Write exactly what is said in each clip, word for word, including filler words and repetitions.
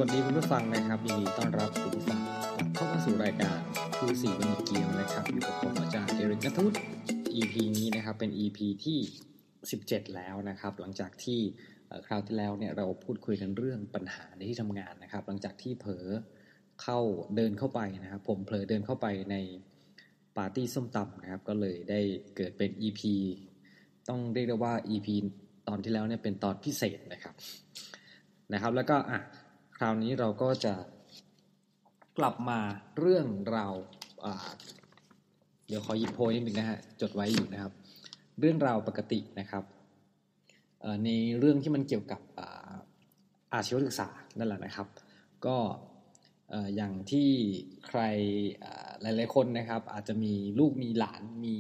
วัสดีคุณผู้ฟังนะครับยินดีต้อนรับคุณผู้ฟังกลับเข้ามาสู่รายการครูสี่บัณฑิตเกียวนะครับอยู่กับผมอาจารย์เอริกณัฐวุฒิ อี พี นี้นะครับเป็น อี พี ที่สิบเจ็ดแล้วนะครับหลังจากที่คราวที่แล้วเนี่ยเราพูดคุยกันเรื่องปัญหาในที่ทำงานนะครับหลังจากที่เผลอเข้าเดินเข้าไปนะครับผมเผลอเดินเข้าไปในปาร์ตี้ส้มตำนะครับก็เลยได้เกิดเป็น อี พี ต้องเรียกได้ว่า อี พี ตอนที่แล้วเนี่ยเป็นตอนพิเศษนะครับนะครับแล้วก็อ่ะคราวนี้เราก็จะกลับมาเรื่องราวอ่าเดี๋ยวขอหยิบโพยนิดนึงนะฮะจดไว้อยู่นะครับเรื่องราวปกตินะครับในเรื่องที่มันเกี่ยวกับอาอาชีวศึกษานั่นแหละนะครับก็อย่างที่ใครหลายๆคนนะครับอาจจะมีลูกมีหลานมี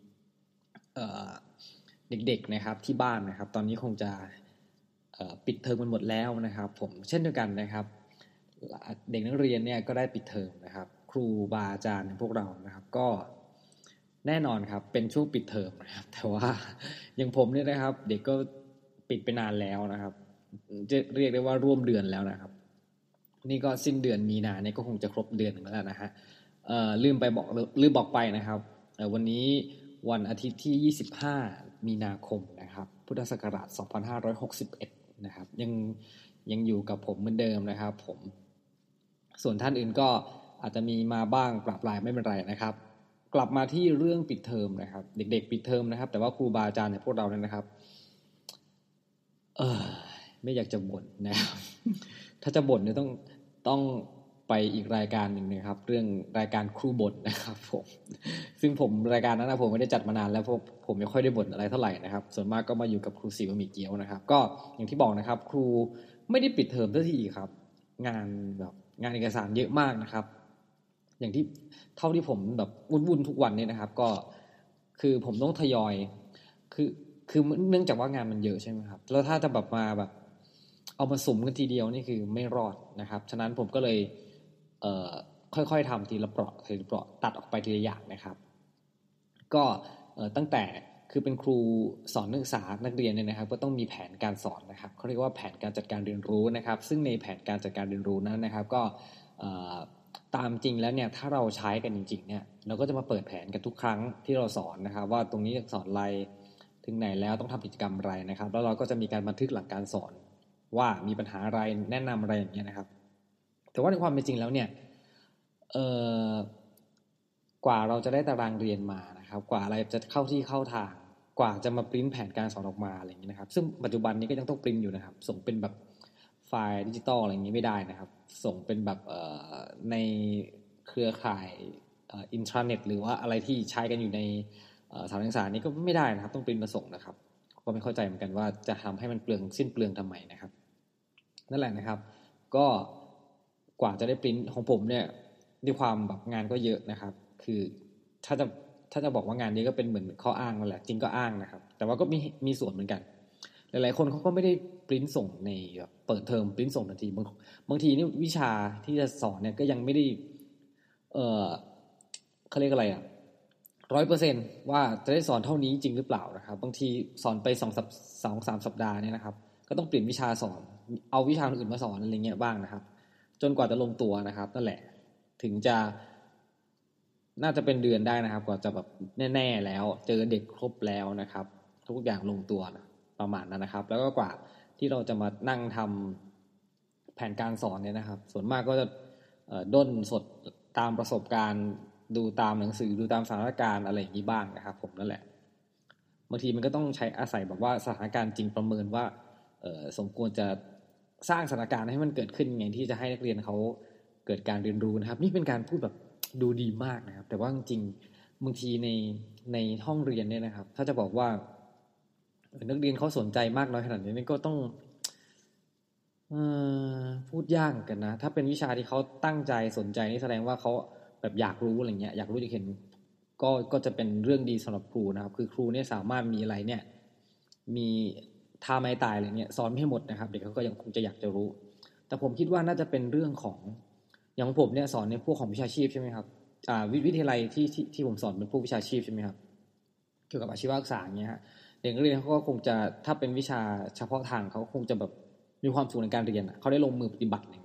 เด็กๆนะครับที่บ้านนะครับตอนนี้คงจะปิดเทอมกันหมดแล้วนะครับผมเช่นเดียวกันนะครับเด็กนักเรียนเนี่ยก็ได้ปิดเทอมนะครับครูบาอาจารย์ของพวกเรานะครับก็แน่นอนครับเป็นช่วงปิดเทอมนะครับแต่ว่าอย่างผมเนี่ยนะครับเด็กก็ปิดไปนานแล้วนะครับจะเรียกได้ว่าร่วมเดือนแล้วนะครับนี่ก็สิ้นเดือนมีนาเนี่ยก็คงจะครบเดือนนึงแล้วนะฮะเอ่อลืมไปบอกลืมบอกไปนะครับวันนี้วันอาทิตย์ที่ยี่สิบห้ามีนาคมนะครับพุทธศักราชสองพันห้าร้อยหกสิบเอ็ดนะครับยังยังอยู่กับผมเหมือนเดิมนะครับผมส่วนท่านอื่นก็อาจจะมีมาบ้างปรับปรายไม่เป็นไรนะครับกลับมาที่เรื่องปิดเทอมนะครับเด็กๆปิดเทอมนะครับแต่ว่าครูบาอาจารย์เนี่ยพวกเราเนี่ยนะครับเออไม่อยากจะบ่นนะครับถ้าจะบ่นเนี่ยต้องต้องไปอีกรายการหนึ่งนะครับเรื่องรายการครูบ่นนะครับผมซึ่งผมรายการนั้นนะผมไม่ได้จัดมานานแล้วเพราะผมไม่ค่อยได้บ่นอะไรเท่าไหร่นะครับส่วนมากก็มาอยู่กับครูสีบะหมี่เกี๊ยวนะครับก็อย่างที่บอกนะครับครูไม่ได้ปิดเทอมสักทีครับงานแบบงานเอกสารเยอะมากนะครับอย่างที่เท่าที่ผมแบบวุ่นๆทุกวันเนี่ยนะครับก็คือผมต้องทยอยคือคือเนื่องจากว่างานมันเยอะใช่ไหมครับแล้วถ้าจะแบบมาแบบเอามาสุ่มกันทีเดียวนี่คือไม่รอดนะครับฉะนั้นผมก็เลยเอ่อค่อยๆทำทีละเปราะทีละเปราะตัดออกไปทีละอย่างนะครับก็ตั้งแต่คือเป็นครูสอนนักศึกษานักเรียนเนี่ยนะครับก็ต้องมีแผนการสอนนะครับเขาเรียกว่าแผนการจัดการเรียนรู้นะครับซึ่งในแผนการจัดการเรียนรู้นั้นนะครับก็ตามจริงแล้วเนี่ยถ้าเราใช้กันจริงๆเนี่ยเราก็จะมาเปิดแผนกันทุกครั้งที่เราสอนนะครับว่าตรงนี้จะสอนอะไรถึงไหนแล้วต้องทำกิจกรรมอะไรนะครับแล้วเราก็จะมีการบันทึกหลักการสอนว่ามีปัญหาอะไรแนะนำอะไรอย่างเงี้ยนะครับแต่ว่าในความเป็นจริงแล้วเนี่ยเอ่อกว่าเราจะได้ตารางเรียนมานะครับกว่าอะไรจะเข้าที่เข้าทางกว่าจะมาปริ้นแผนการสอนออกมาอะไรอย่างนี้นะครับซึ่งปัจจุบันนี้ก็ยังต้องปริ้นอยู่นะครับส่งเป็นแบบไฟล์ดิจิตอลอะไรอย่างนี้ไม่ได้นะครับส่งเป็นแบบในเครือข่ายอินทราเน็ตหรือว่าอะไรที่ใช้กันอยู่ในสถานศึกษานี้ก็ไม่ได้นะครับต้องปริ้นมาส่งนะครับก็ไม่เข้าใจเหมือนกันว่าจะทำให้มันเปลืองสิ้นเปลืองทำไมนะครับนั่นแหละนะครับก็กว่าจะได้ปริ้นของผมเนี่ยด้วยความแบบงานก็เยอะนะครับคือถ้าจะถ้าจะบอกว่างานนี้ก็เป็นเหมือนข้ออ้างนั่นแหละจริงก็อ้างนะครับแต่ว่าก็มีมีส่วนเหมือนกันหลายๆคนเขาก็ไม่ได้ปริ้นส่งในแบบเปิดเทอมปริ้นส่งทันทีบางบางทีนี่วิชาที่จะสอนเนี่ยก็ยังไม่ได้เออเขาเรียกอะไรอ่ะร้อยเปอร์เซ็นต์ว่าจะได้สอนเท่านี้จริงหรือเปล่านะครับบางทีสอนไปสองสัปสองสามสัปดาห์เนี่ยนะครับก็ต้องเปลี่ยนวิชาสอนเอาวิชาอื่นมาสอนอะไรเงี้ยบ้างนะครับจนกว่าจะลงตัวนะครับนั่นแหละถึงจะน่าจะเป็นเดือนได้นะครับกว่าจะแบบแน่ๆแล้วเจอเด็กครบแล้วนะครับทุกอย่างลงตัวนะประมาณนั้นนะครับแล้วก็กว่าที่เราจะมานั่งทำแผนการสอนเนี่ยนะครับส่วนมากก็จะด้นสดตามประสบการณ์ดูตามหนังสือดูตามสถานการณ์อะไรอย่างนี้บ้างนะครับผมนั่นแหละบางทีมันก็ต้องใช้อาศัยแบบว่าสถานการณ์จริงประเมินว่าสมควรจะสร้างสถานการณ์ให้มันเกิดขึ้นไงที่จะให้นักเรียนเขาเกิดการเรียนรู้นะครับนี่เป็นการพูดแบบดูดีมากนะครับแต่ว่าจริงบางทีในในห้องเรียนเนี่ยนะครับถ้าจะบอกว่านักเรียนเขาสนใจมากน้อยขนาดนี้นี่ก็ต้องเอ่อพูดยากกันนะถ้าเป็นวิชาที่เขาตั้งใจสนใจนี่แสดงว่าเขาแบบอยากรู้อะไรเงี้ยอยากรู้อยากเห็นก็ก็จะเป็นเรื่องดีสำหรับครูนะครับคือครูเนี่ยสามารถมีอะไรเนี่ยมีท่าไม้ตายอะไรเงี้ยสอนให้หมดนะครับเด็กเขาก็ยังคงจะอยากจะรู้แต่ผมคิดว่าน่าจะเป็นเรื่องของอย่างผมเนี่ยสอนในพวกของวิชาชีพใช่ไหมครับอ่าวิทยาลัยที่ที่ที่ผมสอนเป็นพวกวิชาชีพใช่ไหมครับเกี่ยวกับอาชีวศึกษาอย่างเงี้ยฮะเด็กนักเรียนเขาก็คงจะถ้าเป็นวิชาเฉพาะทางเขาคงจะแบบมีความสุขในการเรียนเขาได้ลงมือปฏิบัติอย่างเงี้ย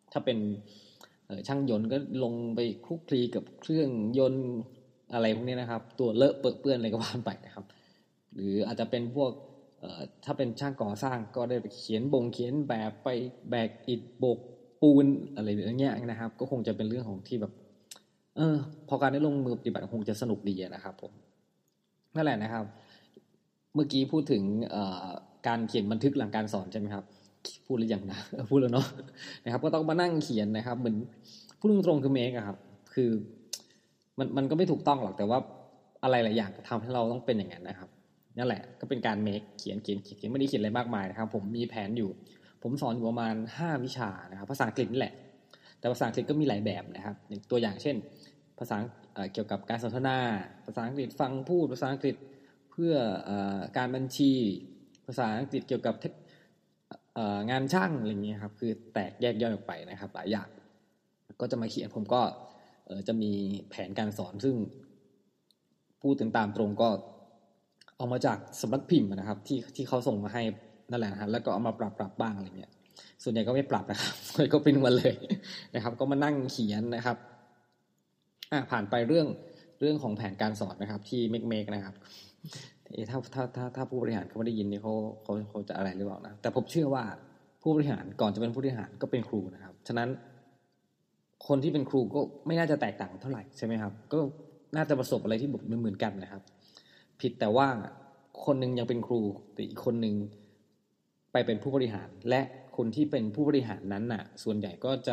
ถ้าเป็นช่างยนต์ก็ลงไปคลุกคลีกับเครื่องยนต์อะไรพวกนี้นะครับตัวเลอะเปื้อนอะไรก็ว่าไปนะครับหรืออาจจะเป็นพวกถ้าเป็นช่างก่อสร้างก็ได้ไปเขียนบงเขียนแบบไปแบกอิฐโบกปูนอะไรอย่างเงี้ยนะครับก็คงจะเป็นเรื่องของที่แบบเออพอการได้ลงมือปฏิบัติคงจะสนุกดีนะครับผมนั่นแหละนะครับเมื่อกี้พูดถึงการเขียนบันทึกหลังการสอนใช่ไหมครับพูดหรือยังนะพูดแล้วเนาะนะครับก็ต้องมานั่งเขียนนะครับเหมือนพูดตรงๆคือเมคอะครับคือมันมันก็ไม่ถูกต้องหรอกแต่ว่าอะไรหลายอย่างทำให้เราต้องเป็นอย่างนั้นนะครับนั่นแหละก็เป็นการเมคเขียนเขียนเขียนไม่ได้เขียนอะไรมากมายนะครับผมมีแผนอยู่ผมสอนอยู่ประมาณห้าวิชานะครับภาษาอังกฤษนี่แหละแต่ภาษาอังกฤษก็มีหลายแบบนะครับตัวอย่างเช่นภาษาเกี่ยวกับการสนทนาภาษาอังกฤษฟังพูดภาษาอังกฤษเพื่อการบัญชีภาษาอังกฤษเกี่ยวกับงานช่างอะไรอย่างเงี้ยครับคือแตกแยกย่อยออกไปนะครับหลายอย่างก็จะมาเขียนผมก็จะมีแผนการสอนซึ่งพูดถึงตามตรงก็เอามาจากสำนักพิมพ์นะครับที่ที่เขาส่งมาให้นั่นแหละนะแล้วก็เอามาปรับปรับบ้างอะไรเงี้ยส่วนใหญ่ก็ไม่ปรับนะครับก็เป็นวันเลยนะครับก็มานั่งเขียนนะครับอ่ะผ่านไปเรื่องเรื่องของแผนการสอนนะครับที่เมกเมกนะครับถ้าถ้าถ้าถ้าผู้บริหารเขาไม่ได้ยินนี่เขาเขาเขาจะอะไรหรือเปล่านะแต่ผมเชื่อว่าผู้บริหารก่อนจะเป็นผู้บริหารก็เป็นครูนะครับฉะนั้นคนที่เป็นครูก็ไม่น่าจะแตกต่างเท่าไหร่ใช่ไหมครับก็น่าจะประสบอะไรที่แบบเหมือนกันนะครับผิดแต่ว่าคนนึงยังเป็นครูแต่อีกคนนึงไปเป็นผู้บริหารและคนที่เป็นผู้บริหารนั้นน่ะส่วนใหญ่ก็จะ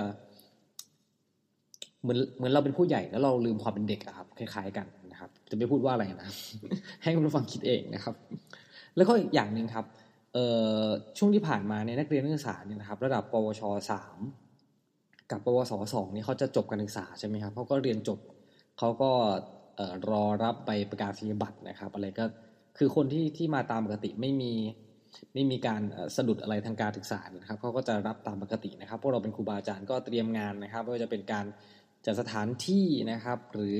เหมือนเหมือนเราเป็นผู้ใหญ่แล้วเราลืมความเป็นเด็กอะครับคล้ายๆกันนะครับจะไม่พูดว่าอะไรนะให้คุณผู้ฟังคิดเองนะครับแล้วก็อีกอย่างนึงครับช่วงที่ผ่านมาเนี่ยนักเรียนนักศึกษาเนี่ยนะครับระดับปวชสามกับปวสสองนี่เขาจะจบการศึกษาใช่ไหมครับเขาก็เรียนจบเขาก็รอรับใบประกาศนียบัตรนะครับอะไรก็คือคนที่ที่มาตามปกติไม่มีไม่มีการสะดุดอะไรทางการศึกษานะครับเขาก็จะรับตามปกตินะครับพวกเราเป็นครูบาอาจารย์ก็เตรียมงานนะครับไม่ว่าจะเป็นการจัดสถานที่นะครับหรือ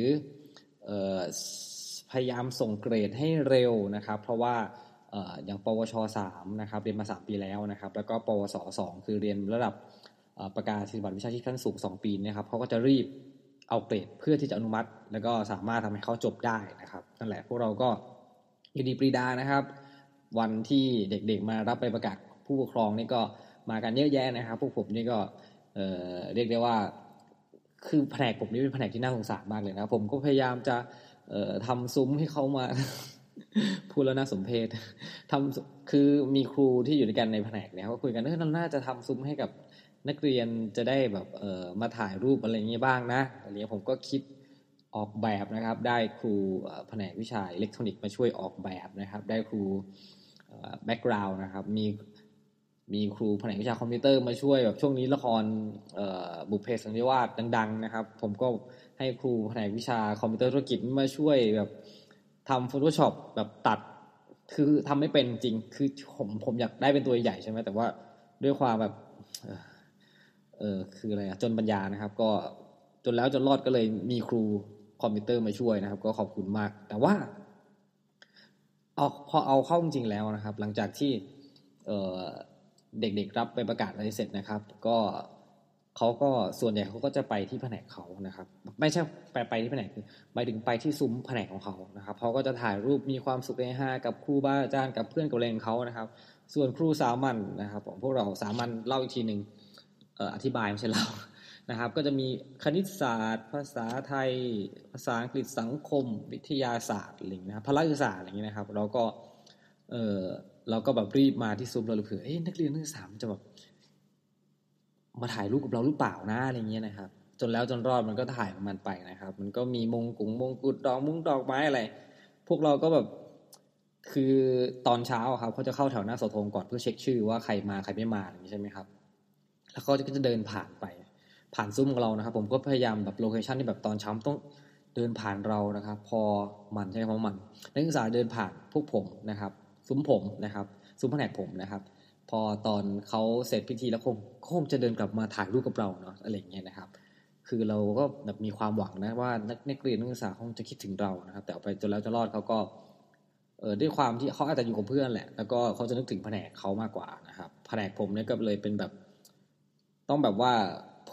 พยายามส่งเกรดให้เร็วนะครับเพราะว่าอย่างปวชสามนะครับเรียนมาสามปีแล้วนะครับแล้วก็ปวสสองคือเรียนระดับประกาศนียบัตรวิชาชีพขั้นสูงสองปีนะครับเขาก็จะรีบเอาเกรดเพื่อที่จะอนุมัติแล้วก็สามารถทำให้เขาจบได้นะครับนั่นแหละพวกเราก็ยินดีปรีดานะครับวันที่เด็กๆมารับใบประกาศผู้ปกครองนี่ก็มากันเยอะแยะนะครับพวกผมนี่ก็เอ่อเรียกได้ว่าคือแผนกผมนี่เป็นแผนกที่น่าสงสารมากเลยนะผมก็พยายามจะเอ่อทำซุ้มให้เขามา พูดแล้วน่าสมเพชทำคือมีครูที่อยู่ด้วยกันในแผนกเนี่ยเขาคุยกันเออเราน่าจะทำซุ้มให้กับนักเรียนจะได้แบบเอ่อมาถ่ายรูปอะไรอย่างนี้บ้างนะอะไรเงี้ยผมก็คิดออกแบบนะครับได้ครูแผนกวิชาอิเล็กทรอนิกส์มาช่วยออกแบบนะครับได้ครูแบ็คกราวด์นะครับมีมีครูแผนกวิชาคอมพิวเตอร์มาช่วยแบบช่วงนี้ละครบุพเพสันนิวาสดังๆนะครับผมก็ให้ครูแผนกวิชาคอมพิวเตอร์ธุรกิจมาช่วยแบบทำ Photoshop แบบตัดคือทำไม่เป็นจริงคือผมผมอยากได้เป็นตัวใหญ่ใช่ไหมแต่ว่าด้วยความแบบเออเออคืออะไรอะจนปัญญานะครับก็จนแล้วจนรอดก็เลยมีครูคอมพิวเตอร์มาช่วยนะครับก็ขอบคุณมากแต่ว่าเอาพอเอาเข้าจริงๆแล้วนะครับหลังจากที่เอ่อเด็กๆรับไปประกาศอะไรเสร็จนะครับก็เขาก็ส่วนใหญ่เขาก็จะไปที่แผนกเขานะครับไม่ใช่ไปไปที่แผนกคือไปถึงไปที่ซุ้มแผนกของเขานะครับเขาก็จะถ่ายรูปมีความสุขเฮฮากับครูบาอาจารย์กับเพื่อนกับเรียนเขานะครับส่วนครูสามัญนะครับของพวกเราสามัญเล่าอีกทีนึงเอ่ออธิบายไม่ใช่เล่านะครับก็จะมีคณิตศาสตร์ภาษาไทยภาษาอังกฤษสังคมวิทยาศาสตร์อะไรอย่างนี้นะครับพละศึกษาอะไรอย่างนี้นะครับเราก็เออเราก็แบบรีบมาที่ซุ้มเราเผื่อเอ๊ะนักเรียนนักศึกษามันจะแบบมาถ่ายรูปกับเราหรือเปล่านะอะไรเงี้ยนะครับจนแล้วจนรอดมันก็ถ่ายของมันไปนะครับมันก็มีมงกุฎมงกุฎดอกมุ้งดอกไม้อะไรพวกเราก็แบบคือตอนเช้าครับเขาจะเข้าแถวหน้าเสาธงก่อนเพื่อเช็คชื่อว่าใครมาใครไม่มาอย่างนี้ใช่ไหมครับแล้วเขาก็จะเดินผ่านไปผ่านซุ้มของเรานะครับผมก็พยายามแบบโลเคชั่นที่แบบตอนเช้าต้องเดินผ่านเรานะครับพอมันใช่ไหมเพราะมันนักศึกษาเดินผ่านพวกผมนะครับซุ้มผมนะครับซุ้มแผนกผมนะครับพอตอนเขาเสร็จพิธีแล้วคงคงจะเดินกลับมาถ่ายรูปกับเราเนาะอะไรอย่างเงี้ยนะครับคือเราก็แบบมีความหวังนะว่านักเรียนนักศึกษาคงจะคิดถึงเรานะครับแต่ไปจนแล้วจะรอดเขาก็เออด้วยความที่เขาอาจจะอยู่กับเพื่อนแหละแล้วก็เขาจะนึกถึงแผนกเขามากกว่านะครับแผนกผมเนี่ยก็เลยเป็นแบบต้องแบบว่าพู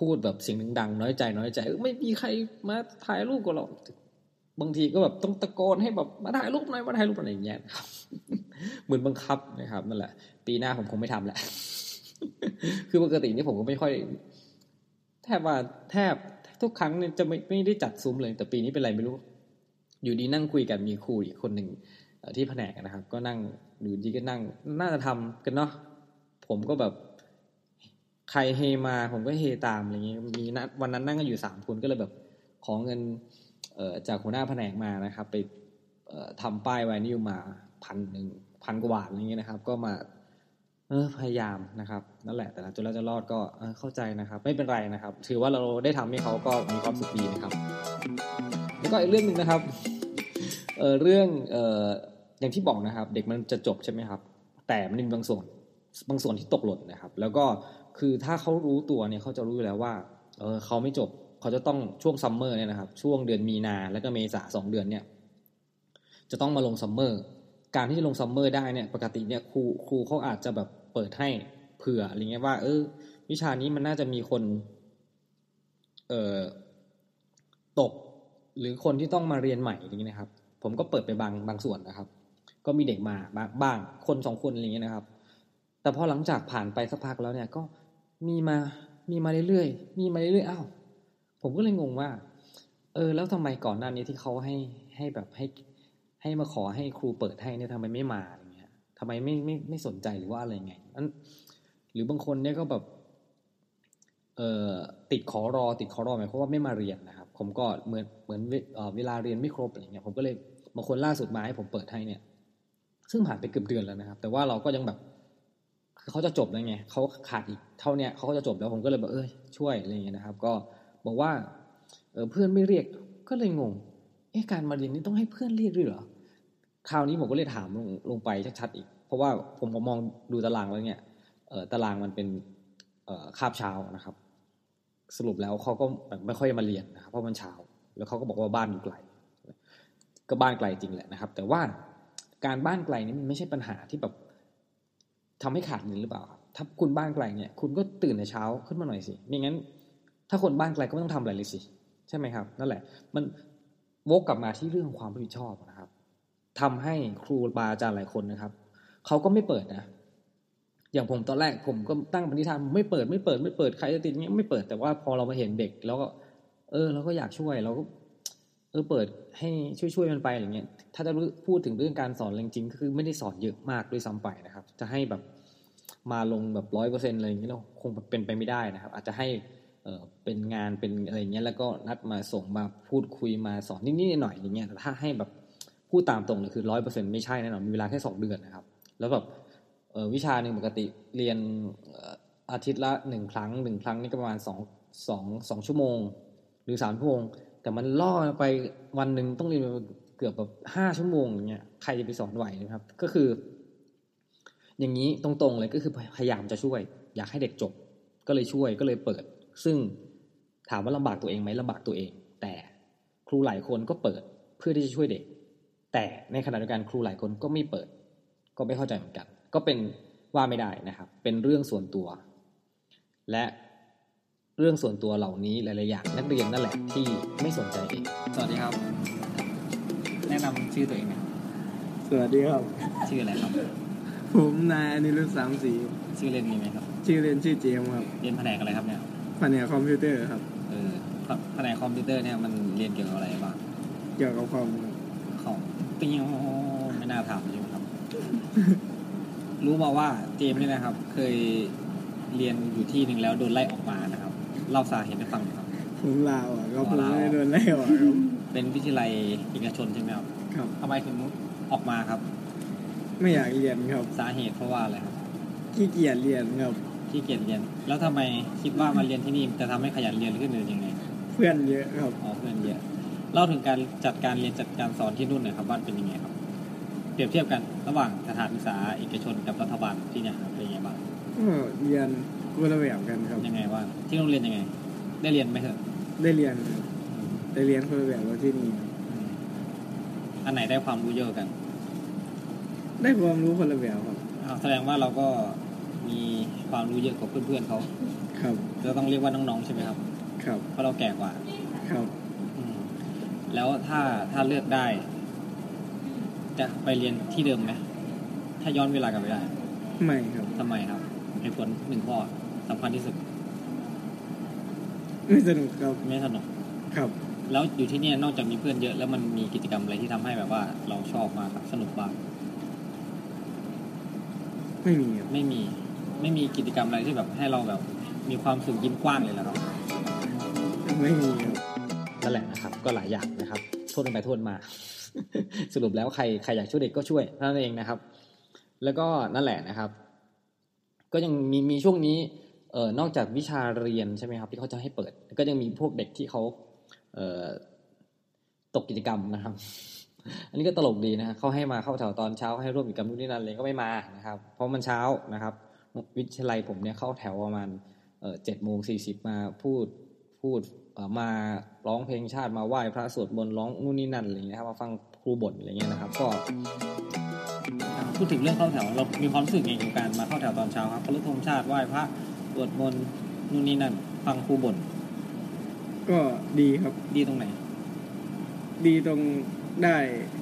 พูดแบบเสียงดังๆน้อยใจน้อยใจไม่มีใครมาถ่ายรูปกับเราบางทีก็แบบต้องตะโกนให้แบบมาถ่ายรูปหน่อยมาถ่ายรูปอะไรอย่างเงี้ยครับ เหมือนบังคับนะครับนั่นแหละปีหน้าผมคงไม่ทำแหละ คือปกตินี่ผมก็ไม่ค่อยแทบว่าแทบทุกครั้งเนี่ยจะไม่ไม่ได้จัดซุ้มเลยแต่ปีนี้เป็นไรไม่รู้อยู่ดีนั่งคุยกันมีครูอีกคนหนึ่งที่แผนกนะครับก็นั่งอยู่ดีก็นั่งน่าจะทำกันเนาะผมก็แบบใครเฮมาผมก็เฮตามอะไรเงี้ยมีนัดวันนั้นนั่งกันอยู่สามคนก็เลยแบบขอเงินเอ่อจากหัวหน้าแผนกมานะครับไปเอ่อทำป้ายไวนิลมาพันหนึ่งพันกว่าบาทอะไรเงี้ยนะครับก็มาเออพยายามนะครับนั่นแหละแต่จนแล้วจะรอดก็เออเข้าใจนะครับไม่เป็นไรนะครับถือว่าเราได้ทำให้เขาก็มีความสุขดีนะครับแล้วก็อีกเรื่องนึงนะครับเออเรื่องเอ่ออย่างที่บอกนะครับเด็กมันจะจบใช่ไหมครับแต่มันมีบางส่วนบางส่วนที่ตกหล่นนะครับแล้วก็คือถ้าเขารู้ตัวเนี่ยเขาจะรู้อยู่แล้วว่าเออเขาไม่จบเขาจะต้องช่วงซัมเมอร์เนี่ยนะครับช่วงเดือนมีนาแล้วก็เมษาสองเดือนเนี่ยจะต้องมาลงซัมเมอร์การที่จะลงซัมเมอร์ได้เนี่ยปกติเนี่ยครูครูเขาอาจจะแบบเปิดให้เผื่ออะไรเงี้ยว่าเออวิชานี้มันน่าจะมีคนเอ่อตกหรือคนที่ต้องมาเรียนใหม่อย่างนี้นะครับผมก็เปิดไปบางบางส่วนนะครับก็มีเด็กมาบ้างคนสองคนอะไรเงี้ยนะครับแต่พอหลังจากผ่านไปสักพักแล้วเนี่ยก็มีมามีมาเรื่อยๆมีมาเรื่อยๆอ้าวผมก็เลยงงว่าเออแล้วทำไมก่อนหน้านี้ที่เขาให้ให้แบบให้ให้มาขอให้ครูเปิดให้เนี่ยทำไมไม่มาอะไรเงี้ยทำไมไม่ไม่ไม่สนใจหรือว่าอะไรไงนั้นหรือบางคนเนี่ยก็แบบเอ่อติดขอรอติดขอรอหมายความว่าไม่มาเรียนนะครับผมก็เหมือนเหมือนเวลาเรียนไม่ครบอะไรเงี้ยผมก็เลยบางคนล่าสุดมาให้ผมเปิดให้เนี่ยซึ่งผ่านไปเกือบเดือนแล้วนะครับแต่ว่าเราก็ยังแบบเขาจะจบแล้วไงเขาขาดอีกเท่าเนี้ยเขาก็จะจบแล้วผมก็เลยแบบเออช่วยอะไรเงี้ยนะครับก็บอกว่าเออเพื่อนไม่เรียกก็เลยงงเอ๊ะการมาเรียนนี่ต้องให้เพื่อนเรียกด้วยเหรอคราวนี้ผมก็เลยถามลงลงไปชัดๆอีกเพราะว่าผมมองดูตารางแล้วเนี่ยเออตารางมันเป็นเอ่อคาบเช้านะครับสรุปแล้วเขาก็ไม่ค่อยมาเรียนนะครับเพราะมันเช้าแล้วเขาก็บอกว่าบ้านอยู่ไกลก็บ้านไกลจริงแหละนะครับแต่ว่าการบ้านไกลนี่มันไม่ใช่ปัญหาที่แบบทำให้ขาดเงินหรือเปล่าครับถ้าคุณบ้านไกลเนี่ยคุณก็ตื่นในเช้าขึ้นมาหน่อยสิไม่งั้นถ้าคนบ้านไกลก็ไม่ต้องทำอะไรเลยสิใช่ไหมครับนั่นแหละมันวกกลับมาที่เรื่องความรับผิดชอบนะครับทำให้ครูบาอาจารย์หลายคนนะครับเขาก็ไม่เปิดนะอย่างผมตอนแรกผมก็ตั้งปณิธานไม่เปิดไม่เปิดไม่เปิดใครจะติดเงี้ยไม่เปิดแต่ว่าพอเรามาเห็นเด็กแล้วก็เออเราก็อยากช่วยเราก็เออเปิดให้ช่วยๆมันไปอะไรเงี้ยถ้าจะพูดถึงเรื่องการสอนจริงๆก็คือไม่ได้สอนเยอะมากด้วยซ้ำไปนะครับจะให้แบบมาลงแบบ ร้อยเปอร์เซ็นต์ อะไรอย่างเงี้ยเราคงเป็นไปไม่ได้นะครับอาจจะให้เออเป็นงานเป็นอะไรเงี้ยแล้วก็นัดมาส่งมาพูดคุยมาสอนนิดๆหน่อยๆอย่างเงี้ยแต่ถ้าให้แบบพูดตามตรงเลยคือ ร้อยเปอร์เซ็นต์ ไม่ใช่แน่นอนมีเวลาแค่สองเดือนนะครับแล้วแบบเออวิชานึงปกติเรียนอาทิตย์ละหนึ่งครั้งหนึ่งครั้งนี่ก็ประมาณสอง สอง สองชั่วโมงหรือสามชั่วโมงแต่มันล่อไปวันนึงต้องเรียนเกือบแบบห้าชั่วโมงอย่างเงี้ยใครจะไปสอนไหวนะครับก็คืออย่างนี้ตรงๆเลยก็คือพยายามจะช่วยอยากให้เด็กจบก็เลยช่วยก็เลยเปิดซึ่งถามว่าลำบากตัวเองไหมลำบากตัวเองแต่ครูหลายคนก็เปิดเพื่อที่จะช่วยเด็กแต่ในขณะเดียวกันครูหลายคนก็ไม่เปิดก็ไม่เข้าใจเหมือนกันก็เป็นว่าไม่ได้นะครับเป็นเรื่องส่วนตัวและเรื่องส่วนตัวเหล่านี้หลายๆอย่างนักเรียนนั่นแหละที่ไม่สนใจเองสวัสดีครับแนะนำชื่อตัวเองนะครับสวัสดีครับชื่ออะไรครับผมนายอนิรุตสามศรีชื่อเล่นมีไหมครับชื่อเล่นชื่อเจมส์ครับเรียนแผนกอะไรครับเนี่ยแผนกคอมพิวเตอร์ครับเออแผนกคอมพิวเตอร์เนี่ยมันเรียนเกี่ยวกับอะไรบ้างเกี่ยวกับคอมของปิ้งไม่น่าถามใช่ไหมครับ รู้มาว่าเจมส์เนี่ยนะครับเคยเรียนอยู่ที่หนึ่งแล้วโดนไล่ออกมานะครับเล่าสาเหตุให้ฟังหน่อยครับผมลาวอ่ะก็ผมไม่ได้โดนไล่ออกครับเป็นวิทยาลัยเอกชนใช่ไหมครับครับทำไมถึงออกมาครับไม่อยากเรียนครับสาเหตุเพราะว่าอะไรครับขี้เกียจเรียนครับขี้เกียจเรียนแล้วทำไมคิดว่ามาเรียนที่นี่จะทำให้ขยันเรียนขึ้นหรือยังไงเพื่อนเยอะครับอ๋อเพื่อนเยอะเล่าถึงการจัดการเรียนจัดการสอนที่นู่นหน่อยครับว่าเป็นยังไงครับเปรียบเทียบกันระหว่างสถานศึกษาเอกชนกับรัฐบาลที่เนี่ยเป็นยังไงบ้างก็เรียนคนละแบบกันครับยังไงว่าที่โรงเรียนยังไงได้เรียนไหมครับได้เรียนได้เรียนคนละแบบกับที่นี่อันไหนได้ความรู้เยอะกันได้ความรู้คนละแบบครับแสดงว่าเราก็มีความรู้เยอะกว่าเพื่อนๆเขาคครับเราต้องเรียกว่าน้องๆใช่ไหมครับครับเพราะเราแก่กว่าครับแล้วถ้าถ้าเลือกได้จะไปเรียนที่เดิมไหมถ้าย้อนเวลากลับไปได้ไม่ครับทำไมครับเหตุผลหนึ่งข้อสำคัญที่สุดไม่สนุกครับไม่สนุกครับแล้วอยู่ที่นี่นอกจากมีเพื่อนเยอะแล้วมันมีกิจกรรมอะไรที่ทำให้แบบว่าเราชอบมากครับสนุกบ้างไม่มีครับไม่มีไม่มีกิจกรรมอะไรที่แบบให้เราแบบมีความสุขยิ้มกว้างเลยแล้วครับไม่มีครับนั่นแหละนะครับก็หลายอย่างนะครับโทษกันไปโทษมา สรุปแล้วใครใครอยากช่วยเด็กก็ช่วยนั่นเองนะครับแล้วก็นั่นแหละนะครับก็ยังมีมีช่วงนี้เอ่อนอกจากวิชาเรียนใช่ไหมครับที่เขาจะให้เปิดก็ยังมีพวกเด็กที่เขาเอ่อตกกิจกรรมนะครับอันนี้ก็ตลกดีนะเขาให้มาเข้าแถวตอนเช้าให้ร่วมกิจกรรมนู่นนี่นั่นเลยก็ไม่มานะครับเพราะมันเช้านะครับวิทยาลัยผมเนี่ยเข้าแถวประมาณเอ่อเจ็ดโมงสี่สิบมาพูดพูดเอ่อมาร้องเพลงชาติมาไหว้พระสวดมนต์ร้องนู่นนี่นั่นอะไรอย่างเงี้ยครับมาฟังครูบ่นอะไรเงี้ยนะครับก็พูดถึงเรื่องเข้าแถวเรามีความรู้สึกไงกับการมาเข้าแถวตอนเช้าครับเคารพธงชาติไหว้พระสวดมนต์นู่นนี่นั่นฟังครูบ่นก็ดีครับดีตรงไหนดีตรงได้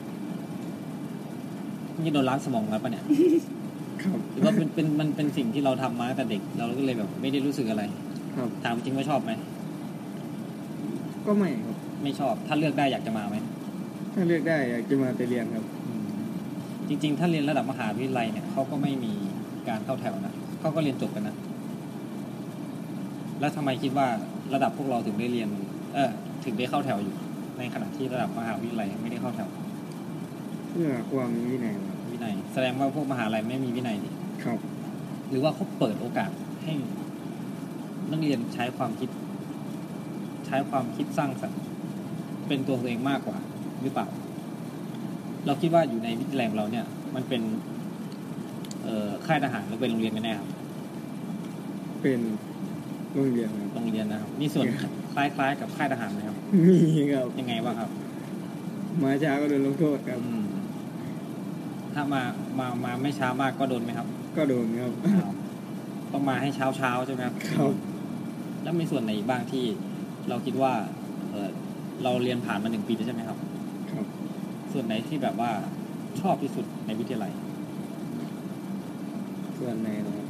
นี่โดนล้างสมองแล้วปะเนี่ยครับหรือว่าเป็นเป็นมันเป็นสิ่งที่เราทำมาตั้งแต่เด็กเราก็เลยแบบไม่ได้รู้สึกอะไรครับถามจริงว่าชอบไหมก็ไม่ครับไม่ชอบถ้าเลือกได้อยากจะมาไหมถ้าเลือกได้อยากจะมาไปเรียนครับจริงๆถ้าเรียนระดับมหาวิทยาลัยเนี่ยเขาก็ไม่มีการเข้าแถวนะเขาก็เรียนจบกันนะแล้วทำไมคิดว่าระดับพวกเราถึงได้เรียนเออถึงได้เข้าแถวอยู่ในขณะที่ระดับมหาวิทยาลัยไม่ได้เข้าแถวเพื่อความมีวินัยวินัยแสดงว่าพวกมหาลัยไม่มีวินัยดิครับหรือว่าเขาเปิดโอกาสให้นักเรียนใช้ความคิดใช้ความคิดสร้างสรรค์เป็นตัวตัวเองมากกว่าหรือเปล่าเราคิดว่าอยู่ในวิทยาลัยของเราเนี่ยมันเป็นเอ่อค่ายทหารหรือเป็นโรงเรียนกันแน่ครับเป็นโรงเรียนครับโรงเรียนนะครับมีส่วนคล้ายๆกับค่ายทหารไหมครับมีครับยังไงบ้างครับมาช้าก็โดนลงโทษครับถ้ามามามาไม่ช้ามากก็โดนไหมครับก็โดนครับต้องมาให้เช้าเช้าใช่ไหมครับครับแล้วมีส่วนไหนบ้างที่เราคิดว่าเออเราเรียนผ่านมาหนึ่งปีแล้วใช่ไหมครับครับส่วนไหนที่แบบว่าชอบที่สุดในวิทยาลัยส่วนไหนนะครับ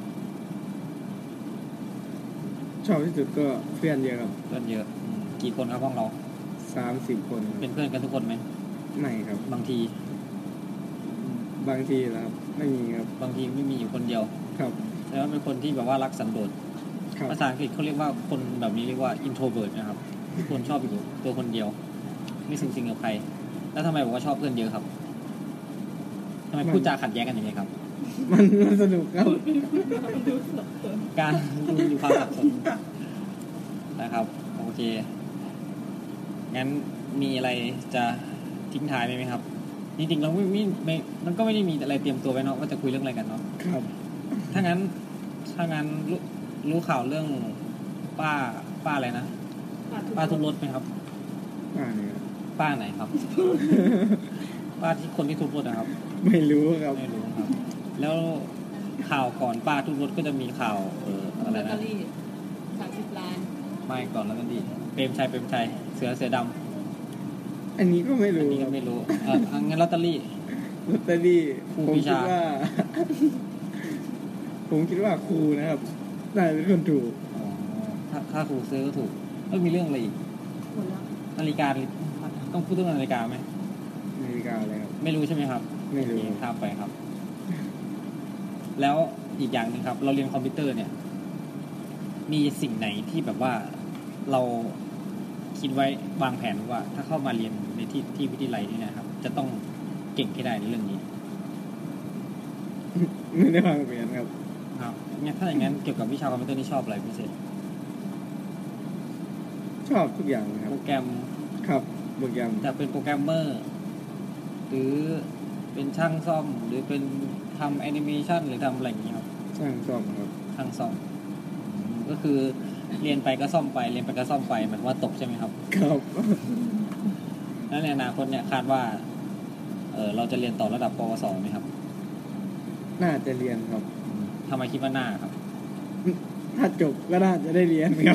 ชอบที่สุดก็เพื่อนเยอะครับเพื่อนเยอะกี่คนครับห้องเราสามสิบคนเป็นเพื่อนกันทุกคนไหมไม่ครับบางทีบางทีครับไม่มีครับบางทีไม่มีอยู่คนเดียวครับแล้วเป็นคนที่แบบว่ารักสันโดษภาษาอังกฤษเขาเรียกว่าคนแบบนี้เรียกว่า introvert นะครับทุกคนชอบอยู่ตัวคนเดียวไม่สูงสิงกับใครแล้วทำไมบอกว่าชอบเพื่อนเยอะครับทำไมพูดจาขัดแย้งกันอย่างนี้ครับมันมันสนุกครับการดูอยู่ความสับสนนะครับโอเคงั้นมีอะไรจะทิ้งท้ายไหมครับจริงๆเราไม่ไม่ไม่มันก็ไม่ได้มีอะไรเตรียมตัวไว้เนาะว่าจะคุยเรื่องอะไรกันเนาะครับถ้างั้นถ้างั้นรู้รู้ข่าวเรื่องป้าป้าอะไรนะป้าทุบรถไหมครับป้าไหนป้าไหนครับป้าที่คนที่ทุบรถนะครับไม่รู้ครับไม่รู้ครับแล้วข่าวก่อนป้าทุบรถก็จะมีข่าวเอออะไรนะสามสิบล้านไม่ก่อนแล้วกันดิเปรมชัยเปรมชัยเสือเสือดำอันนี้ก็ไม่รู้อันนี้ก็ไม่รู้เอองั้นลอตเตอรี่ลอตเตอรี่ผมคิดว่าผมคิดว่าครูนะครับน่าจะเป็นคนถูกอ๋อถ้าถ้าครูซื้อก็ถูกแล้วมีเรื่องอะไรอีกนาฬิกาต้องพูดเรื่องนาฬิกาไหมนาฬิกาอะไรครับไม่รู้ใช่ไหมครับไม่รู้ข้ามไปครับแล้วอีกอย่างนึงครับเราเรียนคอมพิวเตอร์เนี่ยมีสิ่งไหนที่แบบว่าเราคิดไว้วางแผนว่าถ้าเข้ามาเรียนในที่ที่วิทยาลัยนี่นะครับจะต้องเก่งให้ได้ในเรื่องนี้ไม่ได้วางแผนครับครับงั้นถ้าอย่างนั้นเกี่ยวกับวิชาคอมพิวเตอร์นี่ชอบอะไรพิเศษชอบทุกอย่างครับโปรแกรมครับโปรแกรมจะเป็นโปรแกรมเมอร์หรือเป็นช่างซ่อมหรือเป็นทำแอนิเมชันหรือทำอะไรอย่างนี้ครับช่างซ่อมครับช่างซ่อมก็คือเรียนไปก็ซ่อมไปเรียนไปก็ซ่อมไปเหมือนว่าตกใช่ไหมครับครับแล้วในอนาคตเนี่ยคาดว่าเออเราจะเรียนต่อระดับปวสไหมครับน่าจะเรียนครับทำไมคิดว่าน่าครับถ้าจบก็น่าจะได้เรียนครับ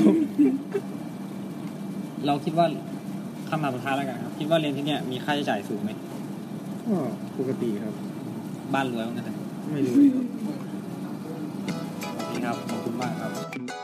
เราคิดว่าคำถามสุดท้ายแล้วกันครับคิดว่าเรียนที่เนี่ยมีค่าใช้จ่ายสูงไหมก็ปกติครับบ้านรวยมั้งนะไม่รวยครับนี่ครับขอบคุณมากครับ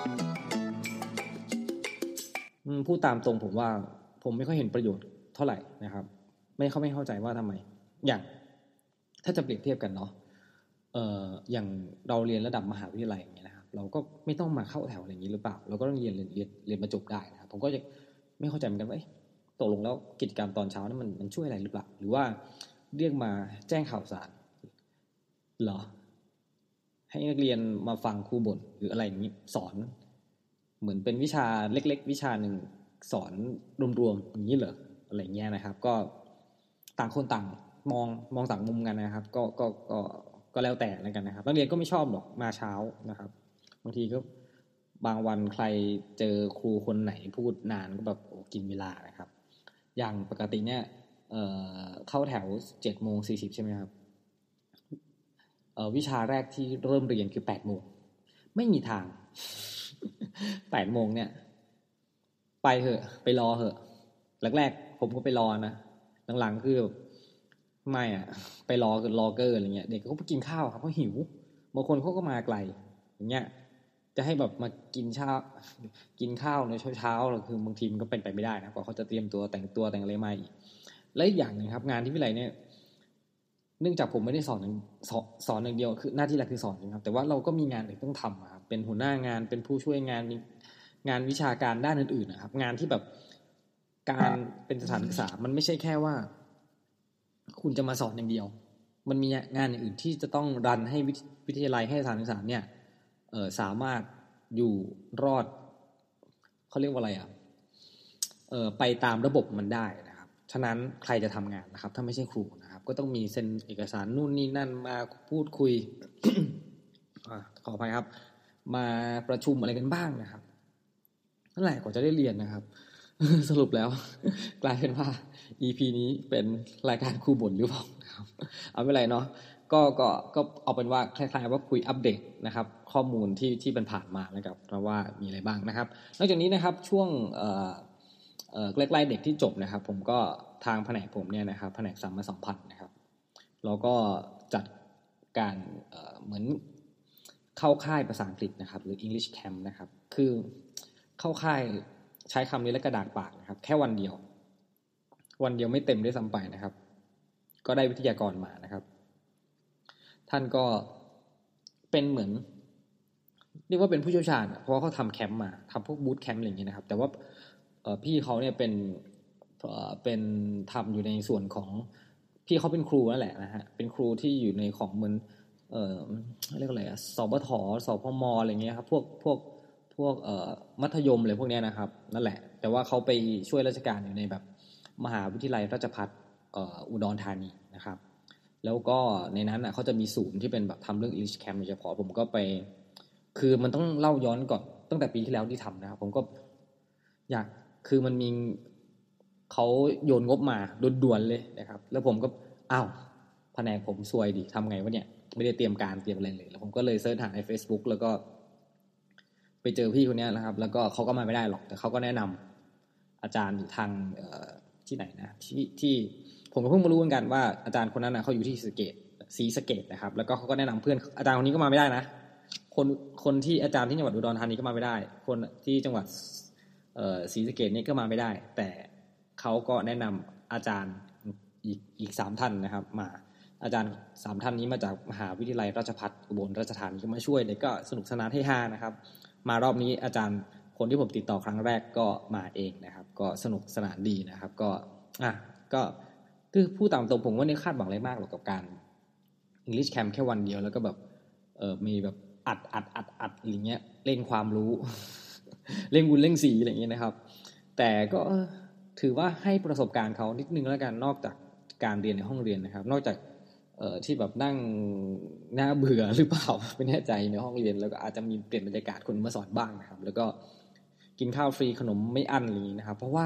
พูดตามตรงผมว่าผมไม่ค่อยเห็นประโยชน์เท่าไหร่นะครับไม่เข้าไม่เข้าใจว่าทำไมอย่างถ้าจะเปรียบเทียบกันเนาะเอ่ออย่างเราเรียนระดับมหาวิทยาลัยอย่างเงี้ยนะครับเราก็ไม่ต้องมาเข้าแถวอะไรอย่างนี้หรือเปล่าเราก็ต้องเรียนเรียนเรียนเรียนมาจบได้นะครับผมก็จะไม่เข้าใจเหมือนกันว่าตกลงแล้วกิจกรรมตอนเช้านั้นมันมันช่วยอะไรหรือเปล่าหรือว่าเรียกมาแจ้งข่าวสารเหรอให้นักเรียนมาฟังครูบ่นหรืออะไรอย่างนี้สอนเหมือนเป็นวิชาเล็กๆวิชาหนึ่งสอนรวมๆอย่างนี้เหรออะไรเงี้ยนะครับก็ต่างคนต่างมองมองต่างมุมกันนะครับก็ก็ก็ก็แล้วแต่แล้วกันนะครับนักเรียนก็ไม่ชอบหรอกมาเช้านะครับบางทีก็บางวันใครเจอครูคนไหนพูดนานก็แบบโอ้กินเวลานะครับอย่างปกติเนี่ยเอ่อเข้าแถว เจ็ดโมงสี่สิบ ใช่ไหมครับเอ่อวิชาแรกที่เริ่มเรียนคือ แปดโมงไม่มีทาง แปดโมงเนี่ยไปเถอะไปรอเถอะแรกๆผมก็ไปรอนะหลังๆคือไม่อ่ะไปรอคือรอเกอร์อะไรเงี้ยเด็กเขาไปกินข้าวครับเพราะหิวบางคนเขาก็มาไกลอย่างเงี้ยจะให้แบบมากินเช้ากินข้าวในเช้าๆหรือคือบางทีมันก็เป็นไปไม่ได้นะกว่าเขาจะเตรียมตัวแต่งตัวแต่งอะไรมาอีกและอีกอย่างนึงครับงานที่วิทยาลัยเนี่ยเนื่องจากผมไม่ได้สอนสอนอย่างเดียวคือหน้าที่หลักคือสอนนะครับแต่ว่าเราก็มีงานอื่นต้องทำครับเป็นหัวหน้างานเป็นผู้ช่วยงานงานวิชาการด้านอื่นๆนะครับงานที่แบบการเป็นสถานศึกษามันไม่ใช่แค่ว่าคุณจะมาสอนอย่างเดียวมันมีงานอย่างอื่นที่จะต้องรันให้วิทยาลัยให้สถานศึกษาเนี่ยเอ่อสามารถอยู่รอดเขาเรียกว่าอะไรอ่ะเอ่อไปตามระบบมันได้นะครับฉะนั้นใครจะทำงานนะครับถ้าไม่ใช่ครูนะครับก็ต้องมีเซ็นเอกสารนู่นนี่นั่นมาพูดคุย ขออภัยครับมาประชุมอะไรกันบ้างนะครับนั่นแหละกว่าจะได้เรียนนะครับ สรุปแล้ว กลายเป็นว่า อี พี นี้เป็นรายการครูบ่นหรือเปล่าครับเอาไม่เป็นไรเนาะก็ก็ก็เอาเป็นว่าคล้ายๆว่าคุยอัปเดตนะครับข้อมูลที่ที่มันผ่านมานะครับเพราะว่ามีอะไรบ้างนะครับนอกจากนี้นะครับช่วงเอ่อเอ่อใกล้ๆเด็กที่จบนะครับผมก็ทางแผนกผมเนี่ยนะครับแผนกสามสัมพันธ์นะครับเราก็จัดการเอ่อเหมือนเข้าค่ายภาษาอังกฤษนะครับหรือ English Camp นะครับคือเข้าค่ายใช้คำนี้และกระดากปากนะครับแค่วันเดียววันเดียวไม่เต็มด้วยซ้ำไปนะครับก็ได้วิทยากรมานะครับท่านก็เป็นเหมือนเรียกว่าเป็นผู้เชี่ยวชาญเพราะว่าเขาทำแคมป์มาทำพวกบูตแคมป์อะไรอย่างเงี้ยนะครับแต่ว่าพี่เขาเนี่ยเป็นเป็นทำอยู่ในส่วนของพี่เขาเป็นครูนั่นแหละนะฮะเป็นครูที่อยู่ในของเหมือนเอ่อเรียกอะไรอะสบทสพมอะไรเงี้ยครับพวกพวกพวกเอ่อมัธยมอะไรพวกนี้นะครับนั่นแหละแต่ว่าเขาไปช่วยราชการอยู่ในแบบมหาวิทยาลัยราชภัฏอุดรธานีนะครับแล้วก็ในนั้นอ่ะเขาจะมีศูนย์ที่เป็นแบบทำเรื่อง English Camp โดยเฉพาะผมก็ไปคือมันต้องเล่าย้อนก่อนตั้งแต่ปีที่แล้วที่ทำนะครับผมก็อยากคือมันมีเขาโยนงบมาด่วนๆเลยนะครับแล้วผมก็อ้าวแผนกผมซวยดิทำไงวะเนี่ยไม่ได้เตรียมการเตรียมอะไรเลยแล้วผมก็เลยเสิร์ชหาใน Facebook แล้วก็ไปเจอพี่คนนี้นะครับแล้วก็เขาก็มาไม่ได้หรอกแต่เขาก็แนะนำอาจารย์อยู่ทางที่ไหนนะที่ที่ผมก็เพิ่งมารู้เหมือนกันว่าอาจารย์คนนั้นนะเขาอยู่ที่ศรีสะเกษศรีสะเกษนะครับแล้วก็เขาก็แนะนำเพื่อนอาจารย์คนนี้ก็มาไม่ได้นะคนคนที่อาจารย์ที่จังหวัดอุดรธานีก็มาไม่ได้คนที่จังหวัดศรีสะเกษนี่ก็มาไม่ได้แต่เขาก็แนะนำอาจารย์อีกอีกสามท่านนะครับมาอาจารย์สามท่านนี้มาจากมหาวิทยาลัยราชภัฏอุบลราชธานีก็มาช่วยเด็กก็สนุกสนานเฮฮานะครับมารอบนี้อาจารย์คนที่ผมติดต่อครั้งแรกก็มาเองนะครับก็สนุกสนานดีนะครับก็อ่ะก็คือพูดตามตรงผมว่าไม่คาดหวังอะไรมากหรอกกับการ English Camp แค่วันเดียวแล้วก็แบบเออมีแบบอัดอัดอัดอัดอะไรเงี้ยเล่นความรู้ เล่นวุ้นเล่นสีอะไรเงี้ยนะครับแต่ก็ถือว่าให้ประสบการณ์เขานิดนึงแล้วกันนอกจากการเรียนในห้องเรียนนะครับนอกจากเอ่อที่แบบนั่งน่าเบื่อหรือเปล่าไม่แน่ใจในห้องเรียนแล้วก็อาจจะมีเปลี่ยนบรรยากาศคนมาสอนบ้างนะครับแล้วก็กินข้าวฟรีขนมไม่อั้นอะไรอย่างนี้นะครับเพราะว่า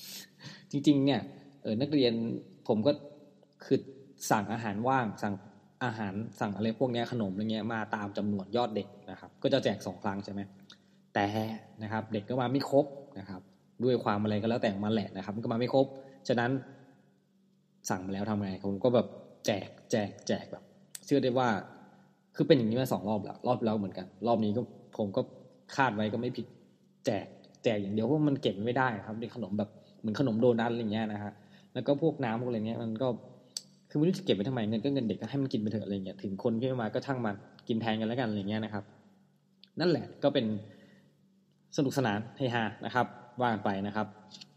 จริงๆเนี่ยเออนักเรียนผมก็คือสั่งอาหารว่างสั่งอาหารสั่งอะไรพวกนี้ขนมอะไรเงี้ยมาตามจำนวนยอดเด็กนะครับก็จะแจกสองครั้งใช่ไหมแต่นะครับเด็กก็มาไม่ครบนะครับด้วยความอะไรก็แล้วแต่มันแหละนะครับมันก็มาไม่ครบฉะนั้นสั่งมาแล้วทำไงผมก็แบบแจกแจกแจกแบบเชื่อได้ว่าคือเป็นอย่างนี้มาสองรอบแล้วรอบแล้วเหมือนกันรอบนี้ก็ผมก็คาดไว้ก็ไม่ผิดแจกแจกอย่างเดียวเพราะมันเก็บไม่ได้ครับเป็นขนมแบบเหมือนขนมโดนัทอะไรเงี้ยนะฮะแล้วก็พวกน้ำพวกอะไรเงี้ยมันก็คือไม่รู้จะเก็บไว้ทำไมเงินก็เงินเด็กก็ให้มันกินไปเถอะอะไรเงี้ยถึงคนที่มาก็ช่างมันกินแทนกันแล้วกันอะไรเงี้ยนะครับนั่นแหละก็เป็นสนุกสนานเฮฮานะครับว่ากันไปนะครับ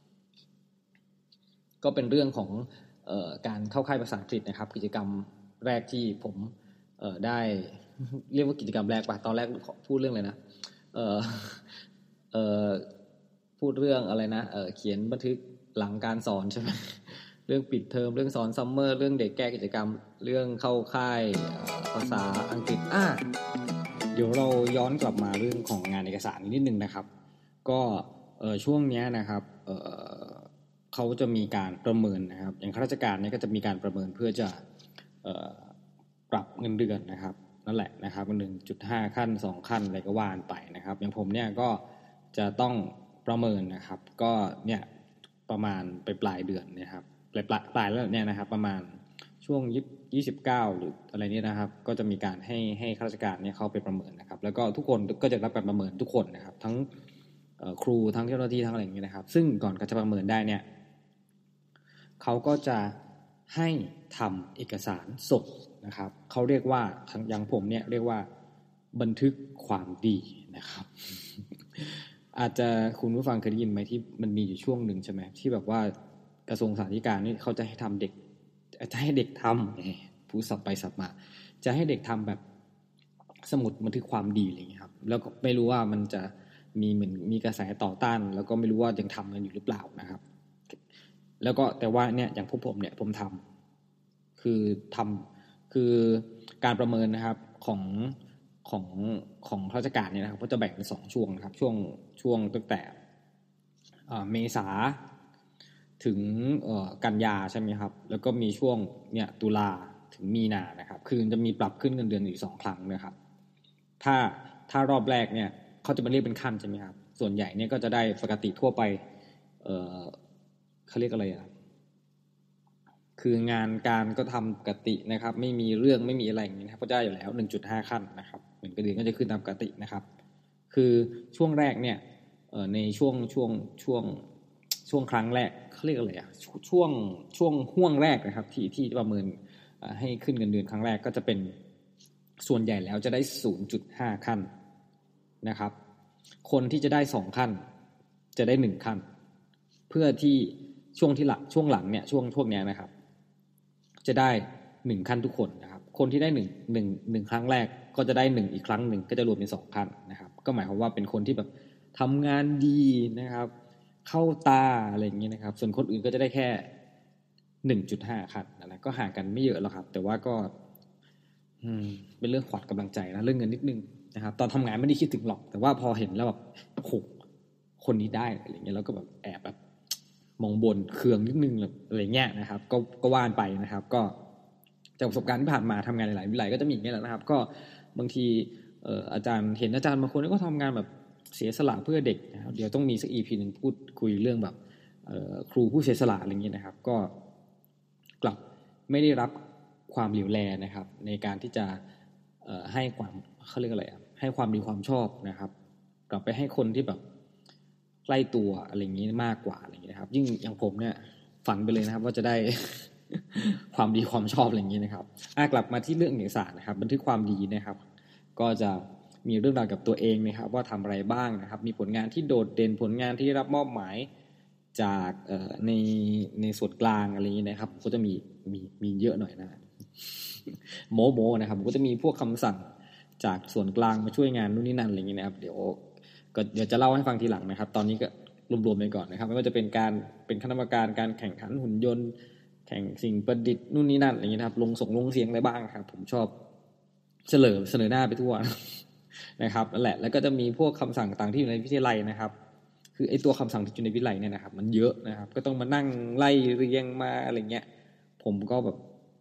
ก็เป็นเรื่องของเอ่อการเข้าค่ายภาษาอังกฤษนะครับกิจกรรมแรกที่ผมเอ่อได้เรียกว่ากิจกรรมแรกป่ะตอนแรกพูดเรื่องอะไรนะเอ่อเอ่อพูดเรื่องอะไรนะเอ่อเขียนบันทึกหลังการสอนใช่ไหมเรื่องปิดเทอมเรื่องสอนซัมเมอร์เรื่องเด็กแก้กิจกรรมเรื่องเข้าค่ายภาษาอังกฤษอ่ะเดี๋ยวเราย้อนกลับมาเรื่องของงานเอกสารนิดนึงนะครับก็เอ่อช่วงนี้นะครับเอ่อเขาจะมีการประเมินนะครับอย่างข้าราชการเนี่ยก็จะมีการประเมินเพื่อจะเอ่อปรับเงินเดือนนะครับนั่นแหละนะครับ หนึ่งจุดห้า ขั้นสองขั้นอะไรก็ว่าไปนะครับอย่างผมเนี่ยก็จะต้องประเมินนะครับก็เนี่ยประมาณไปปลายเดือนเนี่ยครับปลายปลายแล้วเนี่ยนะครับประมาณช่วงยี่สิบเก้าหรืออะไรนี่นะครับก็จะมีการให้ให้ข้าราชการเนี่ยเข้าไปประเมินนะครับแล้วก็ทุกคนก็จะรับการประเมินทุกคนนะครับทั้งครูทั้งเจ้าหน้าที่ทั้งอะไรอย่างเงี้ยนะครับซึ่งก่อนจะประเมินได้เนี่ยเขาก็จะให้ทำเอกสารส่งนะครับเขาเรียกว่าอย่างผมเนี่ยเรียกว่าบันทึกความดีนะครับ อาจจะคุณผู้ฟังเคยได้ยินไหมที่มันมีอยู่ช่วงหนึ่งใช่ไหมที่แบบว่ากระทรวงสาธารณสุขนี่เขาจะให้ทำเด็กจะให้เด็กทำผู้สับไปสับมาจะให้เด็กทำแบบสมุดบันทึกความดีอะไรอย่างเงี้ยครับแล้วก็ไม่รู้ว่ามันจะมีเหมือนมีกระแสต่อต้านแล้วก็ไม่รู้ว่ายังทำกันอยู่หรือเปล่านะครับแล้วก็แต่ว่าเนี่ยอย่างพวกผมเนี่ยผมทำคือทำคือการประเมินนะครับของของของข้าราชการเนี่ยนะครับก็จะแบ่งเป็นสองช่วงนะครับช่วงช่วงตั้งแต่เมษาถึงกันยาใช่ไหมครับแล้วก็มีช่วงเนี่ยตุลาถึงมีนานะครับคือจะมีปรับขึ้นเงินเดือนอยู่สองครั้งนะครับถ้าถ้ารอบแรกเนี่ยเขาจะมาเรียกเป็นขั้นใช่ไหมครับส่วนใหญ่เนี่ยก็จะได้ปกติทั่วไปเอ่อเขาเรียกอะไรอ่ะคืองานการก็ทำปกตินะครับไม่มีเรื่องไม่มีอะไรอย่างนี้นะครับก็ได้อยู่แล้ว หนึ่งจุดห้า ขั้นนะครับเงินเดือนก็จะขึ้นตามปกตินะครับคือช่วงแรกเนี่ยเอ่อในช่วงช่วงช่วงช่วงครั้งแรกเขาเรียกอะไรอ่ะช่วงช่วงห่วงแรกนะครับที่ที่ประเมินให้ขึ้นเงินเดือนครั้งแรกก็จะเป็นส่วนใหญ่แล้วจะได้ ศูนย์จุดห้า ขั้นนะครับคนที่จะได้สองขั้นจะได้หนึ่งขั้นเพื่อที่ช่วงที่หลังช่วงหลังเนี่ยช่วงช่วงเนี้ยนะครับจะได้หนึ่งขั้นทุกคนนะครับคนที่ได้หนึ่ง หนึ่ง หนึ่งครั้งแรกก็จะได้หนึ่งอีกครั้งหนึ่งก็จะรวมเป็นสองขั้นนะครับก็หมายความว่าเป็นคนที่แบบทำงานดีนะครับเข้าตาอะไรอย่างเงี้ยนะครับส่วนคนอื่นก็จะได้แค่ หนึ่งจุดห้า ขั้นนะก็ห่างกันไม่เยอะหรอกครับแต่ว่าก็อืมเป็นเรื่องขวัญกำลังใจนะเรื่องเงินนิดนึงนะครับตอนทำงานไม่ได้คิดถึงหรอกแต่ว่าพอเห็นแล้วแบบโอ้โหคนนี้ได้อะไรเงี้ยแล้วก็แบบแอบแบบมองบนเคืองนิดนึงอะไรเงี้ยนะครับก็ก็ว่านไปนะครับก็จากประสบการณ์ที่ผ่านมาทำงานหลายๆวิไลก็จะมีอย่างนี้แหละนะครับก็บางทีเอ่ออาจารย์เห็นอาจารย์บางคนก็ทำงานแบบเสียสละเพื่อเด็กนะครับเดี๋ยวต้องมีสัก อี พี นึงพูดคุยเรื่องแบบเอ่อครูผู้เสียสละอะไรเงี้ยนะครับก็กลับไม่ได้รับความเหลียวแลนะครับในการที่จะเอ่อให้ความเขาเรียกอะไรอ่ะให้ความดีความชอบนะครับกลับไปให้คนที่แบบใกล้ตัวอะไรอย่างนี้มากกว่าอะไรอย่างนี้นะครับยิ่งอย่างผมเนี่ยฝันไปเลยนะครับว่าจะได้ ความดีความชอบอะไรอย่างนี้นะครับอ่ะกลับมาที่เรื่องเอกสารนะครับบันทึกความดีนะครับก็จะมีเรื่องราวกับตัวเองนะครับว่าทำอะไรบ้างนะครับมีผลงานที่โดดเด่นผลงานที่รับมอบหมายจากเอ่อในในส่วนกลางอะไรอย่างนี้นะครับก็จะมีมีมีเยอะหน่อยนะโมโมนะครับก็จะมีพวกคำสั่งจากส่วนกลางมาช่วยงานนู่นนี่นั่นอะไรอย่างนี้นะครับเดี๋ยวก็เดี๋ยวจะเล่าให้ฟังทีหลังนะครับตอนนี้ก็รวมๆไปก่อนนะครับไม่ว่าจะเป็นการเป็นคณะกรรมการการแข่งขันหุ่นยนต์แข่งสิ่งประดิษฐ์นู่นนี่นั่นอะไรอย่างนี้นะครับลงส่งลงเสียงอะไรบ้างครับผมชอบเฉลยเสนอหน้าไปทั่วนะครับนั่นแหละแล้วก็จะมีพวกคำสั่งต่างที่อยู่ในวิทยาลัยนะครับคือไอ้ตัวคำสั่งที่อยู่ในวิทยาลัยเนี่ยนะครับมันเยอะนะครับก็ต้องมานั่งไล่เรียงมาอะไรเงี้ยผมก็แบบ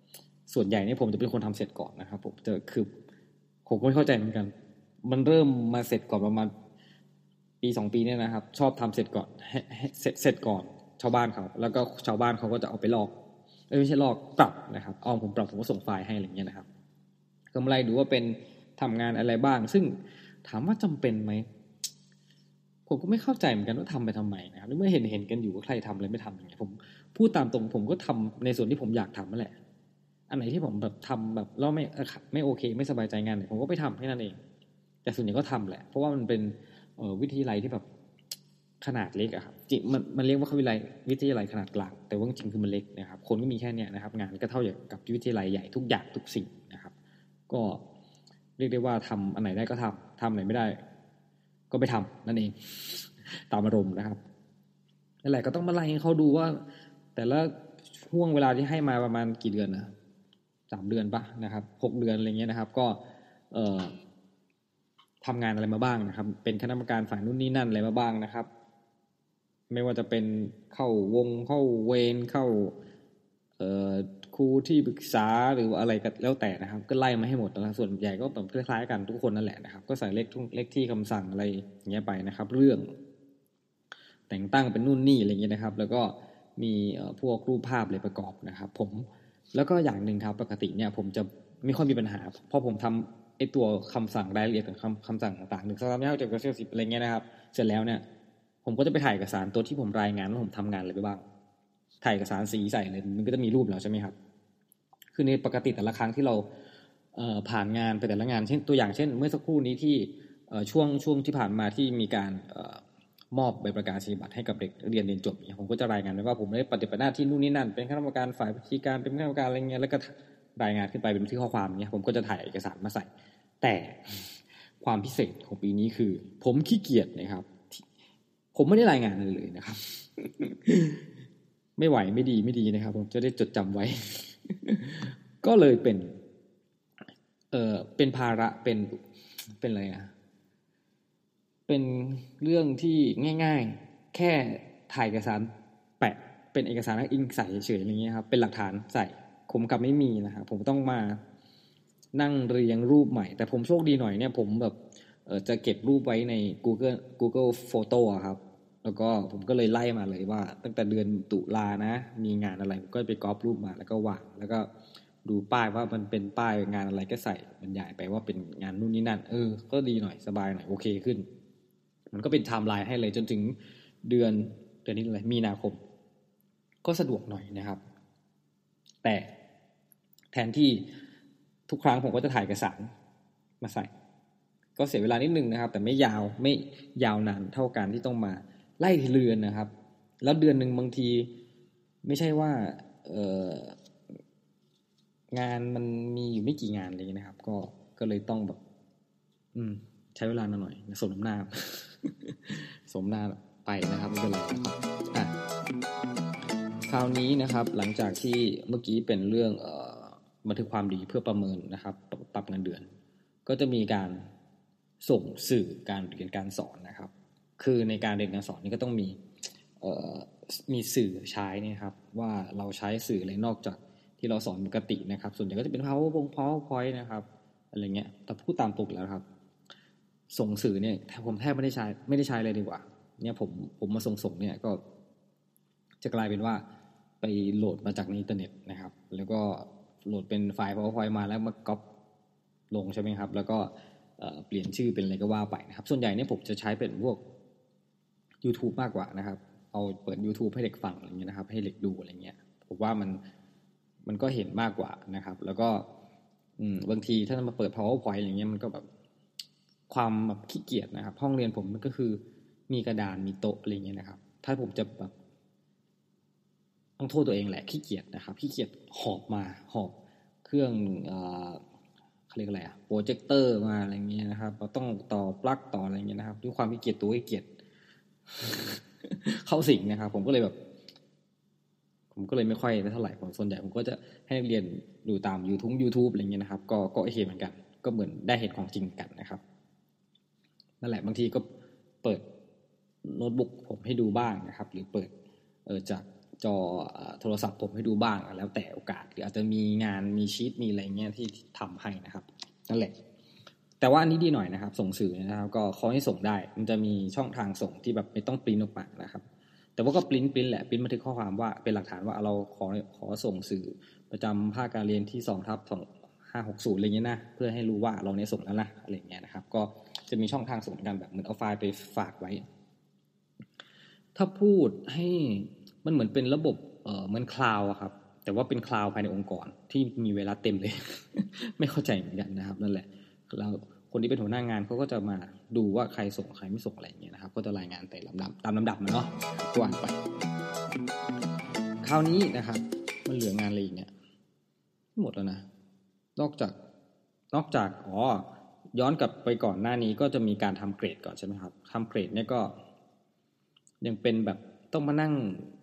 ส่วนใหญ่เนี่ยผมจะเป็นคนทำเสร็จก่อนนะครับผมจะคือผมก็ไม่เข้าใจเหมือนกันมันเริ่มมาเสร็จก่อนประมาณปีสองปีเนี่ยนะครับชอบทำเสร็จก่อนให้เสร็จเสร็จก่อนชาวบ้านเขาแล้วก็ชาวบ้านเขาก็จะเอาไปลอกไม่ใช่ลอกปรับนะครับเอาผมปรับผมก็ส่งไฟล์ให้อะไรเงี้ยนะครับก็มาไล่ดูว่าเป็นทำงานอะไรบ้างซึ่งถามว่าจำเป็นไหมผมก็ไม่เข้าใจเหมือนกันว่าทำไปทำไมนะครับเมื่อเห็นเห็นกันอยู่ว่าใครทำอะไรไม่ทำอย่างเงี้ยผมพูดตามตรงผมก็ทำในส่วนที่ผมอยากทำนั่นแหละอันไหนที่ผมแบบทำแบบแล้วไม่ไม่โอเคไม่สบายใจงานเนี่ยผมก็ไปทำแค่นั้นเองแต่ส่วนใหญ่ก็ทำแหละเพราะว่ามันเป็นวิทยาลัยที่แบบขนาดเล็กอะครับจริงมันมันเรียกว่าวิทยาลัยวิทยาลัยขนาดกลางแต่ว่าจริงคือมันเล็กนะครับคนก็มีแค่เนี้ยนะครับงานก็เท่ากับวิทยาลัยใหญ่ทุกอย่างทุกสิ่งนะครับก็เรียกได้ว่าทำอันไหนได้ก็ทำทำอันไหนไม่ได้ก็ไปทำนั่นเองตามอารมณ์นะครับนั่นแหละก็ต้องมาไล่ให้เขาดูว่าแต่ละช่วงเวลาที่ให้มาประมาณกี่เดือนนะสามเดือนปะนะครับหกเดือนอะไรเงี้ยนะครับก็เอ่อทำงานอะไรมาบ้างนะครับเป็นคณะกรรมการฝ่ายนู่นนี่นั่นอะไรมาบ้างนะครับไม่ว่าจะเป็นเข้าวงเข้าเวรเข้าเอ่อครูที่ปรึกษาหรืออะไรก็แล้วแต่นะครับก็ไล่มาให้หมดแล้วส่วนใหญ่ก็แบบคล้ายๆกันทุกคนนั่นแหละนะครับก็ใส่เลขทุกเลขที่คำสั่งอะไรอย่างเงี้ยไปนะครับเรื่องแต่งตั้งเป็นนู่นนี่อะไรเงี้ยนะครับแล้วก็มีพวกรูปภาพอะไรประกอบนะครับผมแล้วก็อย่างนึงครับปกติเนี่ยผมจะไม่ค่อยมีปัญหาเพราะผมทำไอ้ตัวคำสั่งรายละเอียดของคำคำสั่งต่างๆหนึ่งสองสามสี่ห้าหกเจ็ดแปดเก้าสิบอะไรเงี้ยนะครับเสร็จแล้วเนี่ยผมก็จะไปถ่ายเอกสารตัวที่ผมรายงานว่าผมทำงานอะไรไปบ้างถ่ายเอกสารสีใส่เลยมันก็จะมีรูปแล้วใช่ไหมครับคือในปกติแต่ละครั้งที่เราเอ่อผ่านงานไปแต่ละงานเช่นตัวอย่างเช่นเมื่อสักครู่นี้ที่เอ่อช่วงช่วงที่ผ่านมาที่มีการเอ่อมอบใบประกาศนียบัตรให้กับเด็กเรียนเรียนจบผมก็จะรายงานไว้ว่าผมได้ปฏิบัติหน้าที่นู่นนี่นั่นเป็นคณะกรรมการฝ่ายวิชาการเป็นคณะกรรมการอะไรเงี้ยแล้วก็รายงานขึ้นไปเป็นบันทึกข้อความเงี้ยผมก็จะถ่ายเอกสารมาใส่แต่ความพิเศษของปีนี้คือผมขี้เกียจนะครับผมไม่ได้รายงานอะไรเลยนะครับ ไม่ไหวไม่ดีไม่ดีนะครับผมจะได้จดจำไว้ ก็เลยเป็นเอ่อเป็นภาระเป็นเป็นอะไรอ่ะเป็นเรื่องที่ง่ายๆแค่ถ่ายเอกสารแปะเป็นเอกสารอิงใส่เฉยๆอย่างเงี้ยครับเป็นหลักฐานใส่ผมกลับไม่มีนะครับผมต้องมานั่งเรียงรูปใหม่แต่ผมโชคดีหน่อยเนี่ยผมแบบเอ่อจะเก็บรูปไว้ใน Google Google Photo อ่ะครับแล้วก็ผมก็เลยไล่มาเลยว่าตั้งแต่เดือนตุลานะมีงานอะไรผมก็ไปก๊อปรูปมาแล้วก็วางแล้วก็ดูป้ายว่ามันเป็นป้ายงานอะไรก็ใส่บรรยายไปว่าเป็นงานนู่นนี่นั่นเออก็ดีหน่อยสบายหน่อยโอเคขึ้นมันก็เป็นไทม์ไลน์ให้เลยจนถึงเดือนเดือนนี้อะไรมีนาคมก็สะดวกหน่อยนะครับแต่แทนที่ทุกครั้งผมก็จะถ่ายเอกสารมาใส่ก็เสียเวลานิดนึงนะครับแต่ไม่ยาวไม่ยาวนานเท่ากันที่ต้องมาไล่เรือนนะครับแล้วเดือนนึงบางทีไม่ใช่ว่าเอ่องานมันมีอยู่ไม่กี่งานเลยนะครับก็ก็เลยต้องแบบอืมใช้เวลาหน่อยสมน้ำหน้า สมหน้าไปนะครับไม่เป็นไรนะครับอ่ะคราวนี้นะครับหลังจากที่เมื่อกี้เป็นเรื่องเอ่อบันทึกความดีเพื่อประเมินนะครับปรับเงินเดือนก็จะมีการส่งสื่อการเรียนการสอนนะครับคือในการเรียนการสอนนี่ก็ต้องมีเอ่อมีสื่อใช้นะครับว่าเราใช้สื่ออะไรนอกจากที่เราสอนปกตินะครับส่วนใหญ่ก็จะเป็น PowerPoint PowerPoint นะครับอะไรเงี้ยแต่พูดตามตรงแล้วครับส่งสื่อเนี่ยผมแทบไม่ได้ใช้ไม่ได้ใช้เลยดีกว่าเนี่ยผมผมมาส่งส่งเนี่ยก็จะกลายเป็นว่าไปโหลดมาจากในอินเทอร์เน็ตนะครับแล้วก็โหลดเป็นไฟล์ PowerPoint มาแล้วมาก๊อปลงใช่ไหมครับแล้วก็เปลี่ยนชื่อเป็นอะไรก็ว่าไปนะครับส่วนใหญ่เนี่ยผมจะใช้เป็นพวก YouTube มากกว่านะครับเอาเปิด YouTube ให้เด็กฟังอะไรเงี้ยนะครับให้เด็กดูอะไรเงี้ยผมว่ามันมันก็เห็นมากกว่านะครับแล้วก็บางทีถ้ามาเปิด PowerPoint อะไรเงี้ยมันก็แบบความแบบขี้เกียจนะครับห้องเรียนผมมันก็คือมีกระดานมีโต๊ะอะไรเงี้ยนะครับถ้าผมจะแบบต้องโทษตัวเองแหละขี้เกียจนะครับขี้เกียจหอบมาหอบเครื่องเอ่อเขาเรียกอะไรอะโปรเจคเตอร์มาอะไรเงี้ยนะครับเราต้องต่อปลั๊กต่ออะไรเงี้ยนะครับด้วยความขี้เกียจตัวขี้เกียจ เข้าสิงนะครับผมก็เลยแบบผมก็เลยไม่ค่อยเท่าไหร่ผมส่วนใหญ่ผมก็จะให้นักเรียนดูตาม YouTube YouTube อะไรเงี้ยนะครับก็ก็โอเคเหมือนกันก็เหมือนได้เห็นของจริงกันนะครับนั่นแหละบางทีก็เปิดโน้ตบุ๊กผมให้ดูบ้างนะครับหรือเปิดเออจากจอโทรศัพท์ผมให้ดูบ้างแล้วแต่โอกาสหรืออาจจะมีงานมีชีทมีอะไรเงี้ยที่ทำให้นะครับนั่นแหละแต่ว่าอันนี้ดีหน่อยนะครับส่งสื่อนะครับก็ขอให้ส่งได้มันจะมีช่องทางส่งที่แบบไม่ต้องปริ้นออกมานะครับแต่ว่าก็ปริ้นปริ้นแหละปริ้นบันทึกข้อความว่าเป็นหลักฐานว่าเราขอขอส่งสื่อประจำภาคการเรียนที่สองทับสองห้าหกศูนย์อะไรเงี้ยนะเพื่อให้รู้ว่าเราเนี่ยส่งแล้วนะอะไรเงี้ยนะครับก็จะมีช่องทางส่งกันแบบเหมือนเอาไฟล์ไปฝากไว้ถ้าพูดให้มันเหมือนเป็นระบบเอ่อเหมือนคลาวด์ครับแต่ว่าเป็นคลาวด์ภายในองค์กรที่มีเวลาเต็มเลย ไม่เข้าใจเหมือนกันนะครับนั่นแหละแล้วคนที่เป็นหัวหน้างานเขาก็จะมาดูว่าใครส่งใครไม่ส่งอะไรอย่างเงี้ยนะครับก็จะรายงานแต่ลำดับตามลำดับมันเนาะกวนไปคราวนี้นะครับมันเหลืองานอะไรอีกเนี่ยหมดแล้วนะนอกจากนอกจากอ๋อย้อนกลับไปก่อนหน้านี้ก็จะมีการทำเกรดก่อนใช่ไหมครับทำเกรดเนี่ยก็ยังเป็นแบบต้องมานั่ง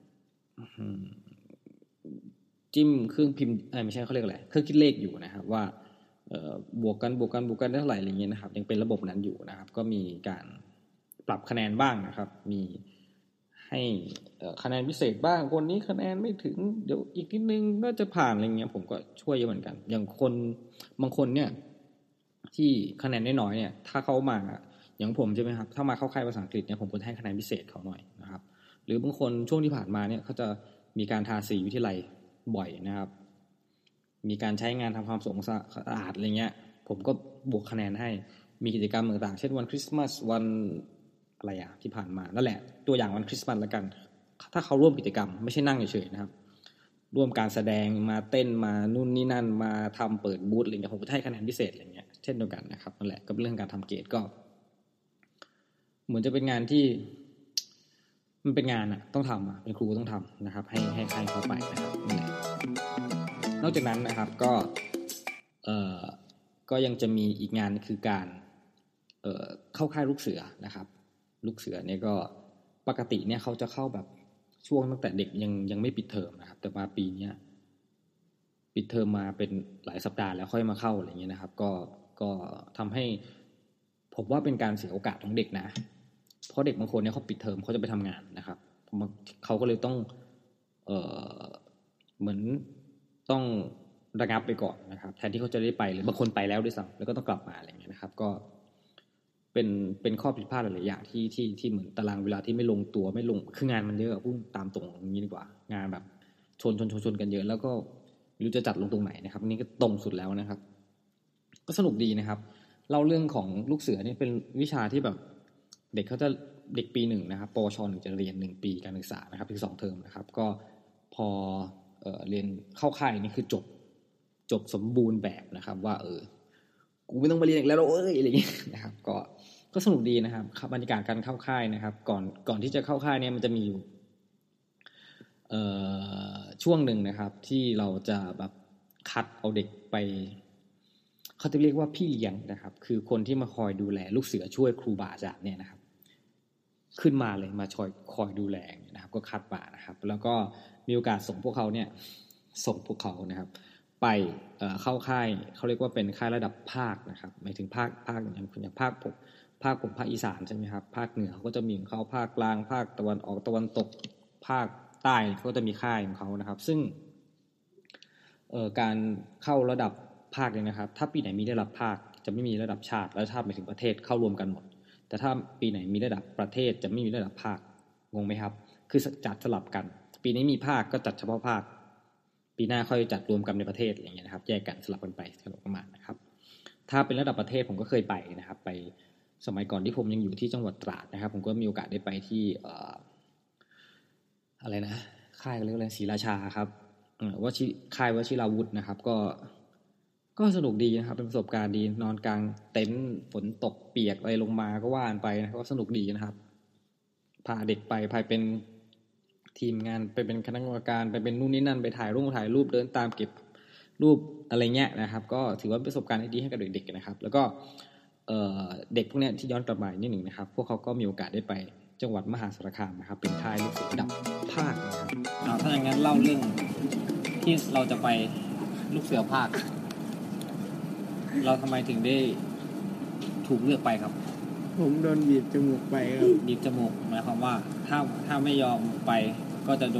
จิ้มเครื่องพิมพ์ไม่ใช่เขาเรียกอะไรเครื่องคิดเลขอยู่นะครับว่าบวกกันบวกกันบวกกันได้เท่าไหร่อะไรเงี้ยนะครับยังเป็นระบบนั้นอยู่นะครับก็มีการปรับคะแนนบ้างนะครับมีให้คะแนนพิเศษบ้างคนนี้คะแนนไม่ถึงเดี๋ยวอีกนิดนึงก็จะผ่านอะไรเงี้ยผมก็ช่วยเยอะเหมือนกันอย่างคนบางคนเนี่ยที่คะแนนน้อยๆเนี่ยถ้าเขามาอย่างผมใช่ไหมครับถ้ามาเข้าค่ายภาษาอังกฤษเนี่ยผมก็ให้คะแนนพิเศษเขาหน่อยนะครับหรือบางคนช่วงที่ผ่านมาเนี่ยเขาจะมีการทาสีวิทยาลัยบ่อยนะครับมีการใช้งานทำความสะอาดอะไรเงี้ยผมก็บวกคะแนนให้มีกิจกรรมต่างๆเช่นวันคริสต์มาสวันอะไรอ่ะที่ผ่านมานั่นแหละตัวอย่างวันคริสต์มาสแล้วกันถ้าเขาร่วมกิจกรรมไม่ใช่นั่งเฉยๆนะครับร่วมการแสดงมาเต้นมานู่นนี่นั่นมาทำเปิดบูธอะไรเงี้ยผมก็ให้คะแนนพิเศษอะไรเงี้ยเช่นเดียวกันนะครับนั่นแหละก็เรื่องการทำเกรดก็เหมือนจะเป็นงานที่มันเป็นงานอ่ะต้องทำอ่ะเป็นครูต้องทำนะครับให้ให้ใครเข้าไปนะครับนั่นแหละนอกจากนั้นนะครับก็เอ่อก็ยังจะมีอีกงานคือการเอ่อเข้าค่ายลูกเสือนะครับลูกเสือเนี่ยก็ปกติเนี่ยเขาจะเข้าแบบช่วงตั้งแต่เด็กยังยังไม่ปิดเทอมนะครับแต่มาปีนี้ปิดเทอมมาเป็นหลายสัปดาห์แล้วค่อยมาเข้าอะไรเงี้ยนะครับก็ก็ทำให้ผมว่าเป็นการเสียโอกาสของเด็กนะเพราะเด็กบางคนเนี่ยเขาปิดเทอมเขาจะไปทำงานนะครับเขาก็เลยต้องเอ่อเหมือนต้องระงับไปก่อนนะครับแทนที่เขาจะได้ไปหรือบางคนไปแล้วด้วยซ้ำแล้วก็ต้องกลับมาอะไรเงี้ยนะครับก็เป็นเป็นข้อผิดพลาดหลายๆอย่างที่ที่ที่เหมือนตารางเวลาที่ไม่ลงตัวไม่ลงคืองานมันเยอะพูดตามตรงอย่างนี้ดีกว่างานแบบชนชนชนชนกันเยอะแล้วก็ไม่รู้จะจัดลงตรงไหนนะครับนี่ก็ตรงสุดแล้วนะครับก็สนุกดีนะครับเล่าเรื่องของลูกเสือนี่เป็นวิชาที่แบบเด็กเขาจะเด็กปีหนึ่งนะครับปวชหนึ่งจะเรียนหนึ่งปีการศึกษานะครับถึงสองเทอมนะครับก็พอเอ่อเรียนเข้าค่ายนี่คือจบจบสมบูรณ์แบบนะครับว่าเออกูไม่ต้องมาเรียนอีกแล้วเอ้ยอะไรอย่างเงี้ยนะครับก็ก็สนุกดีนะครับบรรยากาศการเข้าค่ายนะครับก่อนก่อนที่จะเข้าค่ายเนี่ยมันจะมีอยู่เอ่อช่วงหนึ่งนะครับที่เราจะแบบคัดเอาเด็กไปเขาจะเรียกว่าพี่เลี้ยงนะครับคือคนที่มาคอยดูแลลูกเสือช่วยครูบาอาจารย์เนี่ยนะครับขึ้นมาเลยมาคอยคอยดูแลนะครับก็คัดมานะครับแล้วก็มีโอกาสส่งพวกเขาเนี่ยส่งพวกเขานะครับไปเอ่อเข้าค่ายเขาเรียกว่าเป็นค่ายระดับภาคนะครับหมายถึงภาคภาคอย่างอย่างภาคผมภาคผมภาคอีสานใช่ไหมครับภาคเหนือเขาก็จะมีของเขาภาคกลางภาคตะวันออกตะวันตกภาคใต้เขาก็จะมีค่ายของเขานะครับซึ่งเอ่อการเข้าระดับภาคเนี่ยนะครับถ้าปีไหนมีระดับภาคจะไม่มีระดับชาติและชาติหมายถึงประเทศเข้ารวมกันหมดแต่ถ้าปีไหนมีระดับประเทศจะไม่มีระดับภาคงงไหมครับคือจัดสลับกันปีนี้มีภาคก็จัดเฉพาะภาคปีหน้าค่อยจัดรวมกันในประเทศอย่างเงี้ยนะครับแยกกันสลับกันไปสลับกันมานะครับถ้าเป็นระดับประเทศผมก็เคยไปนะครับไปสมัยก่อนที่ผมยังอยู่ที่จังหวัดตราดนะครับผมก็มีโอกาสได้ไปที่เอ่ออะไรนะค่ายเรียกอะไรศรีราชาครับเอ่อว่าค่ายวชิราวุธนะครับก็ก็สนุกดีนะครับเป็นประสบการณ์ดีนอนกลางเต็นท์ฝนตกเปียกอะไรลงมาก็ว่านไปนะก็สนุกดีนะครับพาเด็กไปพาเป็นทีมงานไปเป็นคณะกรรมการไปเป็นนู่นนี่นั่นไปถ่ายรูปถ่ายรูปเดินตามเก็บรูปอะไรเงี้ยนะครับก็ถือว่าเป็นประสบการณ์ที่ดีให้กับเด็กๆนะครับแล้วก็เอ่อเด็กพวกนี้ที่ย้อนกลับมานิดหนึ่งนะครับพวกเขาก็มีโอกาสได้ไปจังหวัดมหาสารคามนะครับเป็นค่ายลูกเสือระดับภาคนะครับถ้าอย่างนั้นเล่าเรื่องที่เราจะไปลูกเสือภาคเราทำไมถึงได้ถูกเลือกไปครับผมโดนบีบจมูกไปครับบีบจมูกหมายความว่าถ้าถ้าไม่ยอมไปก็จะโดน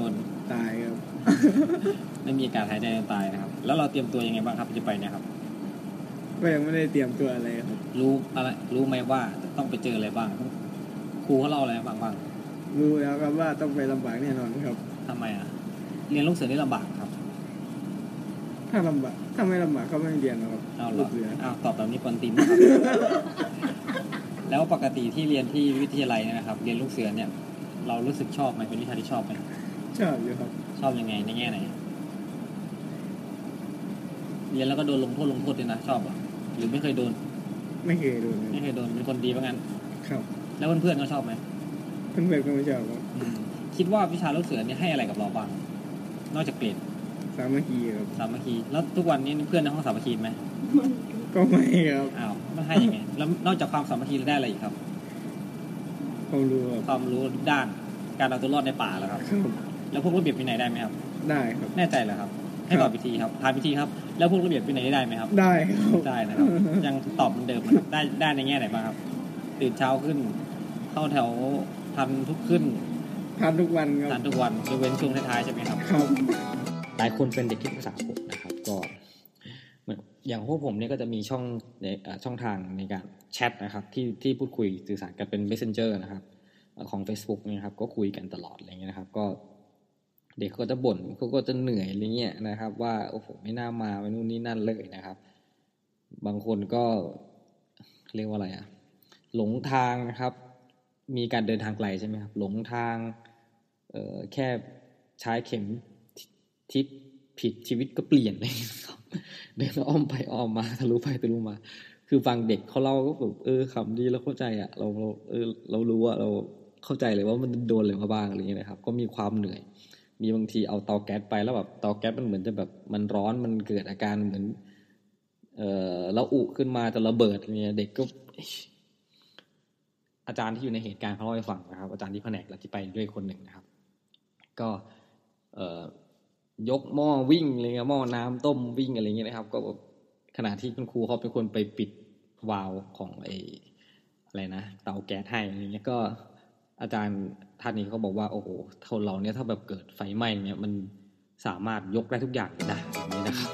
ตายครับไม่มีการหายใจจนตายนะครับแล้วเราเตรียมตัวยังไงบ้างครับจะไปเนี่ยครับก็ยังไม่ได้เตรียมตัวอะไรครับรู้อะไรรู้ไหมว่าต้องไปเจออะไรบ้างครูเขาเล่าอะไรบ้างบ้างรู้แล้วครับว่าต้องไปลำบากแน่นอนครับทำไมอ่ะเรียนลูกเสือนี่ลำบากครับถ้าลำบากถ้าไม่ลำบากก็ไม่เรียนครับเอาหรออ้าวตอบแบบนี้คนตีนนะครับ แล้วปกติที่เรียนที่วิทยาลัยนะครับเรียนลูกเสือเนี่ยเรารู้สึกชอบไหมเป็นวิชาที่ชอบไหมชอบอยู่ครับชอบยังไงในแง่ไหนเรียนแล้วก็โดนลงโทษลงโทษด้วยนะชอบหรอหรือไม่เคยโดนไม่เคยโดนไม่เคยโดนเป็นคนดีเพราะงั้นครับแล้วเพื่อนๆเขาชอบไหมเพื่อนๆก็ไม่ชอบครับคิดว่าวิชาลูกเสือเนี่ยให้อะไรกับเราบ้างนอกจากเกรดสามัคคีครับสามัคคีแล้วทุกวันนี้เพื่อนในห้องสามัคคีไหมก็ไม่ครับอ้าวไม่ให้ยังไงแล้วนอกจากความสามัคคีเราได้อะไรอีกครับความรู้ความรู้ด้านการเอาตัวรอดในป่าแล้วครับแล้วพวกระเบียบวินัยได้ไหมครับได้ครับแน่ใจเหรอครับให้ตอบวิธีครับทายวิธีครับแล้วพวกระเบียบวินัยได้ไหมครับได้ครับได้นะครับยังตอบเหมือนเดิมนะครับได้ได้ในแง่ไหนบ้างครับตื่นเช้าขึ้นเข้าแถวทันทุกขึ้นทันทุกวันครับทันทุกวันยกเว้นช่วงท้ายๆใช่ไหมครับครับหลายคนเป็นเด็กที่ปรึกษาผมนะครับก็อย่างพวกผมเนี่ยก็จะมีช่องในช่องทางในการแชทนะครับที่ที่พูดคุยสื่อสารกันเป็น Messenger นะครับของ Facebook เนี่ยครับก็คุยกันตลอดอะไรเงี้ยนะครับก็เด็กเขาก็จะบ่นเขาก็จะเหนื่อยอะไรเงี้ยนะครับว่าโอ้โหไม่น่ามาไปนู่นนี่นั่นเลยนะครับบางคนก็เรียกว่าอะไรอ่ะหลงทางนะครับมีการเดินทางไกลใช่ไหมครับหลงทางเอ่อแค่ใช้เข็มทิศผิดชีวิตก็เปลี่ยนเลยครับเดินอ้อมไปอ้อมมาทะลุไปทะลุมาคือฟังเด็กเขาเล่าก็แบบเออขำดีแล้วเข้าใจอ่ะเราเราเออเรารู้ว่าเราเข้าใจเลยว่ามันโดนอะไรมาบ้างอะไรอย่างเงี้ยนะครับก็มีความเหนื่อยมีบางทีเอาเตาแก๊สไปแล้วแบบเตาแก๊สมันเหมือนจะแบบมันร้อนมันเกิดอาการเหมือนเอ่อระอุขึ้นมาจะระเบิดอะไรเงี้ยเด็กก็อาจารย์ที่อยู่ในเหตุการณ์เขาเล่าให้ฟังนะครับอาจารย์ที่แผนกและที่ไปด้วยคนหนึ่งนะครับก็เอ่อยกหม้อวิ่งอะไรเงี้ยหม้อน้ำต้มวิ่งอะไรเงี้ยนะครับก็ขณะที่คุณครูเขาเป็นคนไปปิดวาล์วของไอ้อะไรนะเตาแก๊สให้อะไรเงี้ยก็อาจารย์ท่านนี้เขาบอกว่าโอ้โหคนเราเนี่ยถ้าแบบเกิดไฟไหม้เนี่ยมันสามารถยกได้ทุกอย่างได้อย่างนี้นะครับ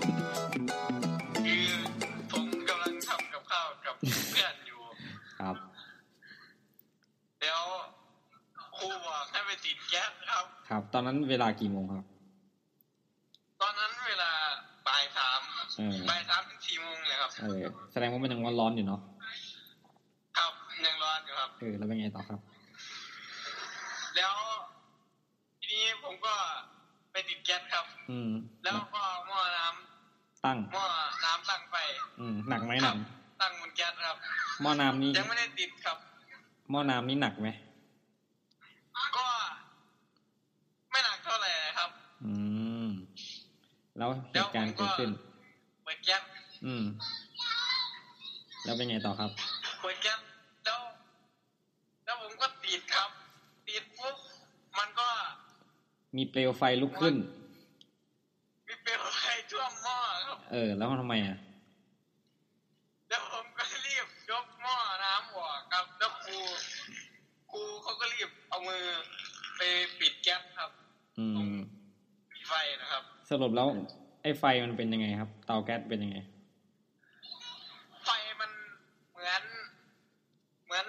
คือผมกำลังทำกับข้าวกับเพื่อนอยู่ครับแล้วครูบอกให้ไปติดแก๊สครับครับตอนนั้นเวลากี่โมงครับตอนนั้นเวลาบ่ายสามบ่ายสามถึงสี่โมงเลยครับเออแสดงว่ามันยังร้อนอยู่เนาะครับยังร้อนอยู่ครับเออแล้วเป็นไงต่อครับแล้วทีนี้ผมก็ไปติดแก๊สครับอืมแล้วก็หม้อน้ำตั้งหม้อน้ำตั้งไปอืมหนักไหมหนักตั้งบนแก๊สครับหม้อน้ำนี้ยังไม่ได้ติดครับหม้อน้ำนี้หนักไหมก็ไม่หนักเท่าไหร่ครับอืมแล้วเหตุการณ์เกิดขึ้นเปิดแก๊สอืมแล้วเป็นไงต่อครับเปิดแก๊สแล้วแล้วผมก็ติดครับติดปุ๊บมันก็มีเปลวไฟลุกขึ้นมีเปลวไฟท่วมหม้อครับเออแล้วทำไมอ่ะแล้วผมก็รีบยกหม้อน้ำออกครับแล้วครูครูเขาก็รีบเอามือไปปิดแก๊สครับอืมมีไฟนะครับสรุปแล้วไอ้ไฟมันเป็นยังไงครับเตาแก๊สเป็นยังไงไฟมันเหมือนเหมือน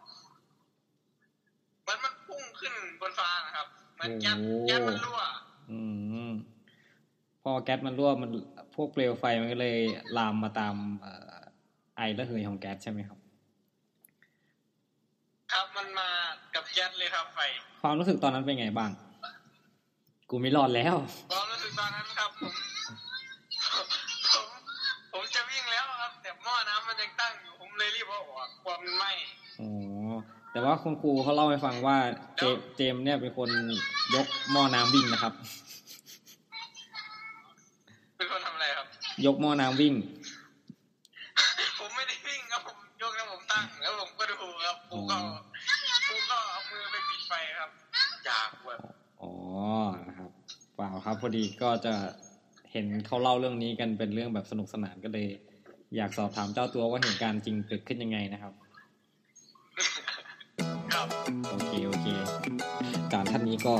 เหมือนมันพุ่งขึ้นบนฟ้านะครับเหมือนแก๊สแก๊สมันรั่วอืมพอแก๊สมันรั่วมันพวกเปลวไฟมันก็เลยลามมาตามไอระเหยของแก๊สใช่ไหมครับครับมันมากับแก๊สเลยครับไฟความรู้สึกตอนนั้นเป็นไงบ้างกูไม่รอดแล้วความรู้สึกตอนนั้นครับผมผมผมจะวิ่งแล้วครับแต่หม้อน้ำมันยังตั้งอยู่ผมเลยรีบเอาออกกลัวมันไหม้อ๋อแต่ว่าคุณครูเขาเล่าให้ฟังว่าเจเจมเนี่ยเป็นคนยกหม้อน้ำวิ่งนะครับเป็นคนทำอะไรครับยกหม้อน้ำวิ่งผมไม่ได้วิ่งครับผมยกแล้วผมตั้งแล้วผมก็ดูครับผมก็ผมก็เอามือไปปิดไฟครับอยากแบบอ๋อนะครับเปล่าครับพอดีก็จะเห็นเขาเล่าเรื่องนี้กันเป็นเรื่องแบบสนุกสนานก็เลยอยากสอบถามเจ้าตัวว่าเหตุการณ์จริงเกิดขึ้นยังไงนะครับครับโอเคโอเคอาจารย์ท่านนี้ก็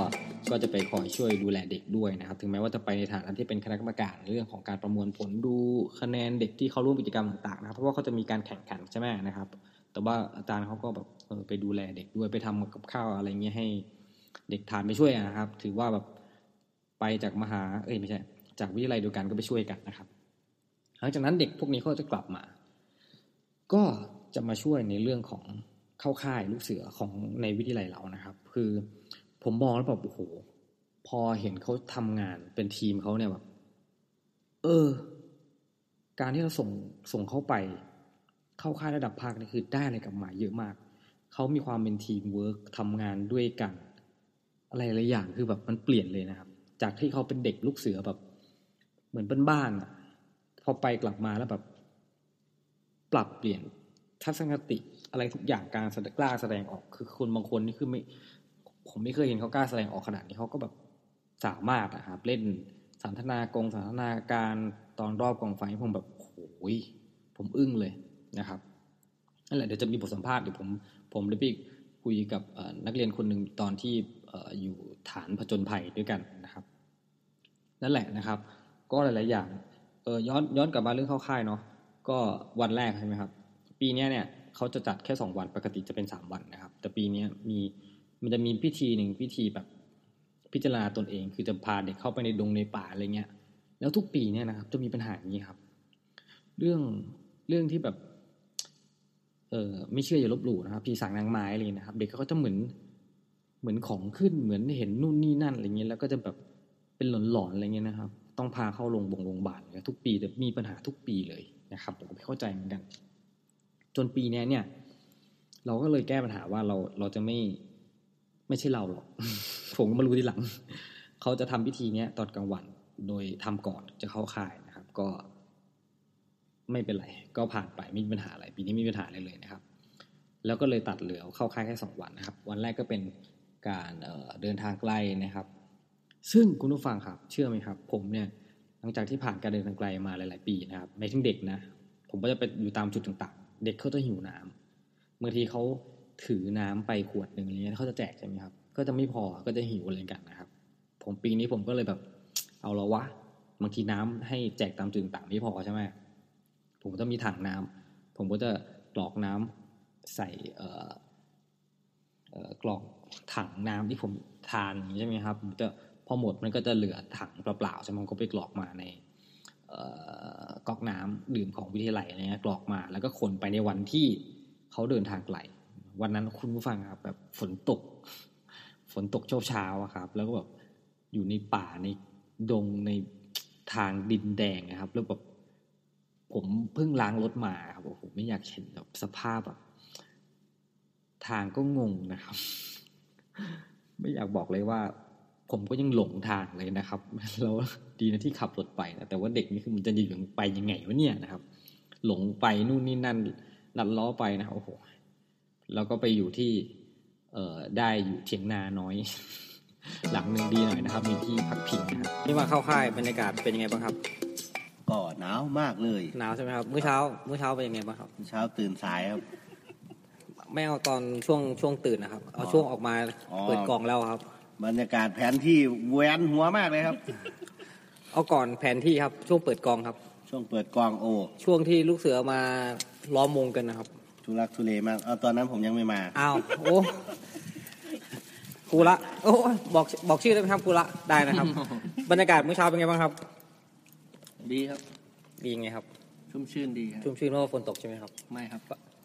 ก็จะไปคอยช่วยดูแลเด็กด้วยนะครับถึงแม้ว่าจะไปในฐานะที่เป็นคณะกรรมการเรื่องของการประมวลผลดูคะแนนเด็กที่เขาร่วมกิจกรรมต่างๆนะครับเพราะว่าเขาจะมีการแข่งขันใช่ไหมนะครับแต่ว่าอาจารย์เขาก็แบบเออไปดูแลเด็กด้วยไปทำกับข้าวอะไรเงี้ยให้เด็กทานไปช่วยนะครับถือว่าแบบไปจากมหาเอ้ยไม่ใช่จากวิทยาลัยเดียวกันก็ไปช่วยกันนะครับหลังจากนั้นเด็กพวกนี้เขาจะกลับมาก็จะมาช่วยในเรื่องของเข้าค่ายลูกเสือของในวิทยาลัยเรานะครับคือผมมองแล้วแบบโอ้โหพอเห็นเขาทำงานเป็นทีมเขาเนี่ยแบบเออการที่เราส่งส่งเขาไปเข้าค่ายระดับภาคนี่คือได้อะไรกลับมาเยอะมากเขามีความเป็นทีมเวิร์คทำงานด้วยกันอะไรหลายอย่างคือแบบมันเปลี่ยนเลยนะครับจากที่เขาเป็นเด็กลูกเสือแบบเหมือนบ้านๆอ่ะพอไปกลับมาแล้วแบบปรับเปลี่ยนทัศนคติอะไรทุกอย่างการกล้าแสดงออกคือคนบางคนนี่คือไม่ผมไม่เคยเห็นเขากล้าแสดงออกขนาดนี้เขาก็แบบสามารถนะครับเล่นสันทนากงสันทนาการตอนรอบกองไฟผมแบบโอ้ยผมอึ้งเลยนะครับนั่นแหละเดี๋ยวจะมีบทสัมภาษณ์เดี๋ยวผมผมได้ไปคุยกับนักเรียนคนหนึ่งตอนที่อยู่ฐานผจญภัยด้วยกันนะครับนั่นแหละนะครับก็หลายๆอย่างเออย้อนย้อนกลับมาเรื่องเข้าค่ายเนาะก็วันแรกใช่ไหมครับปีนี้เนี่ยเขาจะจัดแค่สองวันปกติจะเป็นสามวันนะครับแต่ปีนี้มีมันจะมีพิธีหนึ่งพิธีแบบพิจารณาตนเองคือจะพาเด็กเข้าไปในดงในป่าอะไรเงี้ยแล้วทุกปีเนี่ยนะครับจะมีปัญหาอย่างนี้ครับเรื่องเรื่องที่แบบเออไม่เชื่ออย่าลบหลู่นะครับพี่สางนางไม้เลยนะครับเด็กเขาก็จะเหมือนเหมือนของขึ้นเหมือนเห็นนู่นนี่นั่นอะไรเงี้ยแล้วก็จะแบบเป็นหลอนๆอะไรเงี้ยนะครับต้องพาเข้าโรงพยาบาลโรงพยาบาลทุกปีแต่มีปัญหาทุกปีเลยนะครับผมก็ไม่เข้าใจเหมือนกันจนปีนี้เนี่ยเราก็เลยแก้ปัญหาว่าเราเราจะไม่ไม่ใช่เราหรอก ผมก็มารู้ทีหลัง เขาจะทำพิธีนี้ตอนกลางวันโดยทำก่อนจะเข้าค่ายนะครับก็ไม่เป็นไรก็ผ่านไปไม่มีปัญหาอะไรปีนี้ไม่มีปัญหาอะไรเลยนะครับแล้วก็เลยตัดเหลือเข้าค่ายแค่สองวันนะครับวันแรกก็เป็นการเอ่อเดินทางไกลนะครับซึ่งคุณผู้ฟังครับเชื่อไหมครับผมเนี่ยหลังจากที่ผ่านการเดินทางไกลมาหลายๆปีนะครับไม่ถึงเด็กนะผมก็จะไปอยู่ตามจุดต่างๆเด็กเขาจะหิวน้ำบางทีเขาถือน้ำไปขวดหนึ่งอะไรเงี้ยเขาจะแจกใช่ไหมครับก็จะไม่พอก็จะหิวอะไรกันนะครับผมปีนี้ผมก็เลยแบบเอาละวะบางทีน้ำให้แจกตามจุดต่างๆไม่พอใช่ไหมผมก็จะมีถังน้ำผมก็จะกรอกน้ำใส่เอ่อเอ่อกรอกถังน้ำที่ผมทานอย่างนี้ใช่ไหมครับผมจะพอหมดมันก็จะเหลือถังเปล่าๆใช่ไหมผมก็ไปกรอกมาในก๊อกน้ำดื่มของวิทยาลัยอะไรเงี้ยกรอกมาแล้วก็ขนไปในวันที่เขาเดินทางไกลวันนั้นคุณผู้ฟังครับแบบฝนตกฝนตกเช้าๆครับแล้วก็แบบอยู่ในป่าในดงในทางดินแดงนะครับแล้วแบบผมเพิ่งล้างรถมาครับโอ้โหไม่อยากเห็นแบบสภาพแบบทางก็งงนะครับ ไม่อยากบอกเลยว่าผมก็ยังหลงทางเลยนะครับแล้วดีนะที่ขับรถไปนะแต่ว่าเด็กนี่คือมันจะอยู่ไปยังไงวะเนี่ยนะครับหลงไปนู่นนี่นั่นลัดล้อไปนะโอ้โหแล้วก็ไปอยู่ที่เอ่อได้อยู่เถียงนาน้อย หลังนึงดีหน่อยนะครับมีที่พักพิงนะครับนี่มาเข้าค่ายบรรยากาศเป็นยังไงบ้างครับก็หนาวมากเลยหนาวใช่ไหมครับมื้อเช้ามื้อเช้าเป็นยังไงบ้างครับมื้อเช้าตื่นสายครับไม่เอาตอนช่วงช่วงตื่นนะครับเอาช่วงออกมาเปิดกล่องแล้วครับบรรยากาศแผนที่แหวนหัวมากเลยครับเอาก่อนแผนที่ครับช่วงเปิดกองครับช่วงเปิดกองโอ้ช่วงที่ลูกเสือมาล้อมวงกันนะครับทุลักทุเลมากเอาตอนนั้นผมยังไม่มาอ้าวโอ้ครูละโอ้บอกบอกชื่อได้ไหมครับครูละได้นะครับ บรรยากาศเมื่อเช้าเป็นไงบ้างครับดีครับดีไงครับชุ่มชื่นดีครับชุ่มชื่นเพราะว่าฝนตกใช่ไหมครับไม่ครับ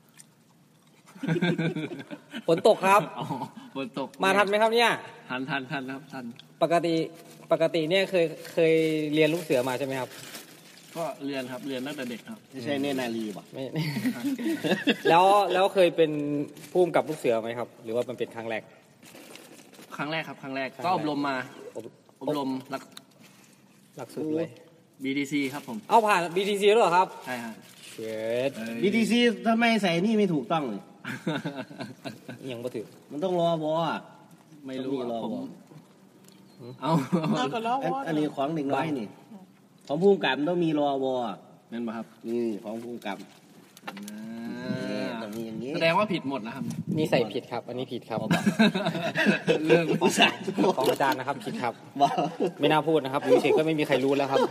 ฝนตกครับอ๋อฝนตกมาทันไหมครับเนี่ยทันทันทันครับทันปกติปกติเนี่ยเคยเคยเรียนลูกเสือมาใช่ไหมครับก็เรียนครับเรียนตั้งแต่เด็กครับไม่ใช่เนตรนารีป่ะไม่แล้วแล้วเคยเป็นผู้กำกับลูกเสือไหมครับหรือว่ามันเป็นครั้งแรกครั้งแรกครับครั้งแรกก็อบรมมาอบรมหลักหลักสูตรอะไรบี ที ซี ครับผมเอาผ่าน บี ที ซี แล้วเหรอครับใช่ครับเชิดบี ที ซี ทำไมใส่นี่ไม่ถูกต้องเลยยังไม่ถึงมันต้องรอบอไม่รู้รอผมเอาอันนี้ของเด็กน้อยนี่ของผู้กำกับต้องมีรอบอนั่นป่ะครับนี่ของผู้กำกับต้องมีอย่างนี้แสดงว่าผิดหมดนะครับนี่ใส่ผิดครับอันนี้ผิดครับเรื่องภาษาของอาจารย์นะครับผิดครับไม่น่าพูดนะครับอยู่เฉยก็ไม่มีใครรู้แล้วครับ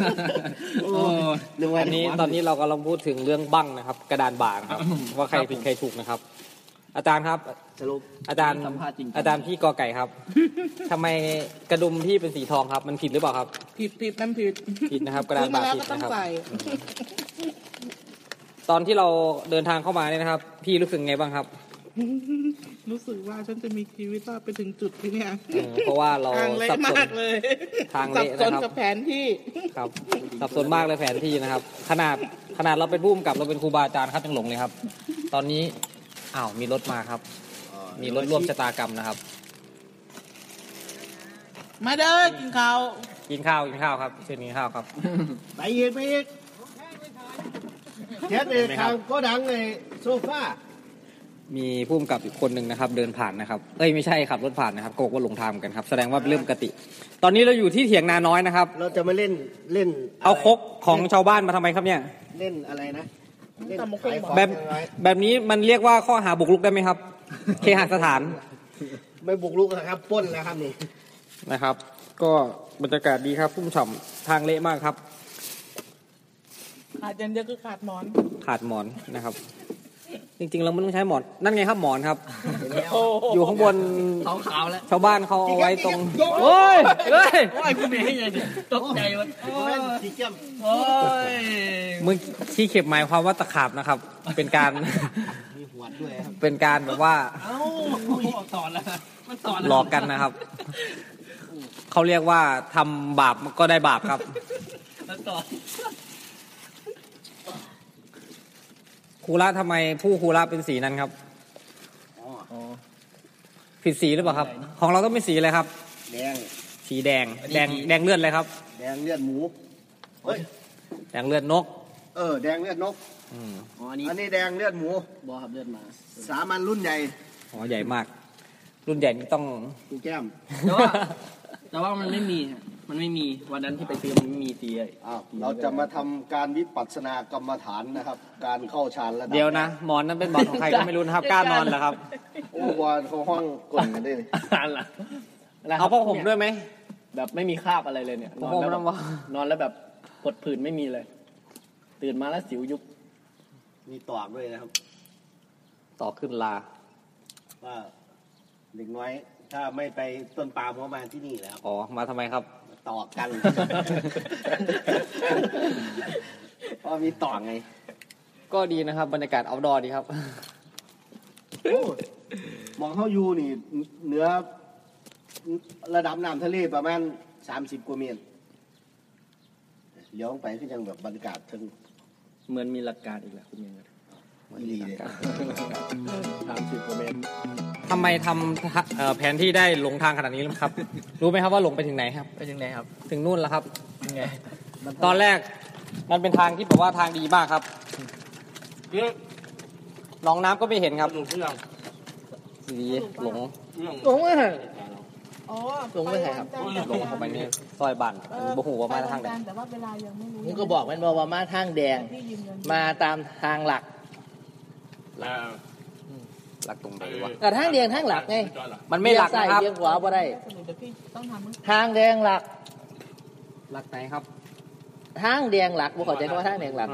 อันนี้ตอนนี้เรากำลังพูดถึงเรื่องบั้งนะครับกระดานบางครับว่าใครผิดใครถูกนะครับอาจารย์ครับสรุปอาจารย์อาจารย์พี่กอไก่ครับทำไมกระดุมพี่เป็นสีทองครับมันผิดหรือเปล่าครับผิดผิดนั่นผิดผิดนะครับกระดานบางผิดนะครับตอนที่เราเดินทางเข้ามาเนี่ยนะครับพี่รู้สึกไงบ้างครับรู้สึกว่าฉันจะมีชีวิตรอดไปถึงจุดที่เนี่ยเพราะว่าเราสับสนมากเลยทางเละนะครับสับสนกับแผนที่ครับสับสนมากเลยแผนที่นะครับขนาดขนาดเราเป็นผู้กำกับเราเป็นครูบาอาจารย์ครับยังหลงเลยครับตอนนี้อ้าวมีรถมาครับมีรถร่วมชะตากรรมนะครับมาเด้อกินข้าวกินข้าวกินข้าวครับเชิญกินข้าวครับไปอีกไปอีกเจ็ดเอกทางก็ดังเลยโซฟามีผู้กำกับอีกคนหนึ่งนะครับเดินผ่านนะครับเอ้ยไม่ใช่ขับรถผ่านนะครับโกกว่าหลงทางกันครับแสดงว่าเริ่มปกติตอนนี้เราอยู่ที่เถียงนาน้อยนะครับเราจะมาเล่นเล่นเอาครกของชาวบ้านมาทำไมครับเนี่ยเล่นอะไรนะแบบแบบนี้มันเรียกว่าข้อหาบุกรุกได้ไหมครับเคหสถานไม่บุกรุกนะครับปล้นแล้วครับนี่นะครับก็บรรยากาศดีครับพุ่มฉ่ำทางเละมากครับขาดอย่างเดียวคือขาดหมอนขาดหมอนนะครับจริงๆเราไม่ต้องใช้หมอนนั่นไงครับหมอนครับอยู่ข้างบนขาวๆแล้วชาวบ้านเขาเอาไว้ตรงโอ้ยเฮ้ยโอ้ยคุณเมย์ยังตกใจมันโอ้ยสีเขียวโอ้ยมึงที่เข็บหมายความว่าตะขาบนะครับเป็นการมีหัวด้วยครับเป็นการแบบว่าเอ้าสอนแล้วมันสอนหลอกกันนะครับเขาเรียกว่าทำบาปก็ได้บาปครับมันสอนครูละทำไมผู้ครูละเป็นสีนั้นครับอ๋อผิดสีหรือเปล่าครับของเราต้องเป็นสีอะไรครับแดงสีแดงแดงแดงเลือดอะไรครับแดงเลือดหมูเฮ้ยแดงเลือดนกเออแดงเลือดนกอ๋ออันนี้อันนี้แดงเลือดหมูบอครับเลือดหมาสามัญรุ่นใหญ่อ๋อใหญ่มากรุ่นใหญ่นี่ต้องกูแก้มแต่ว่าแต่ว่ามันไม่มีมันไม่มีวันนั้นที่ไปซื้อมันไม่มีตีเลยเราจะมาทำการวิปัสสนากรรมฐานนะครับการเข้าฌานระดับเดี๋ยวนะหมอนนั้นเป็นหมอนของใครก็ไม่รู้นะครับกล้านอนเหรอครับโอ้วานเขาห้องกดกันได้เลยเอาผ้าห่มด้วยไหมแบบไม่มีคราบอะไรเลยเนี่ยนอนแล้วนอนแล้วแบบกดผื่นไม่มีเลยตื่นมาแล้วสิวยุบมีตอกด้วยนะครับตอกขึ้นลาว่าเด็กน้อยถ้าไม่ไปต้นปาล์มก็มาที่นี่แล้วอ๋อมาทำไมครับตอกกันเพราะมีตอกไงก็ดีนะครับบรรยากาศเอาท์ดอร์ดีครับมองเข้ายูนี่เหนือระดับน้ำทะเลประมาณสามสิบกว่าเมตรเลี้ยวไปก็ยังแบบบรรยากาศทั้งเหมือนมีหลักการอีกแล้วคุณยังไงดีเลยสามสิบกว่าเมตรทำไมทำแผนที่ได้หลงทางขนาดนี้ครับรู้ไหมครับว่าหลงไปถึงไหนครับไปถึงไหนครับถึงนู่นแล้วครับยังไงตอนแรกมันเป็นทางที่แบบว่าทางดีมากครับลองน้ำก็ไม่เห็นครับดีหลงหลงไม่ใช่อ๋อหลงไม่ใช่ครับหลงเข้าไปนี่ซอยบ้านบ่หูว่ามาทางไหนแต่ว่าเวลายังไม่รู้มึงก็บอกมันว่ามาทางแดงมาตามทางหลักหลักตรงไหนวะแต่ทางแดงทางหลักไงมันไม่หลักนะครับเลี้ยงขวาบ่ได้ทางแดงหลักหลักไหนครับทางแดงหลักบ่เข้าใจว่าทางแดงหลัก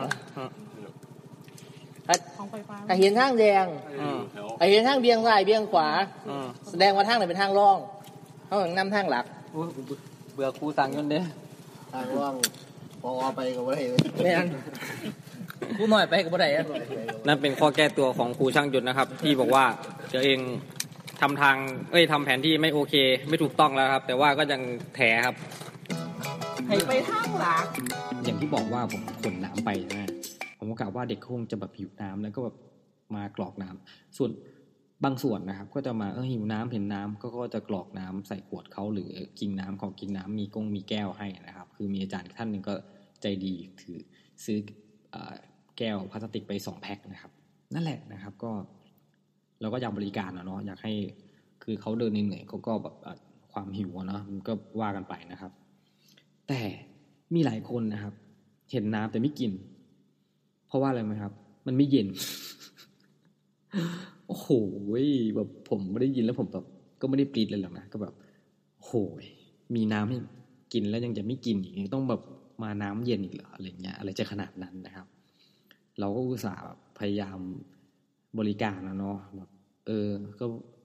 ถ้าเห็นทางแดงถ้าเห็นทางเบี่ยงซ้ายเบี่ยงขวาแสดงว่าทางไหนเป็นทางรองเขาถึงนำทางหลักเบื่อครูสั่งยนต์เด้ทางรองพอไปก็บ่ได้ไม่อันกูหน่อยไปก็บ่ได้นั่นเป็นข้อแก้ตัวของครูช่างยนต์นะครับที่บอกว่าตัวเองทำทางเอ้ยทำแผนที่ไม่โอเคไม่ถูกต้องแล้วครับแต่ว่าก็ยังแถครับให้ไปทางหลักอย่างที่บอกว่าผมขนน้ำไปนะผมก็กะว่าเด็กคงจะแบบหิวน้ำแล้วก็แบบมากรอกน้ำส่วนบางส่วนนะครับก็จะมาเออหิวน้ำเห็นน้ำก็ก็จะกรอกน้ำใส่ขวดเขาหรือกินน้ำของกินน้ำมีกงมีแก้วให้นะครับคือมีอาจารย์ท่านหนึ่งก็ใจดีถือซื้อแก้วพลาสติกไปสองแพ็คนะครับนั่นแหละนะครับก็เราก็อยากบริการเนาะอยากให้คือเขาเดินเหนื่อยเขาก็แบบความหิวเนาะมันก็ว่ากันไปนะครับแต่มีหลายคนนะครับเห็นน้ำแต่ไม่กินเพราะว่าอะไรไหมครับมันไม่เย็นโอ้โหแบบผมไม่ได้ยินแล้วผมแบบก็ไม่ได้ปรี๊ดเลยหรอกนะก็แบบโอ้โหมีน้ำให้กินแล้วยังจะไม่กินอีกต้องแบบมาน้ำเย็นอีกเหรออะไรเงี้ยอะไรจะขนาดนั้นนะครับเราก็อุตส่าห์แบบพยายามบริการนะเนาะแบบเออก็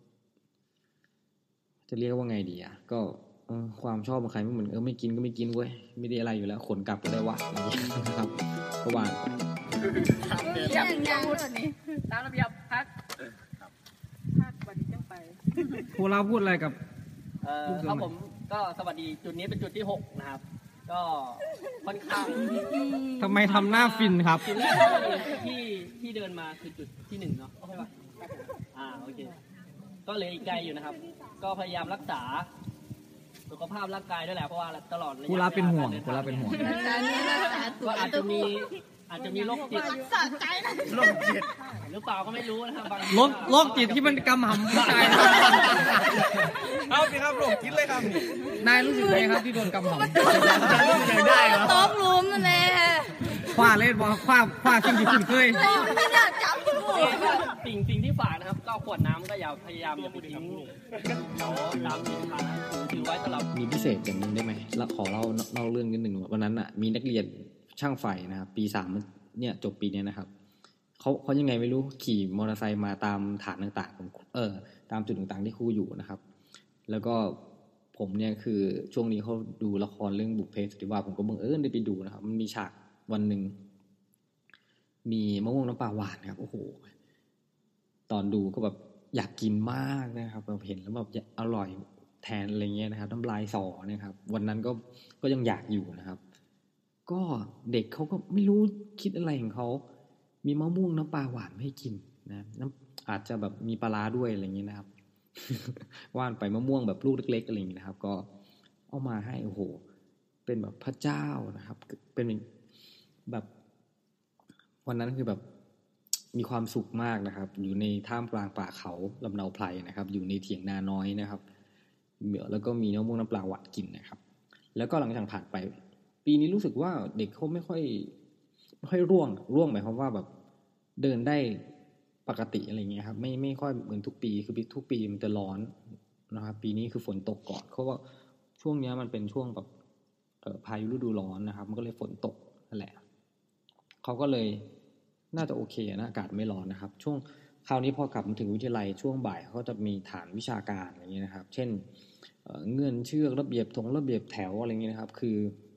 จะเรียกว่าไงดีอ่ะก็ความชอบของใครไม่เหมือนเออไม่กินก็ไม่กินเว้ยไม่ได้อะไรอยู่แล้วขนกลับก็ได้วะอะไรอย่างเงี้ยนะครับก็วางไปอย่างอย่างพูดแบบนี้ตามระเบียบพักพักวันนี้จังไปพวกเราพูดอะไรกับเอ่อครับผมก็สวัสดีจุดนี้เป็นจุดที่หกนะครับก็ค่อนข้างทำไมทำหน้าฟินครับจุดแรกที่ที่เดินมาคือจุดที่หนึ่งเนาะใช่ป่ะอ่าโอเคก็เลยอีกไกลอยู่นะครับก็พยายามรักษาสุขภาพร่างกายด้วยแหละเพราะว่าตลอดระยะกูรับเป็นห่วงกูรับเป็นห่วงก็อาจจะมีอาจจะมีโรคจิตโรคจิตหรือเปล่าก็ไม่รู้นะครับบางโรคโรคจิตที่มันกำหำผู้ชายเอาสิครับโรคจิตเลยครับนายรู้สึกไงครับที่โดนกำหำยังได้เหรอต้องรู้นั่นแหละคว้าเล่นบอลคว้าคว้าสิ่งที่คุณเคยไม่อยากจับอยู่สิ่งสิ่งที่ฝากนะครับก็ขวดน้ำก็อย่าพยายามอย่าไปทิ้งเดี๋ยวตามสินค้าถือไว้ตลอดมีพิเศษอย่างนึงได้ไหมเราขอเล่าเล่าเรื่องนิดนึงวันนั้นอ่ะมีนักเรียนช่างไฟนะครับปีสามเนี่ยจบปีนี้นะครับเขาเขายังไงไม่รู้ขี่มอเตอร์ไซค์มาตามฐานต่างๆของเออตามจุดต่างๆที่ครูอยู่นะครับแล้วก็ผมเนี่ยคือช่วงนี้เขาดูละครเรื่องบุพเพสันนิวาสผมก็บังเอิญได้ไปดูนะครับมันมีฉากวันหนึ่งมีมะม่วงน้ำปลาหวานครับโอ้โหตอนดูก็แบบอยากกินมากนะครับแบบเห็นแล้วแบบอร่อยแทนอะไรเงี้ยนะครับน้ำลายสอนะครับวันนั้นก็ก็ยังอยากอยู่นะครับก็เด็กเขาก็ไม่รู้คิดอะไรของเขามีมะม่วงน้ำปลาหวานให้กินนะน้ำอาจจะแบบมีปลาร้าด้วยอะไรเงี้ยนะครับ ว่านไปมะม่วงแบบลูกเล็กๆอะไรอย่างนี้นะครับก็เอามาให้โอ้โหเป็นแบบพระเจ้านะครับเป็นแบบวันนั้นคือแบบมีความสุขมากนะครับอยู่ในท่ามกลางป่าเขาลำเนาไพรนะครับอยู่ในเถียงนาน้อยนะครับแล้วก็มีมะม่วงน้ำปลาหวานกินนะครับแล้วก็หลังจากผ่านไปปีนี้รู้สึกว่าเด็กเขาไม่ค่อยไม่ค่อยร่วงร่วงหมายความว่าแบบเดินได้ปกติอะไรเงี้ยครับไม่ไม่ค่อยเหมือนทุกปีคือทุกปีมันจะร้อนนะครับปีนี้คือฝนตกก่อนเพราะว่าช่วงนี้มันเป็นช่วงแบบเอ่อพายุฤดูร้อนนะครับมันก็เลยฝนตกนั่นแหละเขาก็เลยน่าจะโอเคนะอากาศไม่ร้อนนะครับช่วงคราวนี้พอกลับมาถึงวิทยาลัยช่วงบ่ายเขาจะมีฐานวิชาการอะไรเงี้ยนะครับเช่นเอ่อเงื่อนเชือกระเบียบธงระเบียบแถวอะไรเงี้ยนะครับคือ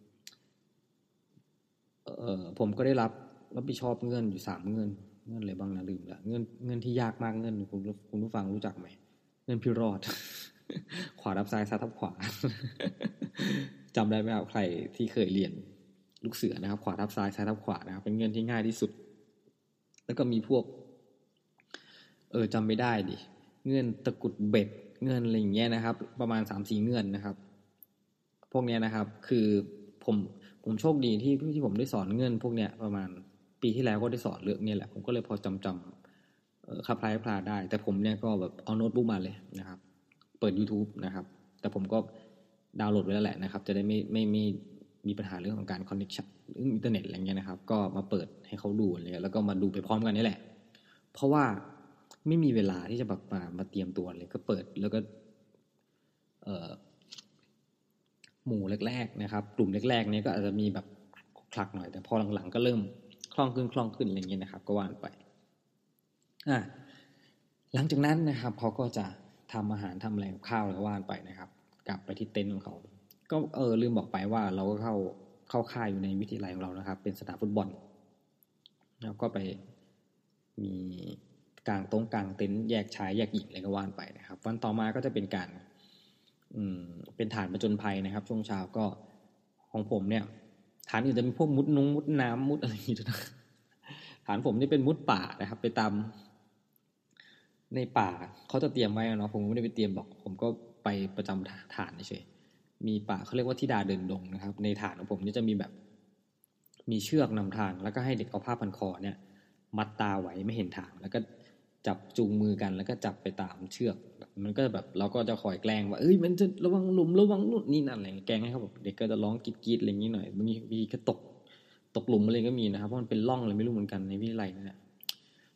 เอ่อผมก็ได้รับรับผิดชอบเงื่อนอยู่สามเงื่อนเงื่อนอะไรบ้างนะลืมละเงื่อนเงื่อนที่ยากมากเงื่อนคุณคุณผู้ฟังรู้จักไหมเงื่อนพิรอด ขวาทับซ้ายซ้ายทับขวา จำได้ไหมครับใครที่เคยเรียนลูกเสือนะครับขวาทับซ้ายซ้ายทับขวานะครับเป็นเงื่อนที่ง่ายที่สุดแล้วก็มีพวกเออจำไม่ได้ดิเงื่อนตะกุดเบ็ดเงื่อนอะไรอย่างเงี้ยนะครับประมาณ สามสี่ เงื่อนนะครับพวกเนี้ยนะครับคือผมผมโชคดีที่ที่ผมได้สอนเงื่อนพวกเนี้ยประมาณปีที่แล้วก็ได้สอนเรื่องนี้แหละผมก็เลยพอจำจำเอ่อคลับคล้ายคลาได้แต่ผมเนี่ยก็แบบเอาโน้ตบุ๊กมาเลยนะครับเปิด YouTube นะครับแต่ผมก็ดาวน์โหลดไว้แล้วแหละนะครับจะได้ไม่ไม่ไม่มีปัญหาเรื่องของการคอนเนคชั่นอินเทอร์เน็ตอะไรเงี้ยนะครับก็มาเปิดให้เขาดูอะไรแล้วก็มาดูไปพร้อมกันนี่แหละเพราะว่าไม่มีเวลาที่จะแบบมามาเตรียมตัวเลยก็เปิดแล้วก็เอ่อหมู่แรกๆนะครับกลุ่มแรกๆเนี่ยก็อาจจะมีแบบคลักหน่อยแต่พอหลังๆก็เริ่มคล่องขึ้นคล่องขึ้นอะไรเงี้ยนะครับก็ว่านไปอ่ะหลังจากนั้นนะครับเขาก็จะทำอาหารทำอะไรกับข้าวแล้วว่านไปนะครับกลับไปที่เต็นท์ของเขาก็เออลืมบอกไปว่าเราก็เข้าเข้าค่ายอยู่ในวิทยาลัยของเรานะครับเป็นสนามฟุตบอลแล้วก็ไปมีกางโต๊ะกางเต็นท์แยกชายแยกหญิงอะไรก็ว่านไปนะครับวันต่อมาก็จะเป็นการอืมเป็นฐานประจนภัยนะครับช่วงเช้าก็ของผมเนี่ยฐานอื่นจะมีพวกมุดนงมุดน้ำมุดอะไรอย่างนี้ด้วยฐานผมนี่เป็นมุดป่านะครับไปตามในป่าเขาจะเตรียมไว้เนาะผมไม่ได้ไปเตรียมหรอกผมก็ไปประจำฐานเฉยมีป่าเขาเรียกว่าธิดาเดินดงนะครับในฐานของผมนี่จะมีแบบมีเชือกนำทางแล้วก็ให้เด็กเอาผ้าพันคอเนี่ยมัดตาไว้ไม่เห็นทางแล้วก็จับจูงมือกันแล้วก็จับไปตามเชือกมันก็แบบเราก็จะคอยแกล้งว่าเอ้ยมันจะระวังหลุมระวังนู่นนี่นั่นอะไรแกล้งให้เขาแบบเด็กก็จะร้องกรี๊ดๆอะไรอย่างนี้หน่อยมีมีกระตกตกหลุมอะไรก็มีนะครับเพราะมันเป็นร่องอะไรไม่รู้เหมือนกันในวิทยาลัยนั่นแหละ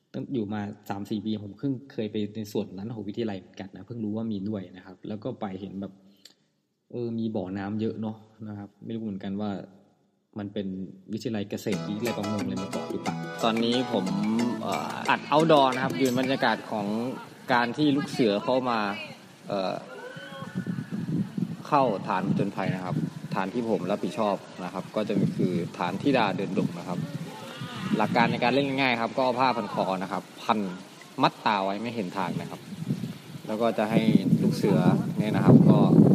ตั้งอยู่มา สามถึงสี่ ปีผมเพิ่งเคยไปในส่วนนั้นของวิทยาลัยเหมือนกันนะเพิ่งรู้ว่ามีด้วยนะครับแล้วก็ไปเห็นแบบเออมีบ่อน้ำเยอะเนาะนะครับไม่รู้เหมือนกันว่ามันเป็นวิทยาลัยเกษตรวิทยาลัยประมงอะไรมาก่อนหรือเปล่าตอนนี้ผมอัดเอาท์ดอร์นะครับอยู่ในบรรยากาศของการที่ลูกเสือเข้ามาเอ่อเข้าฐานผจญภัยนะครับฐานที่ผมรับผิดชอบนะครับก็จะคือฐานธิดาเดินดงนะครับหลักการในการเล่นง่ายๆครับก็เอาผ้าพันคอนะครับพันมัดตาไว้ไม่เห็นทางนะครับแล้วก็จะให้ลูกเสือเนี่ยนะครับก็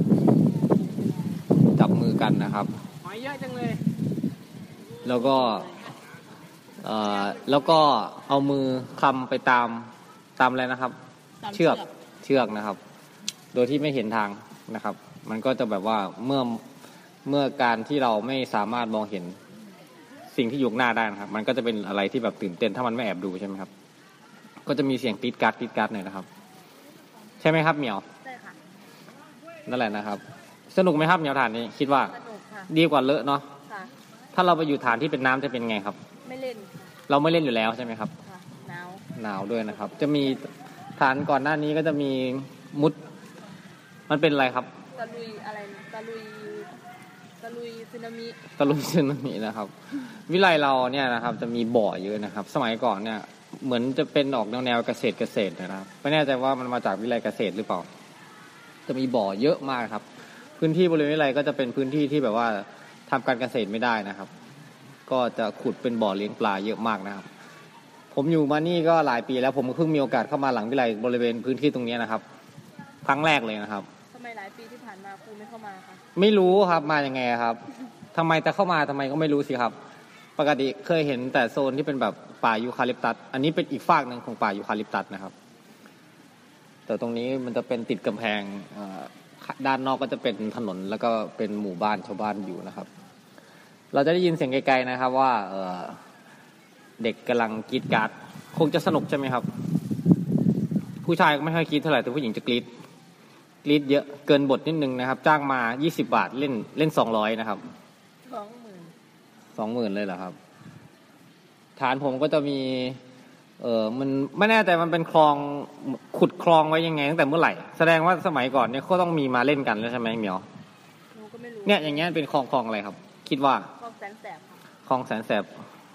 จับมือกันนะครับหอยเยอะจังเลยแล้วก็เอ่อแล้วก็เอามือคลำไปตามตามอะไรนะครับเชือกเชือกนะครับโดยที่ไม่เห็นทางนะครับมันก็จะแบบว่าเมื่อเมื่อการที่เราไม่สามารถมองเห็นสิ่งที่อยู่หน้าได้นะครับมันก็จะเป็นอะไรที่แบบตื่นเต้นถ้ามันไม่แอบดูใช่ไหมครับก็จะมีเสียงตีดการ์ดตีดการ์ดหน่อยนะครับใช่ไหมครับเหมียวใช่ค่ะนั่นแหละนะครับสนุกไหมครับเหมียวฐานนี้คิดว่าสนุกค่ะดีกว่าเลอะเนาะค่ะถ้าเราไปอยู่ฐานที่เป็นน้ำจะเป็นไงครับไม่เล่นเราไม่เล่นอยู่แล้วใช่ไหมครับค่ะหนาวหนาวด้วยนะครับจะมีฐานก่อนหน้านี้ก็จะมีมุดมันเป็นอะไรครับตะลุยอะไรตะลุยตะลุยสึนามิตะลุยสึนามินะครับวิไลเราเนี่ยนะครับจะมีบ่อเยอะนะครับสมัยก่อนเนี่ยเหมือนจะเป็นออกแนวแนวเกษตรเกษตรนะครับไม่แน่ใจว่ามันมาจากวิไลเกษตรหรือเปล่าจะมีบ่อเยอะมากครับพื้นที่บริเวณวิไลก็จะเป็นพื้นที่ที่แบบว่าทำการเกษตรไม่ได้นะครับก็จะขุดเป็นบ่อเลี้ยงปลาเยอะมากนะครับผมอยู่มานี่ก็หลายปีแล้วผมเพิ่งมีโอกาสเข้ามาหลังวิไลบริเวณพื้นที่ตรงนี้นะครับครั้งแรกเลยนะครับทำไมหลายปีที่ผ่านมาครูไม่เข้ามาคะไม่รู้ครับมายังไงครับทำไมจะเข้ามาทำไมก็ไม่รู้สิครับปกติเคยเห็นแต่โซนที่เป็นแบบป่ายูคาลิปตัสอันนี้เป็นอีกฝากหนึ่งของป่ายูคาลิปตัสนะครับแต่ตรงนี้มันจะเป็นติดกำแพงด้านนอกก็จะเป็นถนนแล้วก็เป็นหมู่บ้านชาวบ้านอยู่นะครับเราจะได้ยินเสียงไกลๆนะครับว่าเด็กกำลังกรีดการ์ดคงจะสนุกใช่ไหมครับผู้ชายก็ไม่ค่อยกรีดเท่าไหร่แต่ผู้หญิงจะกรีดกรีดเยอะเกินบทนิดนึงนะครับจ้างมายี่สิบบาทเล่นเล่นสองร้อยนะครับสองหมื่นสองหมื่นเลยเหรอครับฐานผมก็จะมีเออมันไม่แน่ใจมันเป็นคลองขุดคลองไว้ยังไงตั้งแต่เมื่อไหร่แสดงว่าสมัยก่อนเนี่ยเขาต้องมีมาเล่นกันแล้วใช่ไหมเหมียวหนูก็ไม่รู้เนี่ยอย่างเงี้ยเป็นคลองคลองอะไรครับคิดว่าคลองแสนแสบคลองแสนแสบ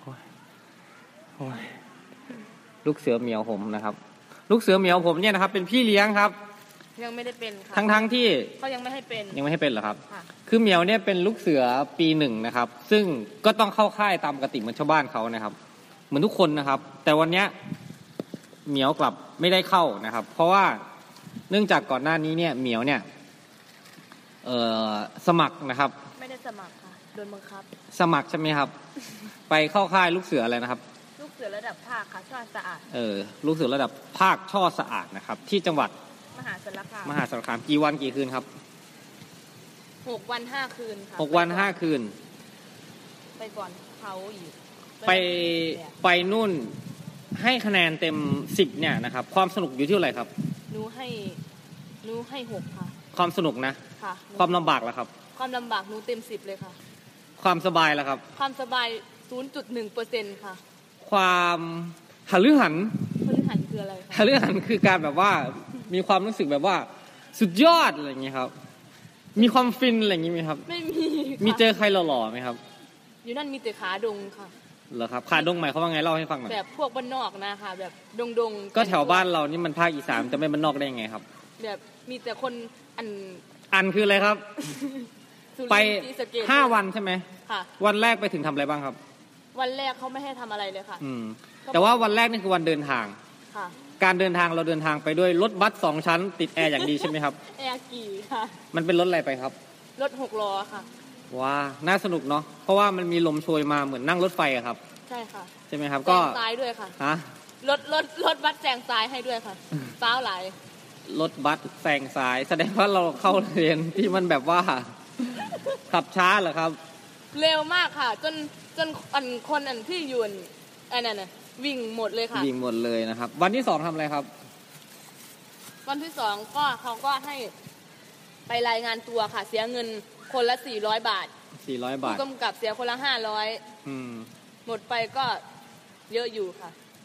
ลูกเสือเหมียวผมนะครับลูกเสือเหมียวผมเนี่ยนะครับเป็นพี่เลี้ยงครับยังไม่ได้เป็นค่ะทั้งทั้งที่เขายังไม่ให้เป็นยังไม่ให้เป็นเหรอครับคือเหมียวเนี่ยเป็นลูกเสือปีหนึ่งนะครับซึ่งก็ต้องเข้าค่ายตามปกติเหมือนชาวบ้านเขานะครับเหมือนทุกคนนะครับแต่วันนี้เหมียวกลับไม่ได้เข้านะครับเพราะว่าเนื่องจากก่อนหน้านี้เนี่ยเหมียวเนี่ยเอ่อสมัครนะครับไม่ได้สมัครค่ะโดนบังคับสมัครใช่ไหมครับไปเข้าค่ายลูกเสืออะไรนะครับลูกเสือระดับภาคค่ะช่อสะอาดเออลูกเสือระดับภาคช่อสะอาดนะครับที่จังหวัดมหาสารคามมหาสารคามกี่วันกี่คืนครับหกวันห้าคืนค่ะหกวันห้าคืนไปก่อนเขาอีกไปไปนู่นให้คะแนนเต็มสิบเนี่ยนะครับความสนุกอยู่ที่เท่าไหร่ครับหนูให้หนูให้หกค่ะความสนุกนะค่ะความลำบากล่ะครับความลำบากหนูเต็มสิบเลยค่ะความสบายล่ะครับความสบาย ศูนย์จุดหนึ่งเปอร์เซ็นต์ ค่ะความหฤหันหฤหันคืออะไรคะหฤหันคือการแบบว่ามีความรู้สึกแบบว่าสุดยอดอะไรอย่างเงี้ยครับมีความฟินอะไรอย่างงี้มั้ยครับไม่มีมีเจอใครหล่อๆมั้ยครับอยู่นั่นมีแต่ขาดงค่ะเหรอครับขาดงหมายความว่าไงเล่าให้ฟังหน่อยแบบพวกบ้านนอกนะคะแบบดงๆก็แถวบ้านเรานี่มันภาคอีสานจะไม่บ้านนอกได้ยังไงครับแบบมีแต่คนอันอันคืออะไรครับไปห้าวันใช่ไหมค่ะวันแรกไปถึงทำอะไรบ้างครับวันแรกเขาไม่ให้ทำอะไรเลยค่ะอืมแต่ว่าวันแรกนี่คือวันเดินทางค่ะการเดินทางเราเดินทางไปด้วยรถบัสสองชั้นติดแอร์อย่างดีใช่ไหมครับแอร์กี่ค่ะมันเป็นรถอะไรไปครับรถหกล้อค่ะว้าน่าสนุกเนาะเพราะว่ามันมีลมโชยมาเหมือนนั่งรถไฟอะครับใช่ค่ะใช่ไหมครับก็แซงซ้ายด้วยค่ะฮะรถรถรถบัสแซงซ้ายให้ด้วยค่ะฟ้าวไหลรถบัสแซงซ้ายแสดงว่าเราเข้าเรียนที่มันแบบว่าขับช้าเหรอครับเร็วมากค่ะจนจนอันคนอันที่ยืนอันนั้นน่ะวิ่งหมดเลยค่ะวิ่งหมดเลยนะครับวันที่สองทำอะไรครับวันที่สองก็เขาก็ให้ไปรายงานตัวค่ะเสียเงินคนละสี่ร้อยบาทสี่ร้อยบาทผู้กำกับเสียคนละห้าร้อยอืมหมดไปก็เยอะอยู่ค่ะ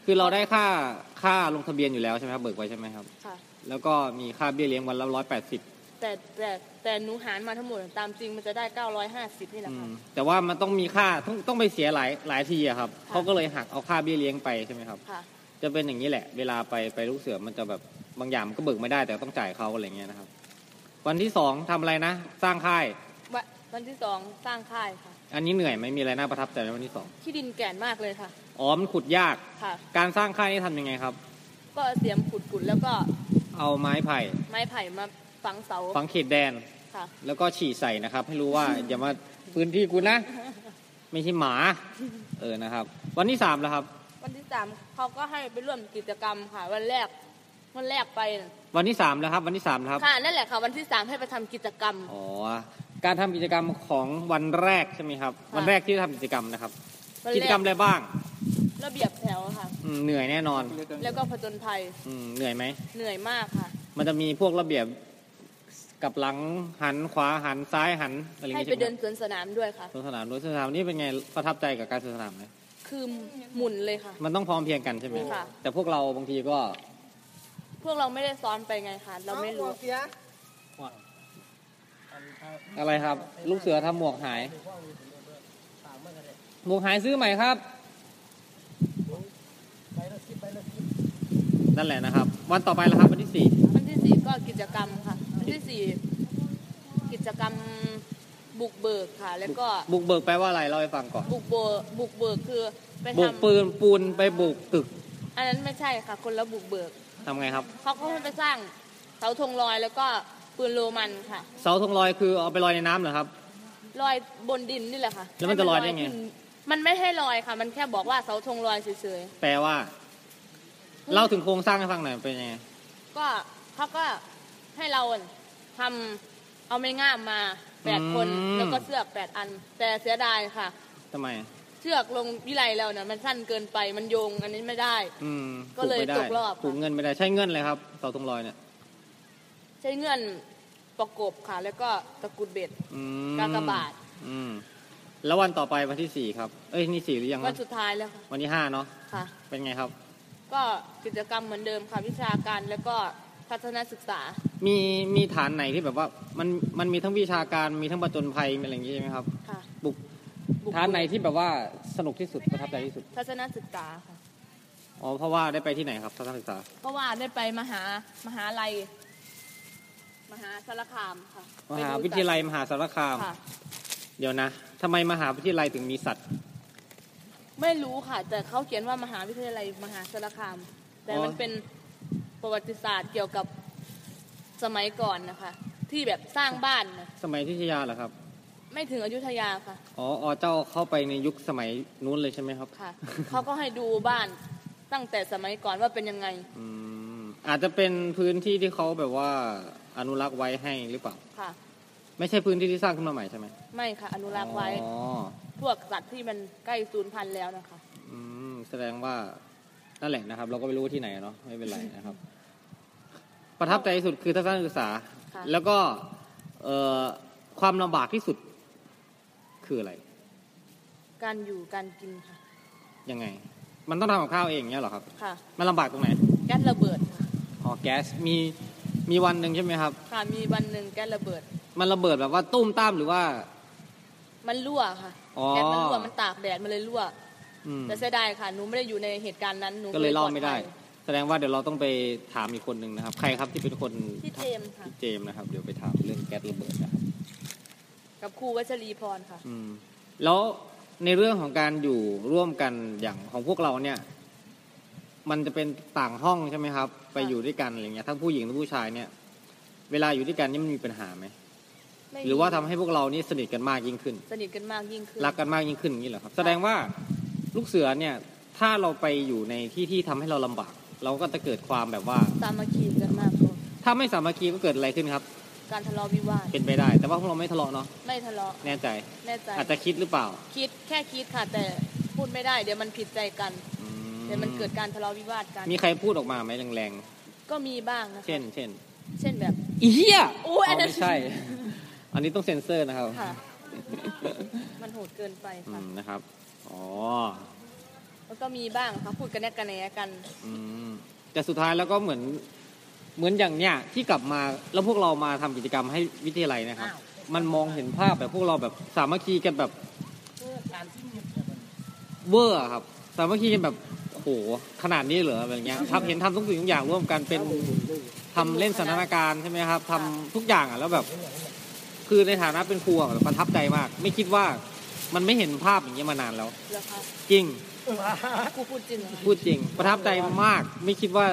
คือเราได้ค่าค่าลงทะเบียนอยู่แล้วใช่ไหมครับเบิกไว้ใช่ไหมครับค่ะแล้วก็มีค่าเบี้ยเลี้ยงวันละร้อยแปดสิบแต่แต่แต่หนูหารมาทั้งหมดตามจริงมันจะได้เก้าร้อยห้าสิบนี่แหละค่ะแต่ว่ามันต้องมีค่าต้องต้องไปเสียหลายหลายทีอะครับเขาก็เลยหักเอาค่าเบี้ยเลี้ยงไปใช่ไหมครับค่ะจะเป็นอย่างนี้แหละเวลาไปไปลูกเสือมันจะแบบบางอย่างมันก็เบิกไม่ได้แต่ต้องจ่ายเขาอะไรเงี้ยนะครับวันที่สองทำอะไรนะสร้างค่ายวันที่สองสร้างค่ายค่ะอันนี้เหนื่อยไหมมีอะไรน่าประทับใจในวันที่สองที่ดินแก่นมากเลยค่ะอ๋อมันขุดยากค่ะการสร้างค่ายนี่ทำยังไงครับก็เสียมขุดขุดแล้วก็เอาไม้ไผ่ไม้ไผ่มาฝังเสาฝังเขตแดนค่ะแล้วก็ฉี่ใส่นะครับให้รู้ว่าอย่ามาพื้นที่กูนะไม่ใช่หมาเออนะครับวันที่สามแล้วครับวันที่สามเขาก็ให้ไปร่วมกิจกรรมค่ะวันแรกวันแรกไปวันที่สามแล้วครับวันที่สามครับค่ะนั่นแหละค่ะวันที่สามให้ไปทำกิจกรรมอ๋อการทำกิจกรรมของวันแรกใช่ไหมครับวันแรกที่ทำกิจกรรมนะครับกิจกรรมอะไรบ้างระเบียบแถวค่ะเหนื่อยแน่นอนแล้วก็ผจญภัยเหนื่อยไหมเหนื่อยมากค่ะมันจะมีพวกระเบียบกับหลังหันขวาหันซ้ายหันอะไรอย่างเงี้ยให้ไปเดินสวนสนามด้วยค่ะสวนสนามด้วยสวนสนามนี่เป็นไงประทับใจกับการสวนสนามไหมคือหมุนเลยค่ะมันต้องพร้อมเพียงกันใช่ไหมค่ะแต่พวกเราบางทีก็พวกเราไม่ได้ซ้อนไปไงค่ะเราไม่รู้อะไรครับลูกเสือทำหมวกหายหมวกหายซื้อใหม่ครับนั่นแหละนะครับวันต่อไปแล้วครับวันที่สี่วันที่สี่ก็กิจกรรมค่ะวันที่สี่กิจกรรมบุกเบิกค่ะแล้วก็บุกเบิกแปลว่าอะไรเล่าให้ฟังก่อนบุกเบิกบุกเบิกคือไปทำบุกปืนปูนไปบุกตึกอันนั้นไม่ใช่ค่ะคนละบุกเบิกทำไงครับเขาก็ไปสร้างเสาธงลอยแล้วก็ปืนโรมันค่ะเสาธงลอยคือเอาไปลอยในน้ำเหรอครับลอยบนดินนี่แหละค่ะแล้วมันจะลอยได้ไงมันไม่ให้ลอยค่ะมันแค่บอกว่าเสาธงลอยเฉยๆแปลว่าเล่าถึงโครงสร้างให้ฟังหน่อยเป็นยังไงก็เขาก็ให้เราทำเอาไม้งามมาแปดคนแล้วก็เสือกแปดอันแต่เสียดายค่ะทำไมเชือกลงวิไลแล้วเนี่ยมันสั้นเกินไปมันโยงอันนี้ไม่ได้ก็เลยตกรอบผูกเงินไม่ได้ใช้เงินเลยครับเสาธงลอยเนี่ยใช้เงินประกบค่ะแล้วก็ตะกุดเบ็ดกากบาทแล้ววันต่อไปวันที่สี่ครับเอ้ยนี่สี่หรือยังวันสุดท้ายแล้วค่ะวันที่ห้าเนาะค่ะเป็นไงครับก็กิจกรรมเหมือนเดิมค่ะวิชาการแล้วก็ทัศนศึกษามีมีฐานไหนที่แบบว่ามันมันมีทั้งวิชาการมีทั้งผจญภัยอะไรอย่างงี้ใช่ไหมครับค่ะบุกฐานไหนที่แบบว่าสนุกที่สุดประทับใจที่สุดทัศนศึกษาค่ะอ๋อเพราะว่าได้ไปที่ไหนครับทัศนศึกษาเพราะว่าได้ไปมหามหาลัยมหาสารคามค่ะมหาวิทยาลัยมหาสารคามเดี๋ยวนะทำไมมหาวิทยาลัยถึงมีสัตว์ไม่รู้ค่ะแต่เขาเขียนว่ามหาวิทยาลัยมหาสารคามแต่มันเป็นประวัติศาสตร์เกี่ยวกับสมัยก่อนนะคะที่แบบสร้างบ้านนะสมัยอยุธยาเหรอครับไม่ถึงอยุธยาค่ะอ๋ออ๋อเจ้าเข้าไปในยุคสมัยนู้นเลยใช่ไหมครับค่ะเขาก็ให้ดูบ้านตั้งแต่สมัยก่อนว่าเป็นยังไงอืมอาจจะเป็นพื้นที่ที่เขาแบบว่าอนุรักษ์ไว้ให้หรือเปล่าค่ะไม่ใช่พื้นที่ที่สร้างขึ้นมาใหม่ใช่ไหมไม่ค่ะอนุรักษ์ไว้พวกสัตว์ที่มันใกล้สูญพันธุ์แล้วนะคะอืมแสดงว่านั่นแหละนะครับเราก็ไม่รู้ที่ไหนเนาะไม่เป็นไรนะครับประทับใจที่สุดคือทัศนศึกษาแล้วก็ความลำบากที่สุดคืออะไรการอยู่การกินค่ะยังไงมันต้องทำกับข้าวเองเงี้ยหรอครับค่ะมันลำบากตรงไหนแก๊สระเบิดค่ะอ๋อแก๊สมีมีวันหนึ่งใช่ไหมครับค่ะมีวันหนึ่งแก๊สระเบิดมันระเบิดแบบว่าตุ้มต้ามหรือว่ามันรั่วค่ะแก๊สมันรั่วมันตากแดดมันเลยรั่วแต่เสียดายค่ะหนูไม่ได้อยู่ในเหตุการณ์นั้นหนูก็เลยเล่าไม่ได้แสดงว่าเดี๋ยวเราต้องไปถามอีกคนหนึ่งนะครับใครครับที่เป็นคนที่เจมค่ะที่เจมนะครับเดี๋ยวไปถามเรื่องแก๊สระเบิดนะครับกับครูวัชรีพรค่ะอืมแล้วในเรื่องของการอยู่ร่วมกันอย่างของพวกเราเนี่ยมันจะเป็นต่างห้องใช่ไหมครับไปอยู่ด้วยกันอะไรเงี้ยทั้งผู้หญิงทั้งผู้ชายเนี่ยเวลาอยู่ด้วยกันนี่มันมีปัญหาไหมหรือว่าทำให้พวกเรานี่สนิทกันมากยิ่งขึ้นสนิทกันมากยิ่งขึ้นรักกันมากยิ่งขึ้นอย่างนี้เหรอครับแสดงว่าลูกเสือเนี่ยถ้าเราไปอยู่ในที่ที่ทำให้เราลำบากเราก็จะเกิดความแบบว่าสามัคคีกันมากขึ้นถ้าไม่สามัคคีก็เกิดอะไรขึ้นครับการทะเลาะวิวาทเป็นไปได้แต่ว่าพวกเราไม่ทะเลาะเนาะไม่ทะเลาะแน่ใจแน่ใจอาจจะคิดหรือเปล่าคิดแค่คิดค่ะแต่พูดไม่ได้เดี๋ยวมันผิดใจกันเดี๋ยวมันเกิดการทะเลาะวิวาทกันมีใครพูดออกมาไหมแรงๆก็มีบ้างนะเช่นเช่นเช่นแบบอีเหี้ยโอ้ยไม่ใช่อันนี้ต้องเซ็นเซอร์นะครับค่ะมันโหดเกินไปค่ะนะครับอ๋อแล้วก็มีบ้างค่ะพูดกันแนกกันแหนกันอืมแต่สุดท้ายแล้วก็เหมือนเหมือนอย่างเนี้ยที่กลับมาแล้วพวกเรามาทำกิจกรรมให้วิทยาลัยนะครับมันมองเห็นภาพแบบพวกเราแบบสามัคคีกันแบบเวอร์ครับสามัคคีกันแบบโอ้โหขนาดนี้เหรอแบบเงี้ยทำเห็นทำทุกสิ่งทุกอย่างร่วมกันเป็นทำเล่นสถานการณ์ใช่ไหมครับทำทุกอย่างอ่ะแล้วแบบคือในฐานะเป็นครูอ่ะประทับใจมากไม่คิดว่ามันไม่เห็นภาพอย่างเงี้ยมานานแล้วจริงครูพูดจริงพูดจริงประทับใจมากไม่คิดว่า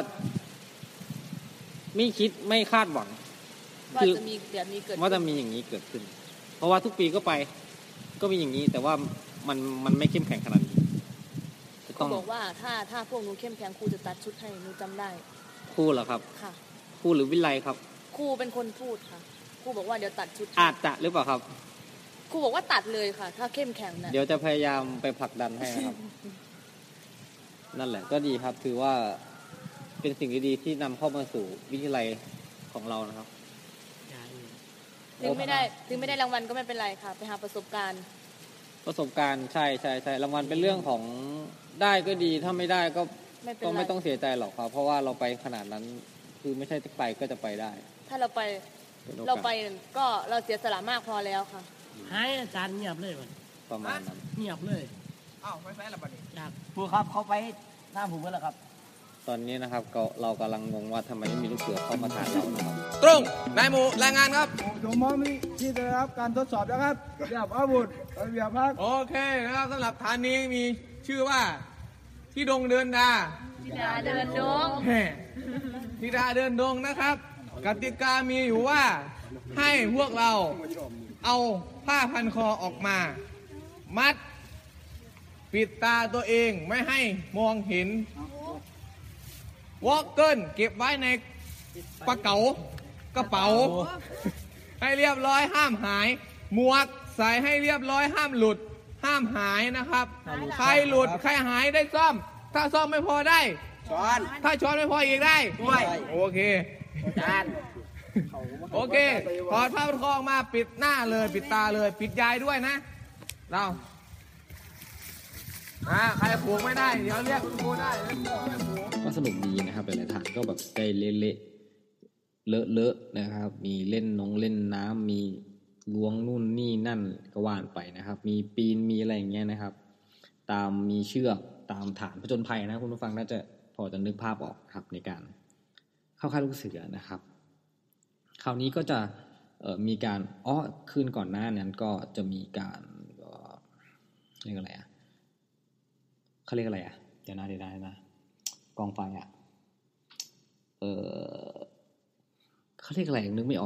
ไม่คิดไม่คาดหวังว่าจะมีแบบนี้เกิดว่าจะมีอย่างนี้เกิดขึ้นเพราะว่าทุกปีก็ไปก็มีอย่างนี้แต่ว่ามันมันไม่เข้มแข็งขนาดนี้ครูบอกว่าถ้าถ้าพวกหนูเข้มแข็งครูจะตัดชุดให้หนูจำได้ครูเหรอครับค่ะครูหรือวิไลครับครูเป็นคนพูดค่ะครูบอกว่าเดี๋ยวตัดชุดอาจจะหรือเปล่าครับครูบอกว่าตัดเลยค่ะถ้าเข้มแข็งนะเดี๋ยวจะพยายามไปผลักดันให้นะครับ นั่นแหละก็ดีครับถือว่าเป็นสิ่งดีๆที่นำเข้ามาสู่วิทยาลัยของเรานะครับถึงไม่ได้ถึงไม่ได้รางวัลก็ไม่เป็นไรค่ะไปหาประสบการณ์ประสบการณ์ใช่ใช่ใช่รางวัลเป็นเรื่องของได้ก็ดีถ้าไม่ได้ก็ก็ไม่ต้องเสียใจหรอกครับเพราะว่าเราไปขนาดนั้นคือไม่ใช่ไปก็จะไปได้ถ้าเราไปเราไปก็เราเสียสละมากพอแล้วค่ะให้อาจารย์เงียบเลยมันประมาณนั้นเงียบเลยอ้าวไม่ใช่ละบัดนี้ครูครับเขาไปหน้าผมกันแล้วครับตอนนี้นะครับเรากำลังงงว่าทำไมไม่มีลูกเสือเข้ามาทานเรานะครับตรงนายหมู่รายงานครับโยมมอมีที่ได้รับการทดสอบนะครับเรียบอาวุธระเบียบพักโอเคนะครับสำหรับฐานนี้มีชื่อว่าที่ดงเดินดาธิดาเดินดงธิดาเดินดงนะครับกติกามีอยู่ว่าให้พวกเราเอาผ้าพันคอออกมามัดปิดตาตัวเองไม่ให้มองเห็นวอลเกิลเก็บไว้ในกระเป๋ากระเป๋าให้เรียบร้อยห้ามหายหมวกใส่ให้เรียบร้อยห้ามหลุดห้ามหายนะครับใครหลุดใครหายได้ซ่อมถ้าซ่อมไม่พอได้ช้อนถ้าช้อนไม่พออีกได้ด้วยโอเคจานโอเคถอดผ้าพันคอออกมาปิดหน้าเลยปิดตาเลยปิดยายด้วยนะเราอ่าใครผูกไม่ได้เดี๋ยวเรียกผูกได้ก็สนุกดีนะครับหลายๆฐานก็แบบได้เละๆเลอะๆนะครับมีเล่นน้องเล่นน้ำมีล้วงนู่นนี่นั่นก็ว่านไปนะครับมีปีนมีอะไรอย่างเงี้ยนะครับตามมีเชือกตามฐานผจญภัยนะคุณผู้ฟังน่าจะพอจะนึกภาพออกครับในการเข้าค่ายลูกเสือนะครับคราวนี้ก็จะเอ่อมีการอ้อคืนก่อนหน้านั้นก็จะมีการเรียกอะไรอ่ะเขาเรียกอะไรอ่ะเดี๋ยวนะเดี๋ยวนะนะกองไฟอ่ะเออเขาเรียกอะไรนึกไม่ออก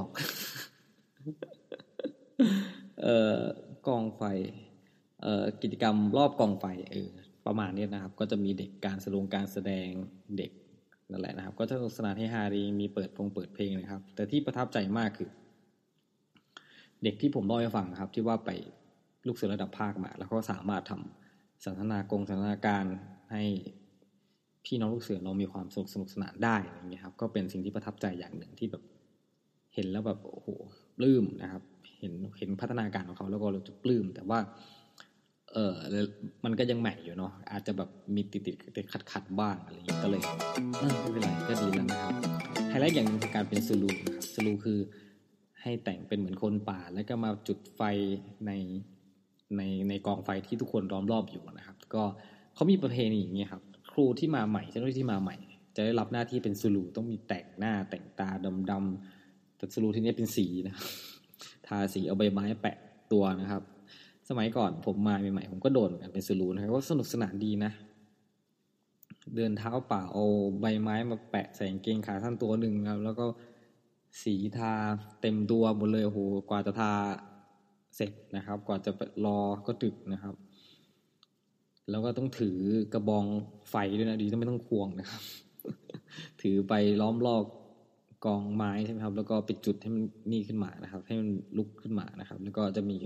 เอ่อกองไฟเอ่อกิจกรรมรอบกองไฟเออประมาณนี้นะครับก็จะมีเด็กการแสดงการแสดงเด็กนั่นแหละนะครับก็จะสนุกสนานให้ฮาดีมีเปิดพงเปิดเพลงนะครับแต่ที่ประทับใจมากคือเด็กที่ผมเล่าให้ฟังครับที่ว่าไปลูกเสือระดับภาคมาแล้วก็สามารถทำสันทนากงสันทนาการให้พี่น้องลูกเสือเรามีความสนุกสนุกสนานได้อะไรเงี้ยครับก็เป็นสิ่งที่ประทับใจอย่างหนึ่งที่แบบเห็นแล้วแบบโอ้โหปลื้มนะครับเห็นเห็นพัฒนาการของเขาแล้วก็เราจะปลื้มแต่ว่าเออมันก็ยังใหม่อยู่เนาะอาจจะแบบมีติดติดติดขัดขัดบ้างอะไรอย่างเงี้ยก็เลยไม่เป็นไรก็ดีแล้วนะครับไฮไลท์อย่างหนึ่งคือการเป็นซูลูนะครับซูลูคือให้แต่งเป็นเหมือนคนป่าแล้วก็มาจุดไฟในในในกองไฟที่ทุกคนล้อมรอบอยู่นะครับก็เขามีประเพณีอย่างเงี้ยครับครูที่มาใหม่เจ้าหน้าที่ที่มาใหม่จะได้รับหน้าที่เป็นซูลูต้องมีแต่งหน้าแต่งตาดำๆแต่ซูลูที่นี่เป็นสีนะครับทาสีเอาใบไม้แปะตัวนะครับสมัยก่อนผมมาใหม่ๆผมก็โดนกันเป็นซูลูนะครับก็สนุกสนานดีนะเดินเท้าเปล่าเอาใบไม้มาแปะใส่กางเกงขาสั้นตัวหนึ่งครับแล้วก็สีทาเต็มตัวหมดเลยโอ้โหกว่าจะทาเสร็จนะครับกว่าจะรอก็ดึกนะครับแล้วก็ต้องถือกระบองไฟด้วยนะดีต้องไม่ต้องควงนะครับ ถือไปล้อมรอบกองไม้ใช่ไหมครับแล้วก็ไปจุดให้มันนี่ขึ้นมานะครับให้มันลุกขึ้นมานะครับแล้วก็จะมี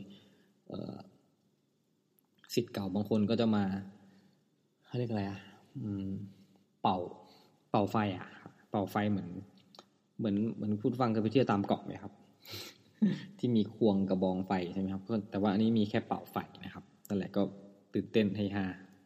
ศิษย์เก่าบางคนก็จะมาเขาเรียกอะไรอ่ะเป่าเป่าไฟอ่ะเป่าไฟเหมือนเหมือนเหมือนพูดฟังกันไปเที่ยวตามเกาะไหมครับ ที่มีควงกระบองไฟใช่ไหมครับแต่ว่าอันนี้มีแค่เป่าไฟนะครับนั่นแหละก็ตื่นเต้นให้ฮา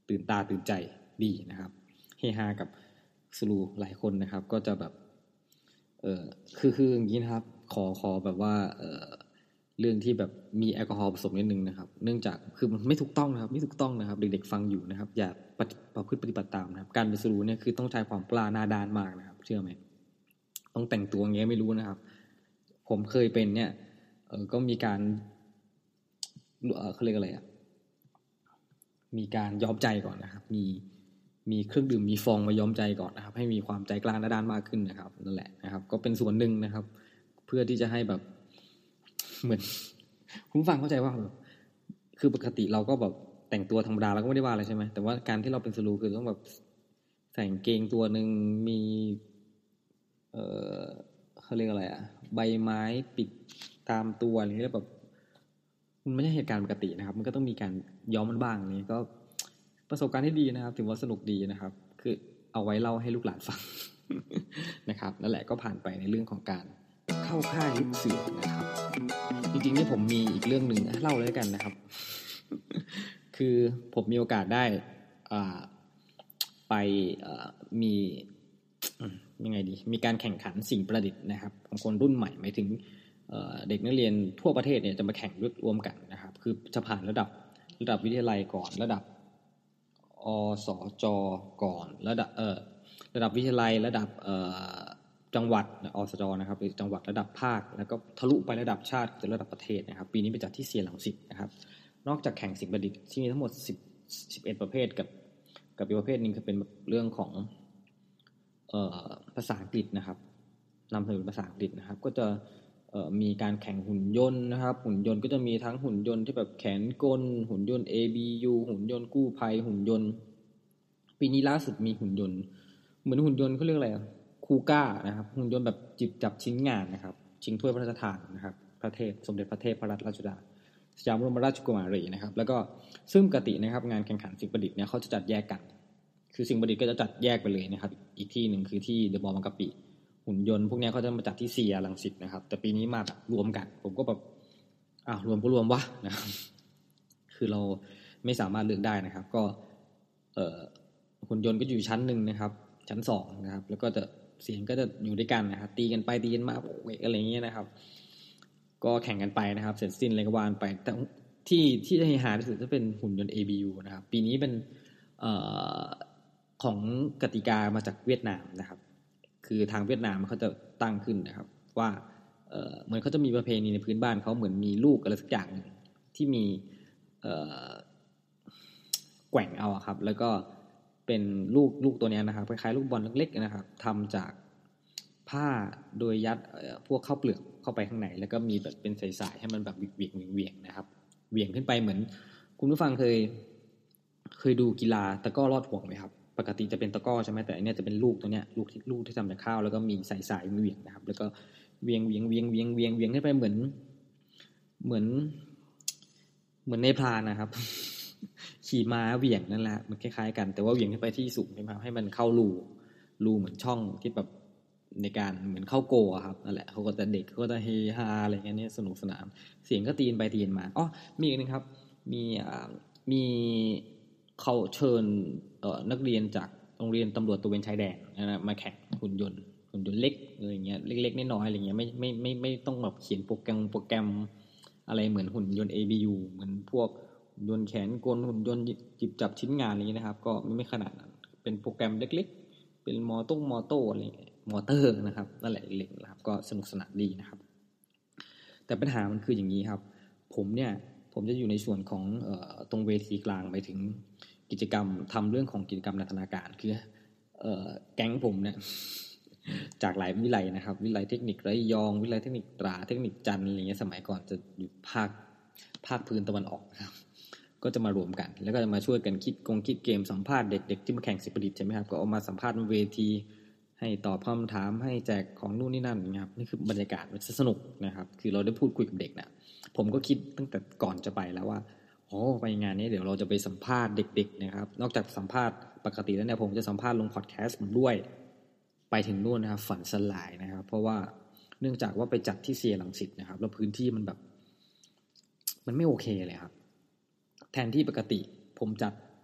ตื่นตาตื่นใจดีนะครับเฮฮากับสลูหลายคนนะครับก็จะแบบเออคือคืออย่างนี้นะครับขอขอแบบว่าเออเรื่องที่แบบมีแอลกอฮอล์ผสมนิดนึงนะครับเนื่องจากคือมันไม่ถูกต้องนะครับไม่ถูกต้องนะครับเด็กๆฟังอยู่นะครับอย่าประพฤติปฏิบัติตามนะครับการเป็นสลูเนี่ยคือต้องใช้ความกล้าหน้าด้านมากนะครับเชื่อไหมต้องแต่งตัวอย่างเงี้ยไม่รู้นะครับผมเคยเป็นเนี่ยเออก็มีการเออเขาเรียกอะไรอ่ะมีการย้อมใจก่อนนะครับมีมีเครื่องดื่มมีฟองมาย้อมใจก่อนนะครับให้มีความใจกล้าหน้าด้านมากขึ้นนะครับนั่นแหละนะครับก็เป็นส่วนหนึ่งนะครับเพื่อที่จะให้แบบเหมือนคุณฟังเข้าใจว่าแบบคือปกติเราก็แบบแต่งตัวธรรมดาเราก็ไม่ได้ว่าอะไรใช่ไหมแต่ว่าการที่เราเป็นสลูคือต้องแบบใส่กางเกงตัวนึงมีเออเขาเรียกอะไรอ่ะใบไม้ปิดตามตัวอะไรอย่างเงี้ยแบบมันไม่ใช่เหตุการณ์ปกตินะครับมันก็ต้องมีการย้อมมันบ้างนี่ก็ประสบการณ์ที่ดีนะครับถือว่าสนุกดีนะครับคือเอาไว้เล่าให้ลูกหลานฟัง นะครับนั่นแหละก็ผ่านไปในเรื่องของการเข้าค่ายลูกเสือนะครับจริงๆนี่ผมมีอีกเรื่องหนึ่งเล่าเลยกันนะครับ คือผมมีโอกาสได้อ่าไปมียังไงดีมีการแข่งขันสิ่งประดิษฐ์นะครับของคนรุ่นใหม่หมายถึงเด็กนักเรียนทั่วประเทศเนี่ยจะมาแข่งร่วมกันนะครับคือจะผ่านระดับระดับวิทยาลัยก่อนระดับอสจก่อนระดับเอ่อระดับวิทยาลัยระดับเอ่อจังหวัดอสจนะครับหรือจังหวัดระดับภาคแล้วก็ทะลุไประดับชาติจนระดับประเทศนะครับปีนี้ไปจัดที่เซียนหลังสิบนะครับนอกจากแข่งสิ่งประดิษฐ์ที่มีทั้งหมดสิบ สิบเอ็ดประเภทกับกับอีกประเภทนึงคือเป็นเรื่องของเอ่อภาษาอังกฤษนะครับนำเสนอภาษาอังกฤษนะครับก็จะเอ่อมีการแข่งหุ่นยนต์นะครับหุ่นยนต์ก็จะมีทั้งหุ่นยนต์ที่แบบแขนกลหุ่นยนต์ เอ บี ยู หุ่นยนต์กู้ภัยหุ่นยนต์ปีนี้ล่าสุดมีหุ่นยนต์เหมือนหุ่นยนต์เขาเรียกอะไรคูก้านะครับหุ่นยนต์แบบจิบจับชิ้นงานนะครับชิงถ้วยพระราชทานนะครับพระเทพสมเด็จพระเทพรัตนราชสุดาสยามบรมราชกุมารีนะครับแล้วก็ซึ่งปกตินะครับงานแข่งขันสิ่งประดิษฐ์เนี่ยเขาจะจัดแยกกันคือสิ่งประดิษฐ์ก็จะจัดแยกไปเลยนะครับอีกที่หนึ่งคือที่เดอะมอลล์บางกะปิหุ่นยนต์พวกนี้เขาจะมาจัดที่เซียรังสิตนะครับแต่ปีนี้มาแบบรวมกันผมก็แบบอ้าวรวมก็รวมวะนะครับคือเราไม่สามารถเลือกได้นะครับก็เอ่อหุ่นยนต์ก็อยู่ชั้นหนึ่งนะครับชั้นสองนะครับแล้วก็จะเสียงก็จะอยู่ด้วยกันนะครับตีกันไปตีกันมาอะไรอย่างเงี้ยนะครับก็แข่งกันไปนะครับเสร็จสิ้นอะไรก็วานไปแต่ที่ที่จะหาที่สุดจะเป็นหุ่นยนต์ เอ บี ยู นะครับปีนี้เป็นเอ่อของกติกามาจากเวียดนามนะครับคือทางเวียดนามเขาจะตั้งขึ้นนะครับว่าเอ่อเหมือนเขาจะมีประเพณีในพื้นบ้านเขาเหมือนมีลูกอะไรสักอย่างที่มีเอ่อแกว่งเอาครับแล้วก็เป็นลูกลูกตัวนี้นะครับคล้ายๆลูกบอลเล็กๆนะครับทำจากผ้าโดยยัดพวกข้าวเปลือกเข้าไปข้างในแล้วก็มีแบบเป็นสายๆให้มันแบบเวียงๆเวียงๆนะครับเวียงขึ้นไปเหมือนคุณผู้ฟังเคยเคยดูกีฬาตะกร้อลอดห่วงไหมครับปกติจะเป็นตะกร้อใช่ไหมแต่อันนี้จะเป็นลูกตัวเนี้ยลูกที่ลูกที่ทำจากข้าวแล้วก็มีสายๆเวียงนะครับแล้วก็เวียงเวียงเวียงเวียงเวียงเวียงขึ้นไปเหมือนเหมือนเหมือนในพรานนะครับ ขี่ม้าเวียงนั่นแหละมันคล้ายๆกันแต่ว่าเวียงขึ้นไปที่สูงใช่ไหมครับให้มันเข้ารูรูเหมือนช่องที่แบบในการเหมือนเข้าโกะครับนั่นแหละเขาก็จะเด็กเขาก็จะเฮฮาอะไรเงี้ยเนี่ยสนุกสนานเสียงก็ตีนไปตีนมาอ๋อมีอีกนึงครับมีอ่ามีเขาเชิญเอ่อนักเรียนจากโรงเรียนตำรวจตระเวนชายแดนนะมาแข่งหุ่นยนต์หุ่นยนต์เล็กอะไรเงี้ยเล็กๆน้อยๆอะไรเงี้ยไม่ไม่ไม่ไม่ต้องแบบเขียนโปรแกรมโปรแกรมอะไรเหมือนหุ่นยนต์ เอ บี ยู เหมือนพวกหุ่นยนต์แขนกลหุ่นยนต์จิบจับชิ้นงานอะไรเงี้ยนะครับก็ไม่ขนาดนั้นเป็นโปรแกรมเล็กๆเป็นมอต้งมอโต้อะไรมอเตอร์นะครับนั่นแหละเล็กๆนะครับก็สนุกสนานดีนะครับแต่ปัญหามันคืออย่างนี้ครับผมเนี่ยผมจะอยู่ในส่วนของเอ่อตรงเวทีกลางไปถึงกิจกรรมทำเรื่องของกิจกรรมนันทนาการคือเอ่อแก๊งผมเนี่ย จากหลายวิไลนะครับวิไลเทคนิคระยองวิไลเทคนิคตราเทคนิคจันทร์อะไรเงี้ยสมัยก่อนจะอยู่ภาคภาคพื้นตะวันออกนะครับก็จะมารวมกันแล้วก็จะมาช่วยกันคิดกงคิดเกมสัมภาษณ์เด็กๆที่มาแข่งสิ่งประดิษฐ์ใช่ไหมครับก็เอามาสัมภาษณ์บนเวทีให้ตอบคำถามให้แจกของนู่นนี่นั่นนะครับนี่คือบรรยากาศมันสนุกนะครับคือเราได้พูดคุยกับเด็กนะผมก็คิดตั้งแต่ก่อนจะไปแล้วว่าโอ้ไปงานนี้เดี๋ยวเราจะไปสัมภาษณ์เด็กๆนะครับนอกจากสัมภาษณ์ปกติแล้วเนี่ยผมจะสัมภาษณ์ลงพอดแคสต์ผมด้วยไปถึงนู่นนะครับฝันสลายนะครับเพราะว่าเนื่องจากว่าไปจัดที่เซียรังสิตนะครับแล้วพื้นที่มันแบบมันไม่โอเคเลยครับแทนที่ปกติผมจัด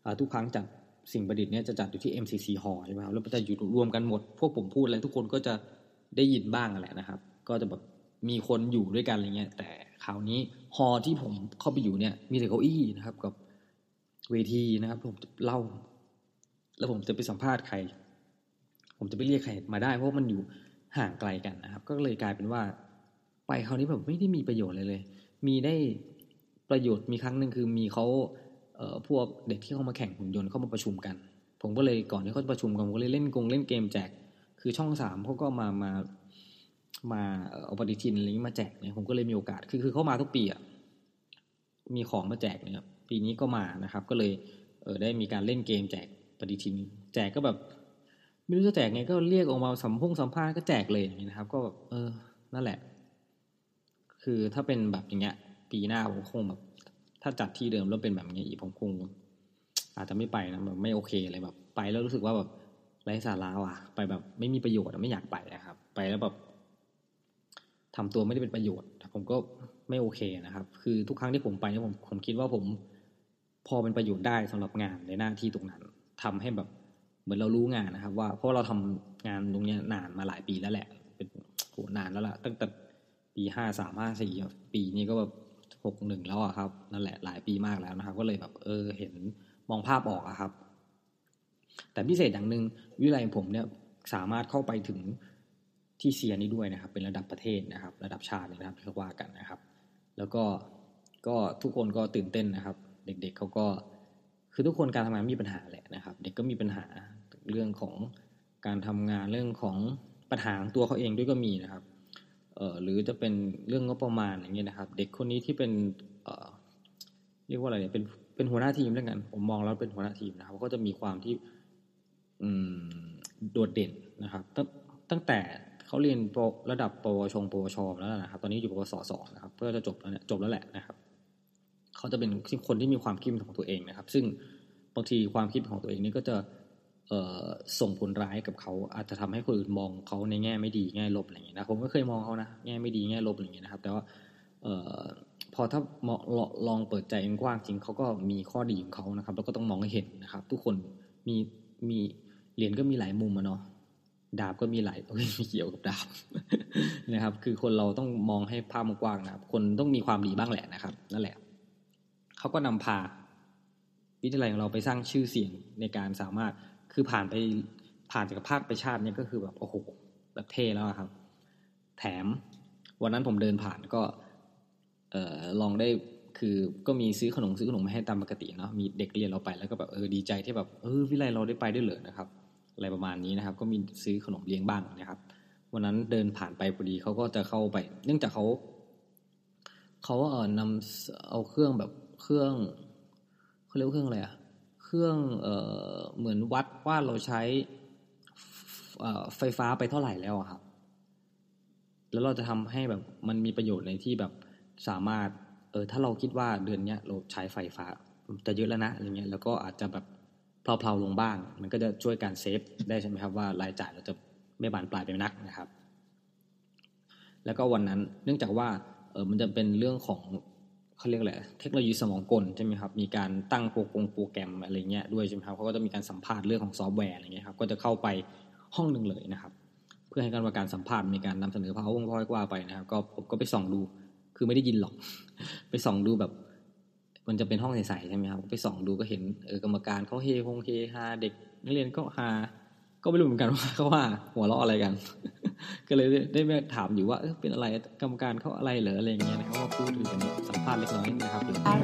ทุกครั้งจัดสิ่งประดิษฐ์เนี่ยจะจัดอยู่ที่ เอ็ม ซี ซี Hall ใช่ไหมครับแล้วจะอยู่รวมกันหมดพวกผมพูดอะไรทุกคนก็จะได้ยินบ้างแหละนะครับก็จะแบบมีคนอยู่ด้วยกันอะไรเงี้ยแต่คราวนี้ฮอลที่ผมเข้าไปอยู่เนี่ยมีแต่เก้าอี้นะครับกับเวทีนะครับผมจะเล่าแล้วผมจะไปสัมภาษณ์ใครผมจะไปเรียกใครมาได้เพราะมันอยู่ห่างไกลกันนะครับก็เลยกลายเป็นว่าไปคราวนี้แบบไม่ได้มีประโยชน์เลยเลยมีได้ประโยชน์มีครั้งนึงคือมีเขาเอ่อพวกเด็กที่เข้ามาแข่งหุ่นยนต์เข้ามาประชุมกันผมก็เลยก่อนที่เขาจะประชุมกันผมก็เลยเล่นกงเล่นเกมแจกคือช่องสามเขาก็มามามาเอาปฏิทินอะไรนี้มาแจกเนี่ยผมก็เลยมีโอกาสคือคือเขามาทุกปีอ่ะมีของมาแจกเนี่ยปีนี้ก็มานะครับก็เลยเออได้มีการเล่นเกมแจกปฏิทินแจกก็แบบไม่รู้จะแจกไงก็เรียกออกมาสัมพงสัมภาษณ์ก็แจกเลยอย่างนี้นะครับก็แบบเออนั่นแหละคือถ้าเป็นแบบอย่างเงี้ยปีหน้าผมคงแบบถ้าจัดที่เดิมแล้วเป็นแบบนี้อีกผมคงอาจจะไม่ไปนะแบบไม่โอเคเลยแบบไปแล้วรู้สึกว่าแบบไร้สาระว่ะไปแบบไม่มีประโยชน์ไม่อยากไปนะครับไปแล้วแบบทำตัวไม่ได้เป็นประโยชน์ผมก็ไม่โอเคนะครับคือทุกครั้งที่ผมไปเนี่ยผมผมคิดว่าผมพอเป็นประโยชน์ได้สำหรับงานในหน้าที่ตรงนั้นทำให้แบบเหมือนเรารู้งานนะครับว่าเพราะเราทำงานตรงนี้นานมาหลายปีแล้วแหละเป็นโหนานแล้วล่ะตั้งแต่ปีห้าสามห้าสี่ปีนี้ก็แบบหกหนึ่งแล้วอะครับนั่นแหละหลายปีมากแล้วนะครับก็เลยแบบเออเห็นมองภาพออกอะครับแต่พิเศษอย่างนึงวิทยาลัยผมเนี่ยสามารถเข้าไปถึงที่เซียนี้ด้วยนะครับเป็นระดับประเทศนะครับระดับชาตินะครับที่เขาว่ากันนะครับแล้วก็ก็ทุกคนก็ตื่นเต้นนะครับเด็กๆเขาก็คือทุกคนการทำงานมีปัญหาแหละนะครับเด็กก็มีปัญหาเรื่องของการทำงานเรื่องของปัญหาตัวเขาเองด้วยก็มีนะครับเอ่อหรือจะเป็นเรื่องงบประมาณอย่างเงี้ยนะครับเด็กคนนี้ที่เป็นเอ่อเรียกว่าอะไรเนี่ยเป็นเป็นหัวหน้าทีมแล้วกันผมมองแล้วเป็นหัวหน้าทีมนะครับก็จะมีความที่อืมโดดเด่นนะครับตั้งตั้งแต่เขาเรียนระดับปวชปวชแล้วนะครับตอนนี้อยู่ปวสสนะครับเพื่อจะจบแล้วเนี่ยจบแล้วแหละนะครับเขาจะเป็นคนที่มีความคิดของตัวเองนะครับซึ่งบางทีความคิดของตัวเองนี่ก็จะเอ่อส่งผลร้ายกับเขาอาจจะทำให้คนอื่นมองเขาในแง่ไม่ดีแง่ลบอะไรอย่างเงี้ยนะผมก็เคยมองเขานะแง่ไม่ดีแง่ลบอะไรอย่างเงี้ยนะครับแต่ว่าเอ่อพอถ้ามองลองเปิดใจกว้างจริงเขาก็มีข้อดีของเขานะครับแล้วก็ต้องมองให้เห็นนะครับทุกคนมีมีเหรียญก็มีหลายมุมอะเนาะดาบก็มีหลายไม่เกี่ยวกับดาบ นะครับคือคนเราต้องมองให้ภาพมันกว้างนะครับคนต้องมีความดีบ้างแหละนะครับนั่นแหละเขาก็นำพาวิทยาลัยของเราไปสร้างชื่อเสียงในการสามารถคือผ่านไปผ่านจากภาคไปชาติเนี่ยก็คือแบบโอ้โหแบบเท่แล้วครับแถมวันนั้นผมเดินผ่านก็เอ่อลองได้คือก็มีซื้อขนมซื้อขนมมาให้ตามปกติเนาะมีเด็กเรียนเราไปแล้วก็แบบเออดีใจที่แบบเออวิทยาลัยเราได้ไปด้วยเหรอนะครับอะไรประมาณนี้นะครับก็มีซื้อขนมเลี้ยงบ้างนะครับวันนั้นเดินผ่านไปพอดีเขาก็จะเข้าไปเนื่องจากเขาเขาเอ่อนำเอาเครื่องแบบเครื่องเขาเรียกว่าเครื่องอะไรอะเครื่องเอ่อเหมือนวัดว่าเราใช้เอ่อไฟฟ้าไปเท่าไหร่แล้วอะครับแล้วเราจะทำให้แบบมันมีประโยชน์ในที่แบบสามารถเออถ้าเราคิดว่าเดือนนี้เราใช้ไฟฟ้าจะเยอะแล้วนะอะไรเงี้ยแล้วก็อาจจะแบบเพลาๆลงบ้างมันก็จะช่วยการเซฟได้ใช่ไหมครับว่ารายจ่ายเราจะไม่บานปลายไปนักนะครับแล้วก็วันนั้นเนื่องจากว่าเออมันจะเป็นเรื่องของเขาเรียกอะไรเทคโนโลยีสมองกลใช่ไหมครับมีการตั้งโปรแกรมโปรแกรมอะไรเงี้ยด้วยใช่ไหมครับเขาก็จะมีการสัมภาษณ์เรื่องของซอฟต์แวร์อะไรเงี้ยครับก็จะเข้าไปห้องนึงเลยนะครับเพื่อให้การว่าการสัมภาษณ์มีการนำเสนอพาวเวอร์พอยต์กว่าไปนะครับก็ผมก็ไปส่องดูคือไม่ได้ยินหรอกไปส่องดูแบบมันจะเป็นห้องใสๆใช่ไหมครับไปส่องดูก็เห็นเออกรรมการเขาเฮฮงเฮฮาเด็กนักเรียนก็ฮาก็ไม่รู้เหมือนกันว่าเขาว่าหัวเราะอะไรกัน ก็เลยได้ไปถามอยู่ว่าเออเป็นอะไรกรรมการเขาอะไรเหรออะไรอย่างเงี้ยนะครับว่าพูดถึงกันสัมภาษณ์เล็กน้อยนะครับ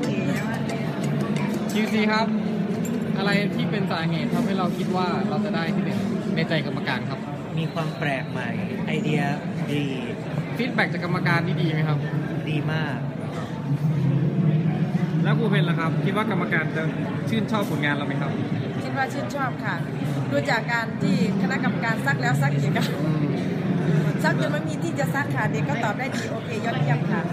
คิว ซี ครับอะไรที่เป็นสาเหตุทำให้เราคิดว่าเราจะได้ที่หนึ่งในใจกรรมการครับมีความแปลกใหม่ไอเดียดีฟีดแบ็กจากกรรมการที่ดีไหมครับดีมากแล้วครูเพนล่ะครับคิดว่ากรรมการจะชื่นชอบผลงานเราไหมครับคิดว่าชื่นชอบค่ะดูจากการที่คณะกรรมการซักแล้วซักอีกค่ะซักจนไม่มีที่จะซักค่ะเด็กก็ตอบได้ดีโอเคยอดเยี่ยมค่ะ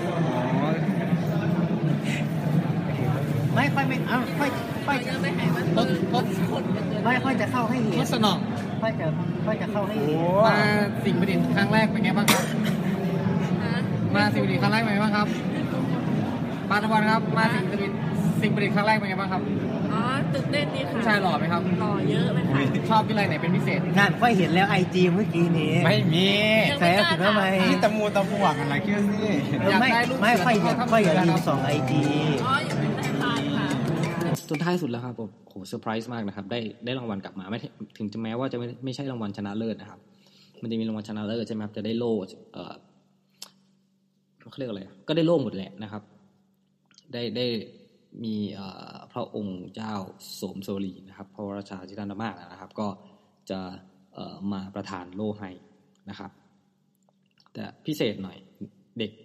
ไม่ค่อยไม่อ้าวค่อยค่อยไม่ให้มันพดพดไม่ค่อยจะเข้าให้เห็นทดสนองค่อยจะค่อยจะเข้าให้เห็นมาสิ่งประดิษฐ์ครั้งแรกเป็นไงบ้างครับมาสิ่งประดิษฐ์ครั้งแรกเป็นไงบ้างครับปาตะวันครับมาสิ่งประดิษฐ์สิ่งประดิษฐ์ครั้งแรกเป็นไงบ้างครับอ๋ออ๋อตื่นเต้นดีค่ะผู้ชายหล่อไหมครับหล่อเยอะเลยค่ะชอบวิไลไหนเป็นพิเศษนั่นค่อยเห็นแล้วไอจีเมื่อกี้นี้ไม่มีแซ่ถึงทำไมนี่ตะมูตะพวกอะไรคิดสิไม่ไม่ค่อยเห็นค่อยเห็นสองไอจีอ๋ออยากเป็นนายพรานค่ะจนท้ายสุดแล้วครับผมโหเซอร์ไพรส์มากนะครับได้ได้รางวัลกลับมาไม่ถึงจะแม้ว่าจะไม่ไม่ใช่รางวัลชนะเลิศนะครับมันจะมีรางวัลชนะเลิศใช่ไหมครับจะได้โล่เอ่อเขาเรียกอะไรก็ได้โล่หมดแหละนะครับได้ได้มีพระองค์เจ้าโสมโสรีนะครับพระวรชาธิราชนามาศนะครับก็จะมาประทานโล่ให้นะครับแต่พิเศษหน่อยเด็ก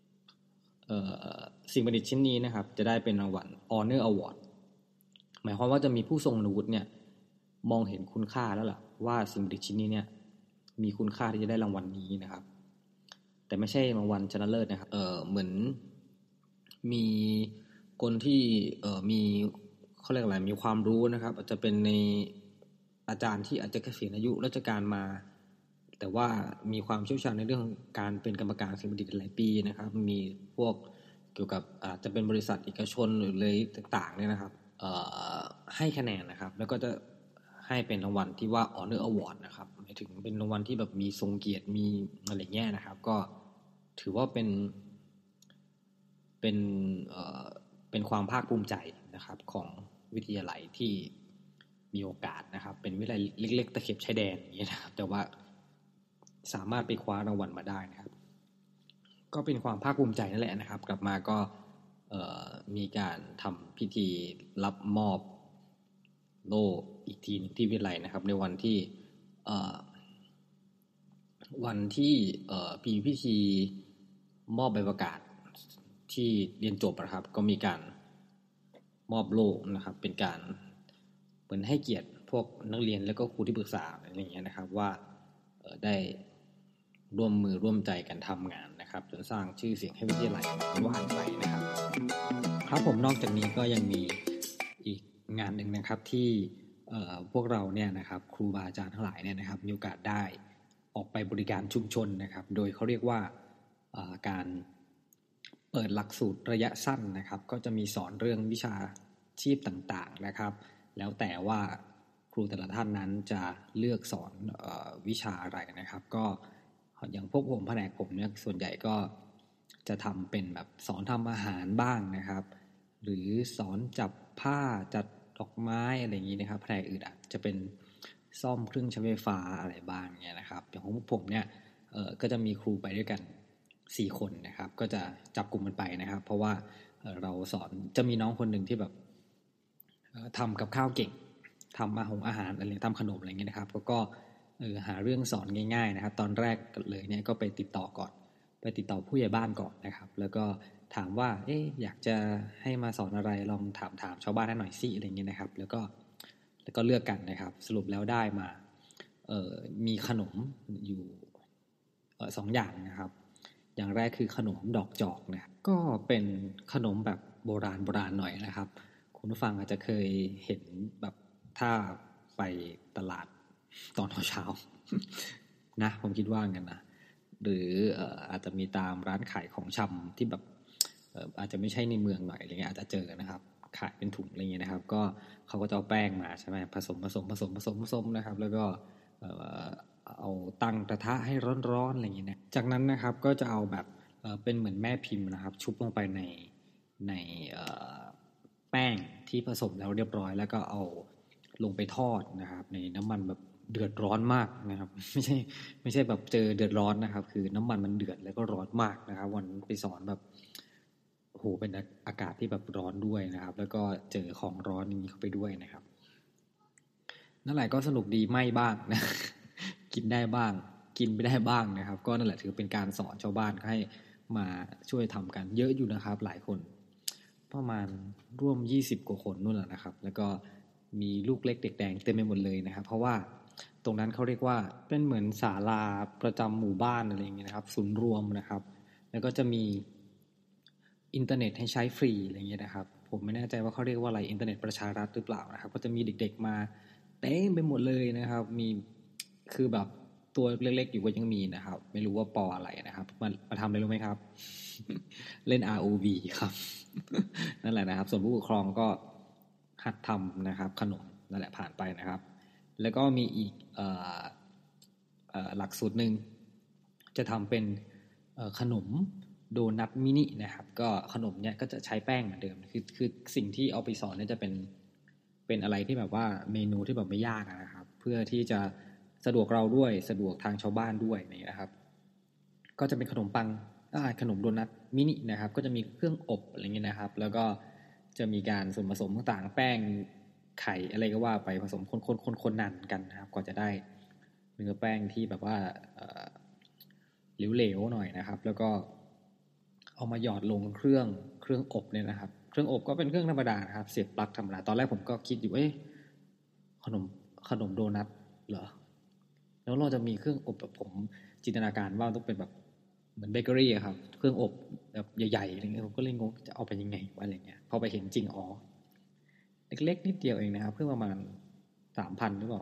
สิ่งประดิษฐ์ชิ้นนี้นะครับจะได้เป็นรางวัล Honor Award หมายความว่าจะมีผู้ทรงคุณวุฒิเนี่ยมองเห็นคุณค่าแล้วล่ะว่าสิ่งประดิษฐ์ชิ้นนี้เนี่ยมีคุณค่าที่จะได้รางวัลนี้นะครับแต่ไม่ใช่รางวัลชนะเลิศนะครับเออเหมือนมีคนที่เอ่อมีเขาเรียกอะไรมีความรู้นะครับอาจจะเป็นในอาจารย์ที่อาจจะเกษียณอายุราชการมาแต่ว่ามีความเชี่ยวชาญในเรื่องการเป็นกรรมการสิ่งประดิษฐ์หลายปีนะครับมีพวกเกี่ยวกับอาจจะเป็นบริษัทเอกชนหรืออะไรต่างๆเนี่ยนะครับเอ่อให้คะแนนนะครับแล้วก็จะให้เป็นรางวัลที่ว่า Honor Award นะครับหมายถึงเป็นรางวัลที่แบบมีทรงเกียรติมีอะไรเงี้ยนะครับก็ถือว่าเป็นเป็นเอ่อเป็นความภาคภูมิใจนะครับของวิทยาลัยที่มีโอกาสนะครับเป็นวิทยาลัยเล็กๆตะเข็บชายแดนอย่างนี้นะครับแต่ว่าสามารถไปคว้ารางวัลมาได้นะครับก็เป็นความภาคภูมิใจนั่นแหละนะครับกลับมาก็มีการทำพิธีรับมอบโล่อีกทีนึงที่วิทยาลัยนะครับในวันที่วันที่มีพิธีมอบใบประกาศที่เรียนจบนะครับก็มีการมอบโล่นะครับเป็นการเหมือนให้เกียรติพวกนักเรียนแล้วก็ครูที่ปรึกษาอะไรอย่างเงี้ยนะครับว่าได้ร่วมมือร่วมใจกันทำงานนะครับจนสร้างชื่อเสียงให้วิทยาลัยว่านไปนะครับครับผมนอกจากนี้ก็ยังมีอีกงานหนึ่งนะครับที่พวกเราเนี่ยนะครับครูบาอาจารย์ทั้งหลายเนี่ยนะครับมีโอกาสได้ออกไปบริการชุมชนนะครับโดยเขาเรียกว่าการเปิดหลักสูตรระยะสั้นนะครับก็จะมีสอนเรื่องวิชาชีพต่างๆนะครับแล้วแต่ว่าครูแต่ละท่านนั้นจะเลือกสอนเอ่อวิชาอะไรนะครับก็อย่างพวกผมแผนกผมเนี่ยส่วนใหญ่ก็จะทำเป็นแบบสอนทำอาหารบ้างนะครับหรือสอนจับผ้าจัดดอกไม้อะไรอย่างนี้นะครับแผนกอื่นอาจจะเป็นซ่อมเครื่องใช้ไฟฟ้าอะไรบ้างเนี่ยนะครับอย่างของผมเนี่ยเอ่อก็จะมีครูไปด้วยกันสี่คนนะครับก็จะจับกลุ่มกันไปนะครับเพราะว่าเราสอนจะมีน้องคนหนึ่งที่แบบทำกับข้าวเก่งทำอาหารอาหารอะไรทำขนมอะไรเงี้ยนะครับก็เออหาเรื่องสอนง่ายๆนะครับตอนแรกเลยเนี่ยก็ไปติดต่อก่อนไปติดต่อผู้ใหญ่บ้านก่อนนะครับแล้วก็ถามว่าเอ๊ะอยากจะให้มาสอนอะไรลองถามถามชาวบ้านให้หน่อยสิอะไรเงี้ยนะครับแล้วก็แล้วก็เลือกกันนะครับสรุปแล้วได้มาเอ่อมีขนมอยู่เอ่อสองอย่างนะครับอย่างแรกคือขนมดอกจอกนะครับก็เป็นขนมแบบโบราณโบราณหน่อยนะครับคุณผู้ฟังอาจจะเคยเห็นแบบถ้าไปตลาดตอนเช้าๆนะผมคิดว่างั้นนะหรืออาจจะมีตามร้านขายของชำที่แบบอาจจะไม่ใช่ในเมืองหน่อยอะไรเงี้ยอาจจะเจอนะครับขายเป็นถุงอะไรเงี้ยนะครับก็เขาก็จะเอาแป้งมาใช่ไหมผสมผสมผสมผสมผสมนะครับแล้วก็เอาตั้งกระทะให้ร้อนๆอะไรอย่างเงี้ยนะจากนั้นนะครับก็จะเอาแบบเป็นเหมือนแม่พิมพ์นะครับชุบลงไปในในแป้งที่ผสมแล้วเรียบร้อยแล้วก็เอาลงไปทอดนะครับในน้ำมันแบบเดือดร้อนมากนะครับไม่ใช่ไม่ใช่แบบเจอเดือดร้อนนะครับคือน้ำมันมันเดือดแล้วก็ร้อนมากนะครับวันไปสอนแบบโอ้โหเป็นอากาศที่แบบร้อนด้วยนะครับแล้วก็เจอของร้อนอย่างนี้เข้าไปด้วยนะครับนั่นแหละก็สนุกดีไม่บ้างนะกินได้บ้างกินไม่ได้บ้างนะครับก็นั่นแหละถือเป็นการสอนชาวบ้านให้มาช่วยทำกันเยอะอยู่นะครับหลายคนประมาณร่วมยี่สิบกว่าคนนู่นแหละนะครับแล้วก็มีลูกเล็กเด็กแดงเต็มไปหมดเลยนะครับเพราะว่าตรงนั้นเขาเรียกว่าเป็นเหมือนศาลาประจำหมู่บ้านอะไรอย่างเงี้ยนะครับศูนย์รวมนะครับแล้วก็จะมีอินเทอร์เน็ตให้ใช้ฟรีอะไรอย่างเงี้ยนะครับผมไม่แน่ใจว่าเขาเรียกว่าอะไรอินเทอร์เน็ตประชารัฐหรือเปล่านะครับก็จะมีเด็กๆมาเต็มไปหมดเลยนะครับมีคือแบบตัวเล็กๆอยู่ก็ยังมีนะครับไม่รู้ว่าปออะไรนะครับมามาทำอะไรรู้ไหมครับ เล่น อาร์ โอ วี ครับ นั่นแหละนะครับส่วนผู้ปกครองก็หหัดทำนะครับขนมนั่นแหละผ่านไปนะครับแล้วก็มีอีกเอ่อเอ่อหลักสูตรหนึ่งจะทำเป็นเอ่อขนมโดนัทมินินะครับก็ขนมเนี้ยก็จะใช้แป้งเหมือนเดิมคือคือสิ่งที่เอาไปสอนเนี่ยจะเป็นเป็นอะไรที่แบบว่าเมนูที่แบบไม่ยากนะครับเพื่อที่จะสะดวกเราด้วยสะดวกทางชาวบ้านด้วยนี่นะครับก็จะเป็นขนมปังขนมโดนัทมินินะครับก็จะมีเครื่องอบอะไรเงี้ยนะครับแล้วก็จะมีการส่วนผสมต่างๆแป้งไข่อะไรก็ว่าไปผสมคนๆๆๆนานกันนะครับก็จะได้เนื้อแป้งที่แบบว่าเหลวๆหน่อยนะครับแล้วก็เอามาหยอดลงเครื่องเครื่องอบเนี่ยนะครับเครื่องอบก็เป็นเครื่องธรรมดานะครับเสียบปลั๊กธรรมดาตอนแรกผมก็คิดอยู่เอ๊ะขนมขนมโดนัทเหรอแล้วเราจะมีเครื่องอบแบบผมจินตนาการว่าต้องเป็นแบบเหมือนเบเกอรี่ครับเครื่องอบแบบใหญ่ๆอะไรเงี้ยผมก็เลยงงจะเอาไปยังไงอะไรเงี้ยพอไปเห็นจริงอ๋อเล็กๆนิดเดียวเองนะครับเพื่อประมาณ สามพัน หรือเปล่า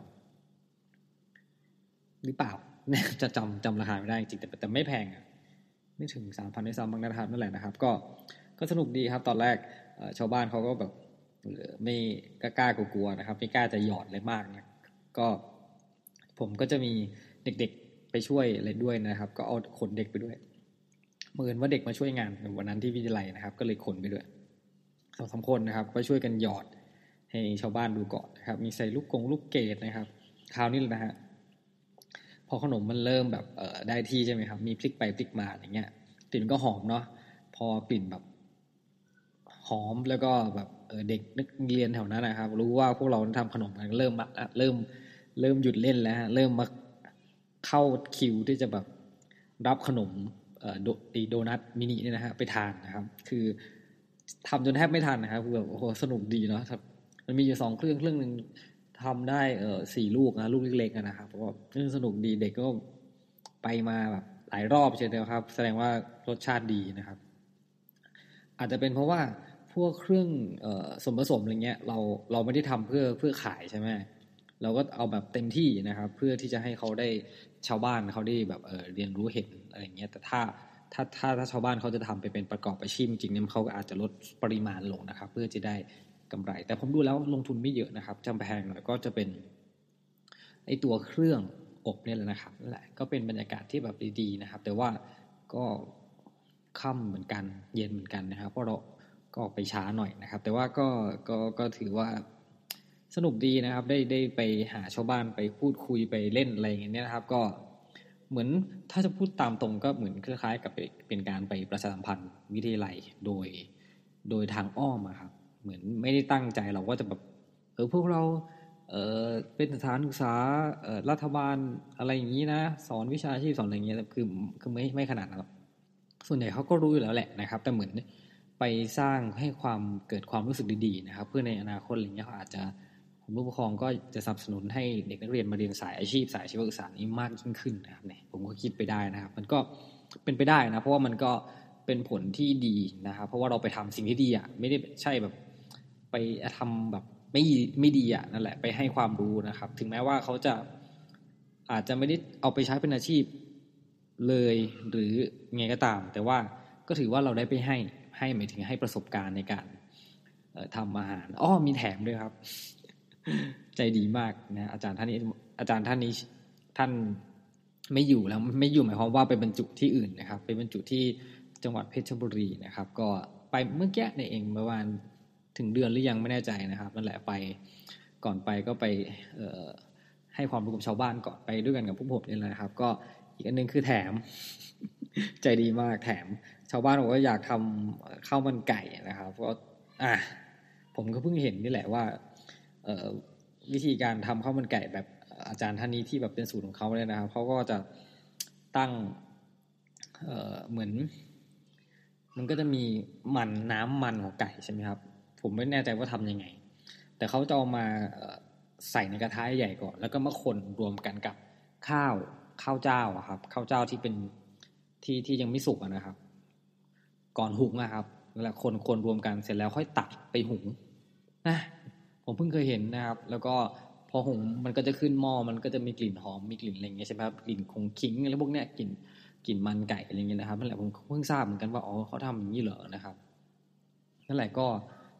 หรือเปล่าจะจำจำราคาไม่ได้จริงแต่แต่ไม่แพงอ่ะไม่ถึง สามพัน ด้วยซ้ำบางนะครับนั่นแหละนะครับก็ก็สนุกดีครับตอนแรกชาวบ้านเขาก็แบบไม่กล้ากลัวๆนะครับไม่กล้าจะหยอดอะไรมากนะก็ผมก็จะมีเด็กๆไปช่วยอะไรด้วยนะครับก็เอาขนเด็กไปด้วยเหมือนว่าเด็กมาช่วยงานวันนั้นที่วิทยาลัยนะครับก็เลยขนไปด้วยสองสามคนนะครับไปช่วยกันหยอดให้ชาวบ้านดูก่อนนะครับมีใส่ลูกกงลูกเกดนะครับคราวนี้เลยนะฮะพอขนมมันเริ่มแบบเอ่อได้ที่ใช่ไหมครับมีพลิกไปพลิกมาอย่างเงี้ยกลิ่นก็หอมเนาะพอกลิ่นแบบหอมแล้วก็แบบเออเด็กนักเรียนแถวนั้นนะครับรู้ว่าพวกเราทำขนมกันเริ่มมาเริ่มเริ่มหยุดเล่นแล้วเริ่มมาเข้าคิวที่จะแบบรับขนมเอ่อโดนัทมินิเนี่ยนะฮะไปทานนะครับคือทำจนแทบไม่ทันนะครับคือแบบโอ้โหสนุกดีเนาะมันมีอยู่สองเครื่องเครื่องนึงทำได้เออสี่ลูกนะลูกเล็กๆนะครับก็สนุกดีเด็กก็ไปมาแบบหลายรอบเชียวนะครับแสดงว่ารสชาติดีนะครับอาจจะเป็นเพราะว่าพวกเครื่องเอ่อส่วนผสมอะไรเงี้ยเราเราไม่ได้ทำเพื่อเพื่อขายใช่ไหมเราก็เอาแบบเต็มที่นะครับเพื่อที่จะให้เขาได้ชาวบ้านเขาได้แบบเออเรียนรู้เห็นอะไรเงี้ยแต่ถ้าถ้าถ้าถ้าชาวบ้านเขาจะทำไปเป็นประกอบอาชีพจริงๆเนี่ยเขาก็อาจจะลดปริมาณลงนะครับเพื่อจะได้กำไรแต่ผมดูแล้วลงทุนไม่เยอะนะครับจำแพงหน่อยก็จะเป็นไอตัวเครื่องอบเนี่ยแหละนะครับนั่นแหละก็เป็นบรรยากาศที่แบบดีๆนะครับแต่ว่าก็ค่ำเหมือนกันเย็นเหมือนกันนะครับเพราะเราก็ออกไปช้าหน่อยนะครับแต่ว่าก็ก็ก็ถือว่าสนุกดีนะครับได้ได้ไปหาชาวบ้านไปพูดคุยไปเล่นอะไรอย่างเงี้ยนะครับก็เหมือนถ้าจะพูดตามตรงก็เหมือนคล้ายๆกับเป็นการไปประชาสัมพันธ์วิทยาลัยโดยโดยทางอ้อมครับเหมือนไม่ได้ตั้งใจเราว่าจะแบบเออพวกเราเออเป็นสถานศึกษาเออรัฐบาลอะไรอย่างนี้นะสอนวิชาชีพสอนอะไรอย่างเงี้ยคือคือไม่ไม่ขนาดนั้นส่วนใหญ่เขาก็รู้อยู่แล้วแหละนะครับแต่เหมือนไปสร้างให้ความเกิดความรู้สึกดีๆนะครับเพื่อในอนาคตอะไรเงี้ยเขาอาจจะผู้ปกครองก็จะสนับสนุนให้เด็กนักเรียนมาเรียนสายอาชีพสายชีวศึกษานี้มากยิ่งขึ้นนะครับเนี่ยผมก็คิดไปได้นะครับมันก็เป็นไปได้นะเพราะว่ามันก็เป็นผลที่ดีนะครับเพราะว่าเราไปทำสิ่งที่ดีอ่ะไม่ได้ใช่แบบไปทำแบบไม่ไม่ดีอ่ะนั่นแหละไปให้ความรู้นะครับถึงแม้ว่าเขาจะอาจจะไม่ได้เอาไปใช้เป็นอาชีพเลยหรือไงก็ตามแต่ว่าก็ถือว่าเราได้ไปให้ให้หมายถึงให้ประสบการณ์ในการทำอาหารอ้อมีแถมด้วยครับใจดีมากนะอาจารย์ท่านนี้อาจารย์ท่านนี้ท่านไม่อยู่แล้วไม่อยู่หมายความว่าไปบรรจุที่อื่นนะครับไปบรรจุที่จังหวัดเพชรบุรีนะครับก็ไปเมื่อกี้นี่เองประมาณถึงเดือนหรือยังไม่แน่ใจนะครับนั่นแหละไปก่อนไปก็ไปเอ่อให้ความรู้กับชาวบ้านก่อนไปด้วยกันกับพวกผมนี่แหละครับก็อีกอันนึงคือแถมใจดีมากแถมชาวบ้านบอกว่าอยากทำข้าวมันไก่นะครับเพราะอ่ะผมก็เพิ่งเห็นนี่แหละว่าเอ่อวิธีการทำข้าวมันไก่แบบอาจารย์ท่านนี้ที่แบบเป็นสูตรของเขาเลยนะครับเขาก็จะตั้งเอ่อเหมือนมันก็จะมีมันน้ำมันของไก่ใช่ไหมครับผมไม่แน่ใจว่าทำยังไงแต่เขาจะเอามาใส่ในกระทะใหญ่ก่อนแล้วก็มาคนรวมกันกับข้าวข้าวเจ้าครับข้าวเจ้าที่เป็นที่ที่ยังไม่สุกนะครับก่อนหุงนะครับแล้วคนคนรวมกันเสร็จแล้วค่อยตักไปหุงนะผมเพิ่งเคยเห็นนะครับแล้วก็พอหุงมันก็จะขึ้นหม้อมันก็จะมีกลิ่นหอมมีกลิ่นอะไรอย่างเงี้ยใช่ไหมครับกลิ่นของขิงอะไรพวกเนี้ยกลิ่นกลิ่นมันไก่อะไรอย่างเงี้ยนะครับนั่นแหละผมเพิ่งทราบเหมือนกันว่าอ๋อเขาทำอย่างนี้เหรอนะครับนั่นแหละก็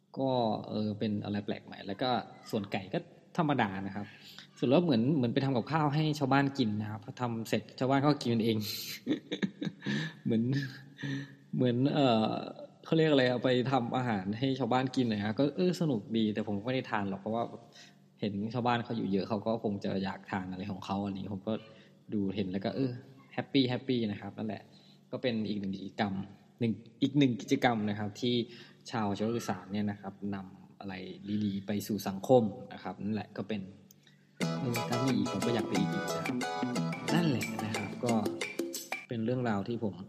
ก็เออเป็นอะไรแปลกใหม่แล้วก็ส่วนไก่ก็ธรรมดานะครับส่วนแล้วเหมือนเหมือนไปทำกับข้าวให้ชาวบ้านกินนะครับพอทำเสร็จชาวบ้านเขากินเอง เหมือนเหมือนเออเขาเรียกอะไรเอาไปทำอาหารให้ชาวบ้านกินนะฮะก็เออสนุกดีแต่ผมไม่ได้ทานหรอกเพราะว่าเห็นชาวบ้านเขาอยู่เยอะเขาก็คงจะอยากทานอะไรของเขาอันนี้ผมก็ดูเห็นแล้วก็เออแฮปปี้แฮปปี้นะครับนั่นแหละก็เป็นอีกหนึ่งกิจกรรมหนึ่งอีกหนึ่งกิจกรรมนะครับที่ชาวชาวอีสานเนี่ยนะครับนำอะไรดีๆไปสู่สังคมนะครับนั่นแหละก็เป็นถ้ามีอีกผมก็อยากไปอีกนะครับนั่นแหละนะครับก็เป็นเรื่องราวที่ผม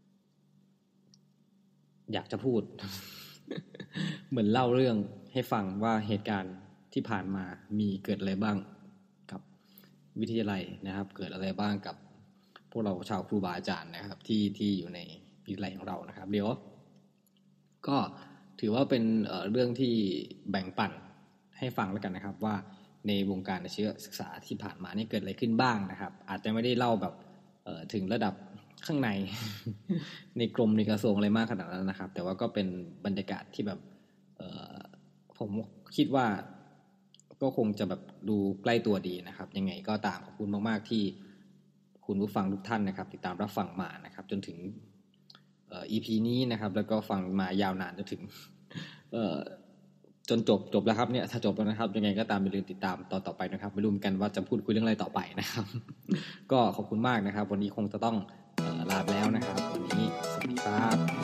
อยากจะพูด เหมือนเล่าเรื่องให้ฟังว่าเหตุการณ์ที่ผ่านมามีเกิดอะไรบ้างกับวิทยาลัยนะครับเกิดอะไรบ้างกับพวกเราชาวครูบาอาจารย์นะครับที่ที่อยู่ในวิทยาลัยของเรานะครับเดี๋ยวก็ถือว่าเป็นเอ่อเรื่องที่แบ่งปันให้ฟังแล้วกันนะครับว่าในวงการอาชีวศึกษาที่ผ่านมานี่เกิดอะไรขึ้นบ้างนะครับอาจจะไม่ได้เล่าแบบเอ่อถึงระดับข้างใน ในกรมในกระทรวงอะไรมากขนาดนั้นนะครับแต่ว่าก็เป็นบรรยากาศที่แบบเอ่อผมคิดว่าก็คงจะแบบดูใกล้ตัวดีนะครับยังไงก็ตามขอบคุณมากๆที่คุณผู้ฟังทุกท่านนะครับติดตามรับฟังมานะครับจนถึงเอ่อ อี พี นี้นะครับแล้วก็ฟังมายาวนานจนถึงเอ่อจนจบจบแล้วครับเนี่ยถ้าจบแล้วนะครับยังไงก็ตามอย่าลืมติดตามตอนต่อไปนะครับไม่รู้เหมือนกันว่าจะพูดคุยเรื่องอะไรต่อไปนะครับ ก็ขอบคุณมากนะครับวันนี้คงจะต้องเอ่อลาไปแล้วนะครับวันนี้สวัสดีครับ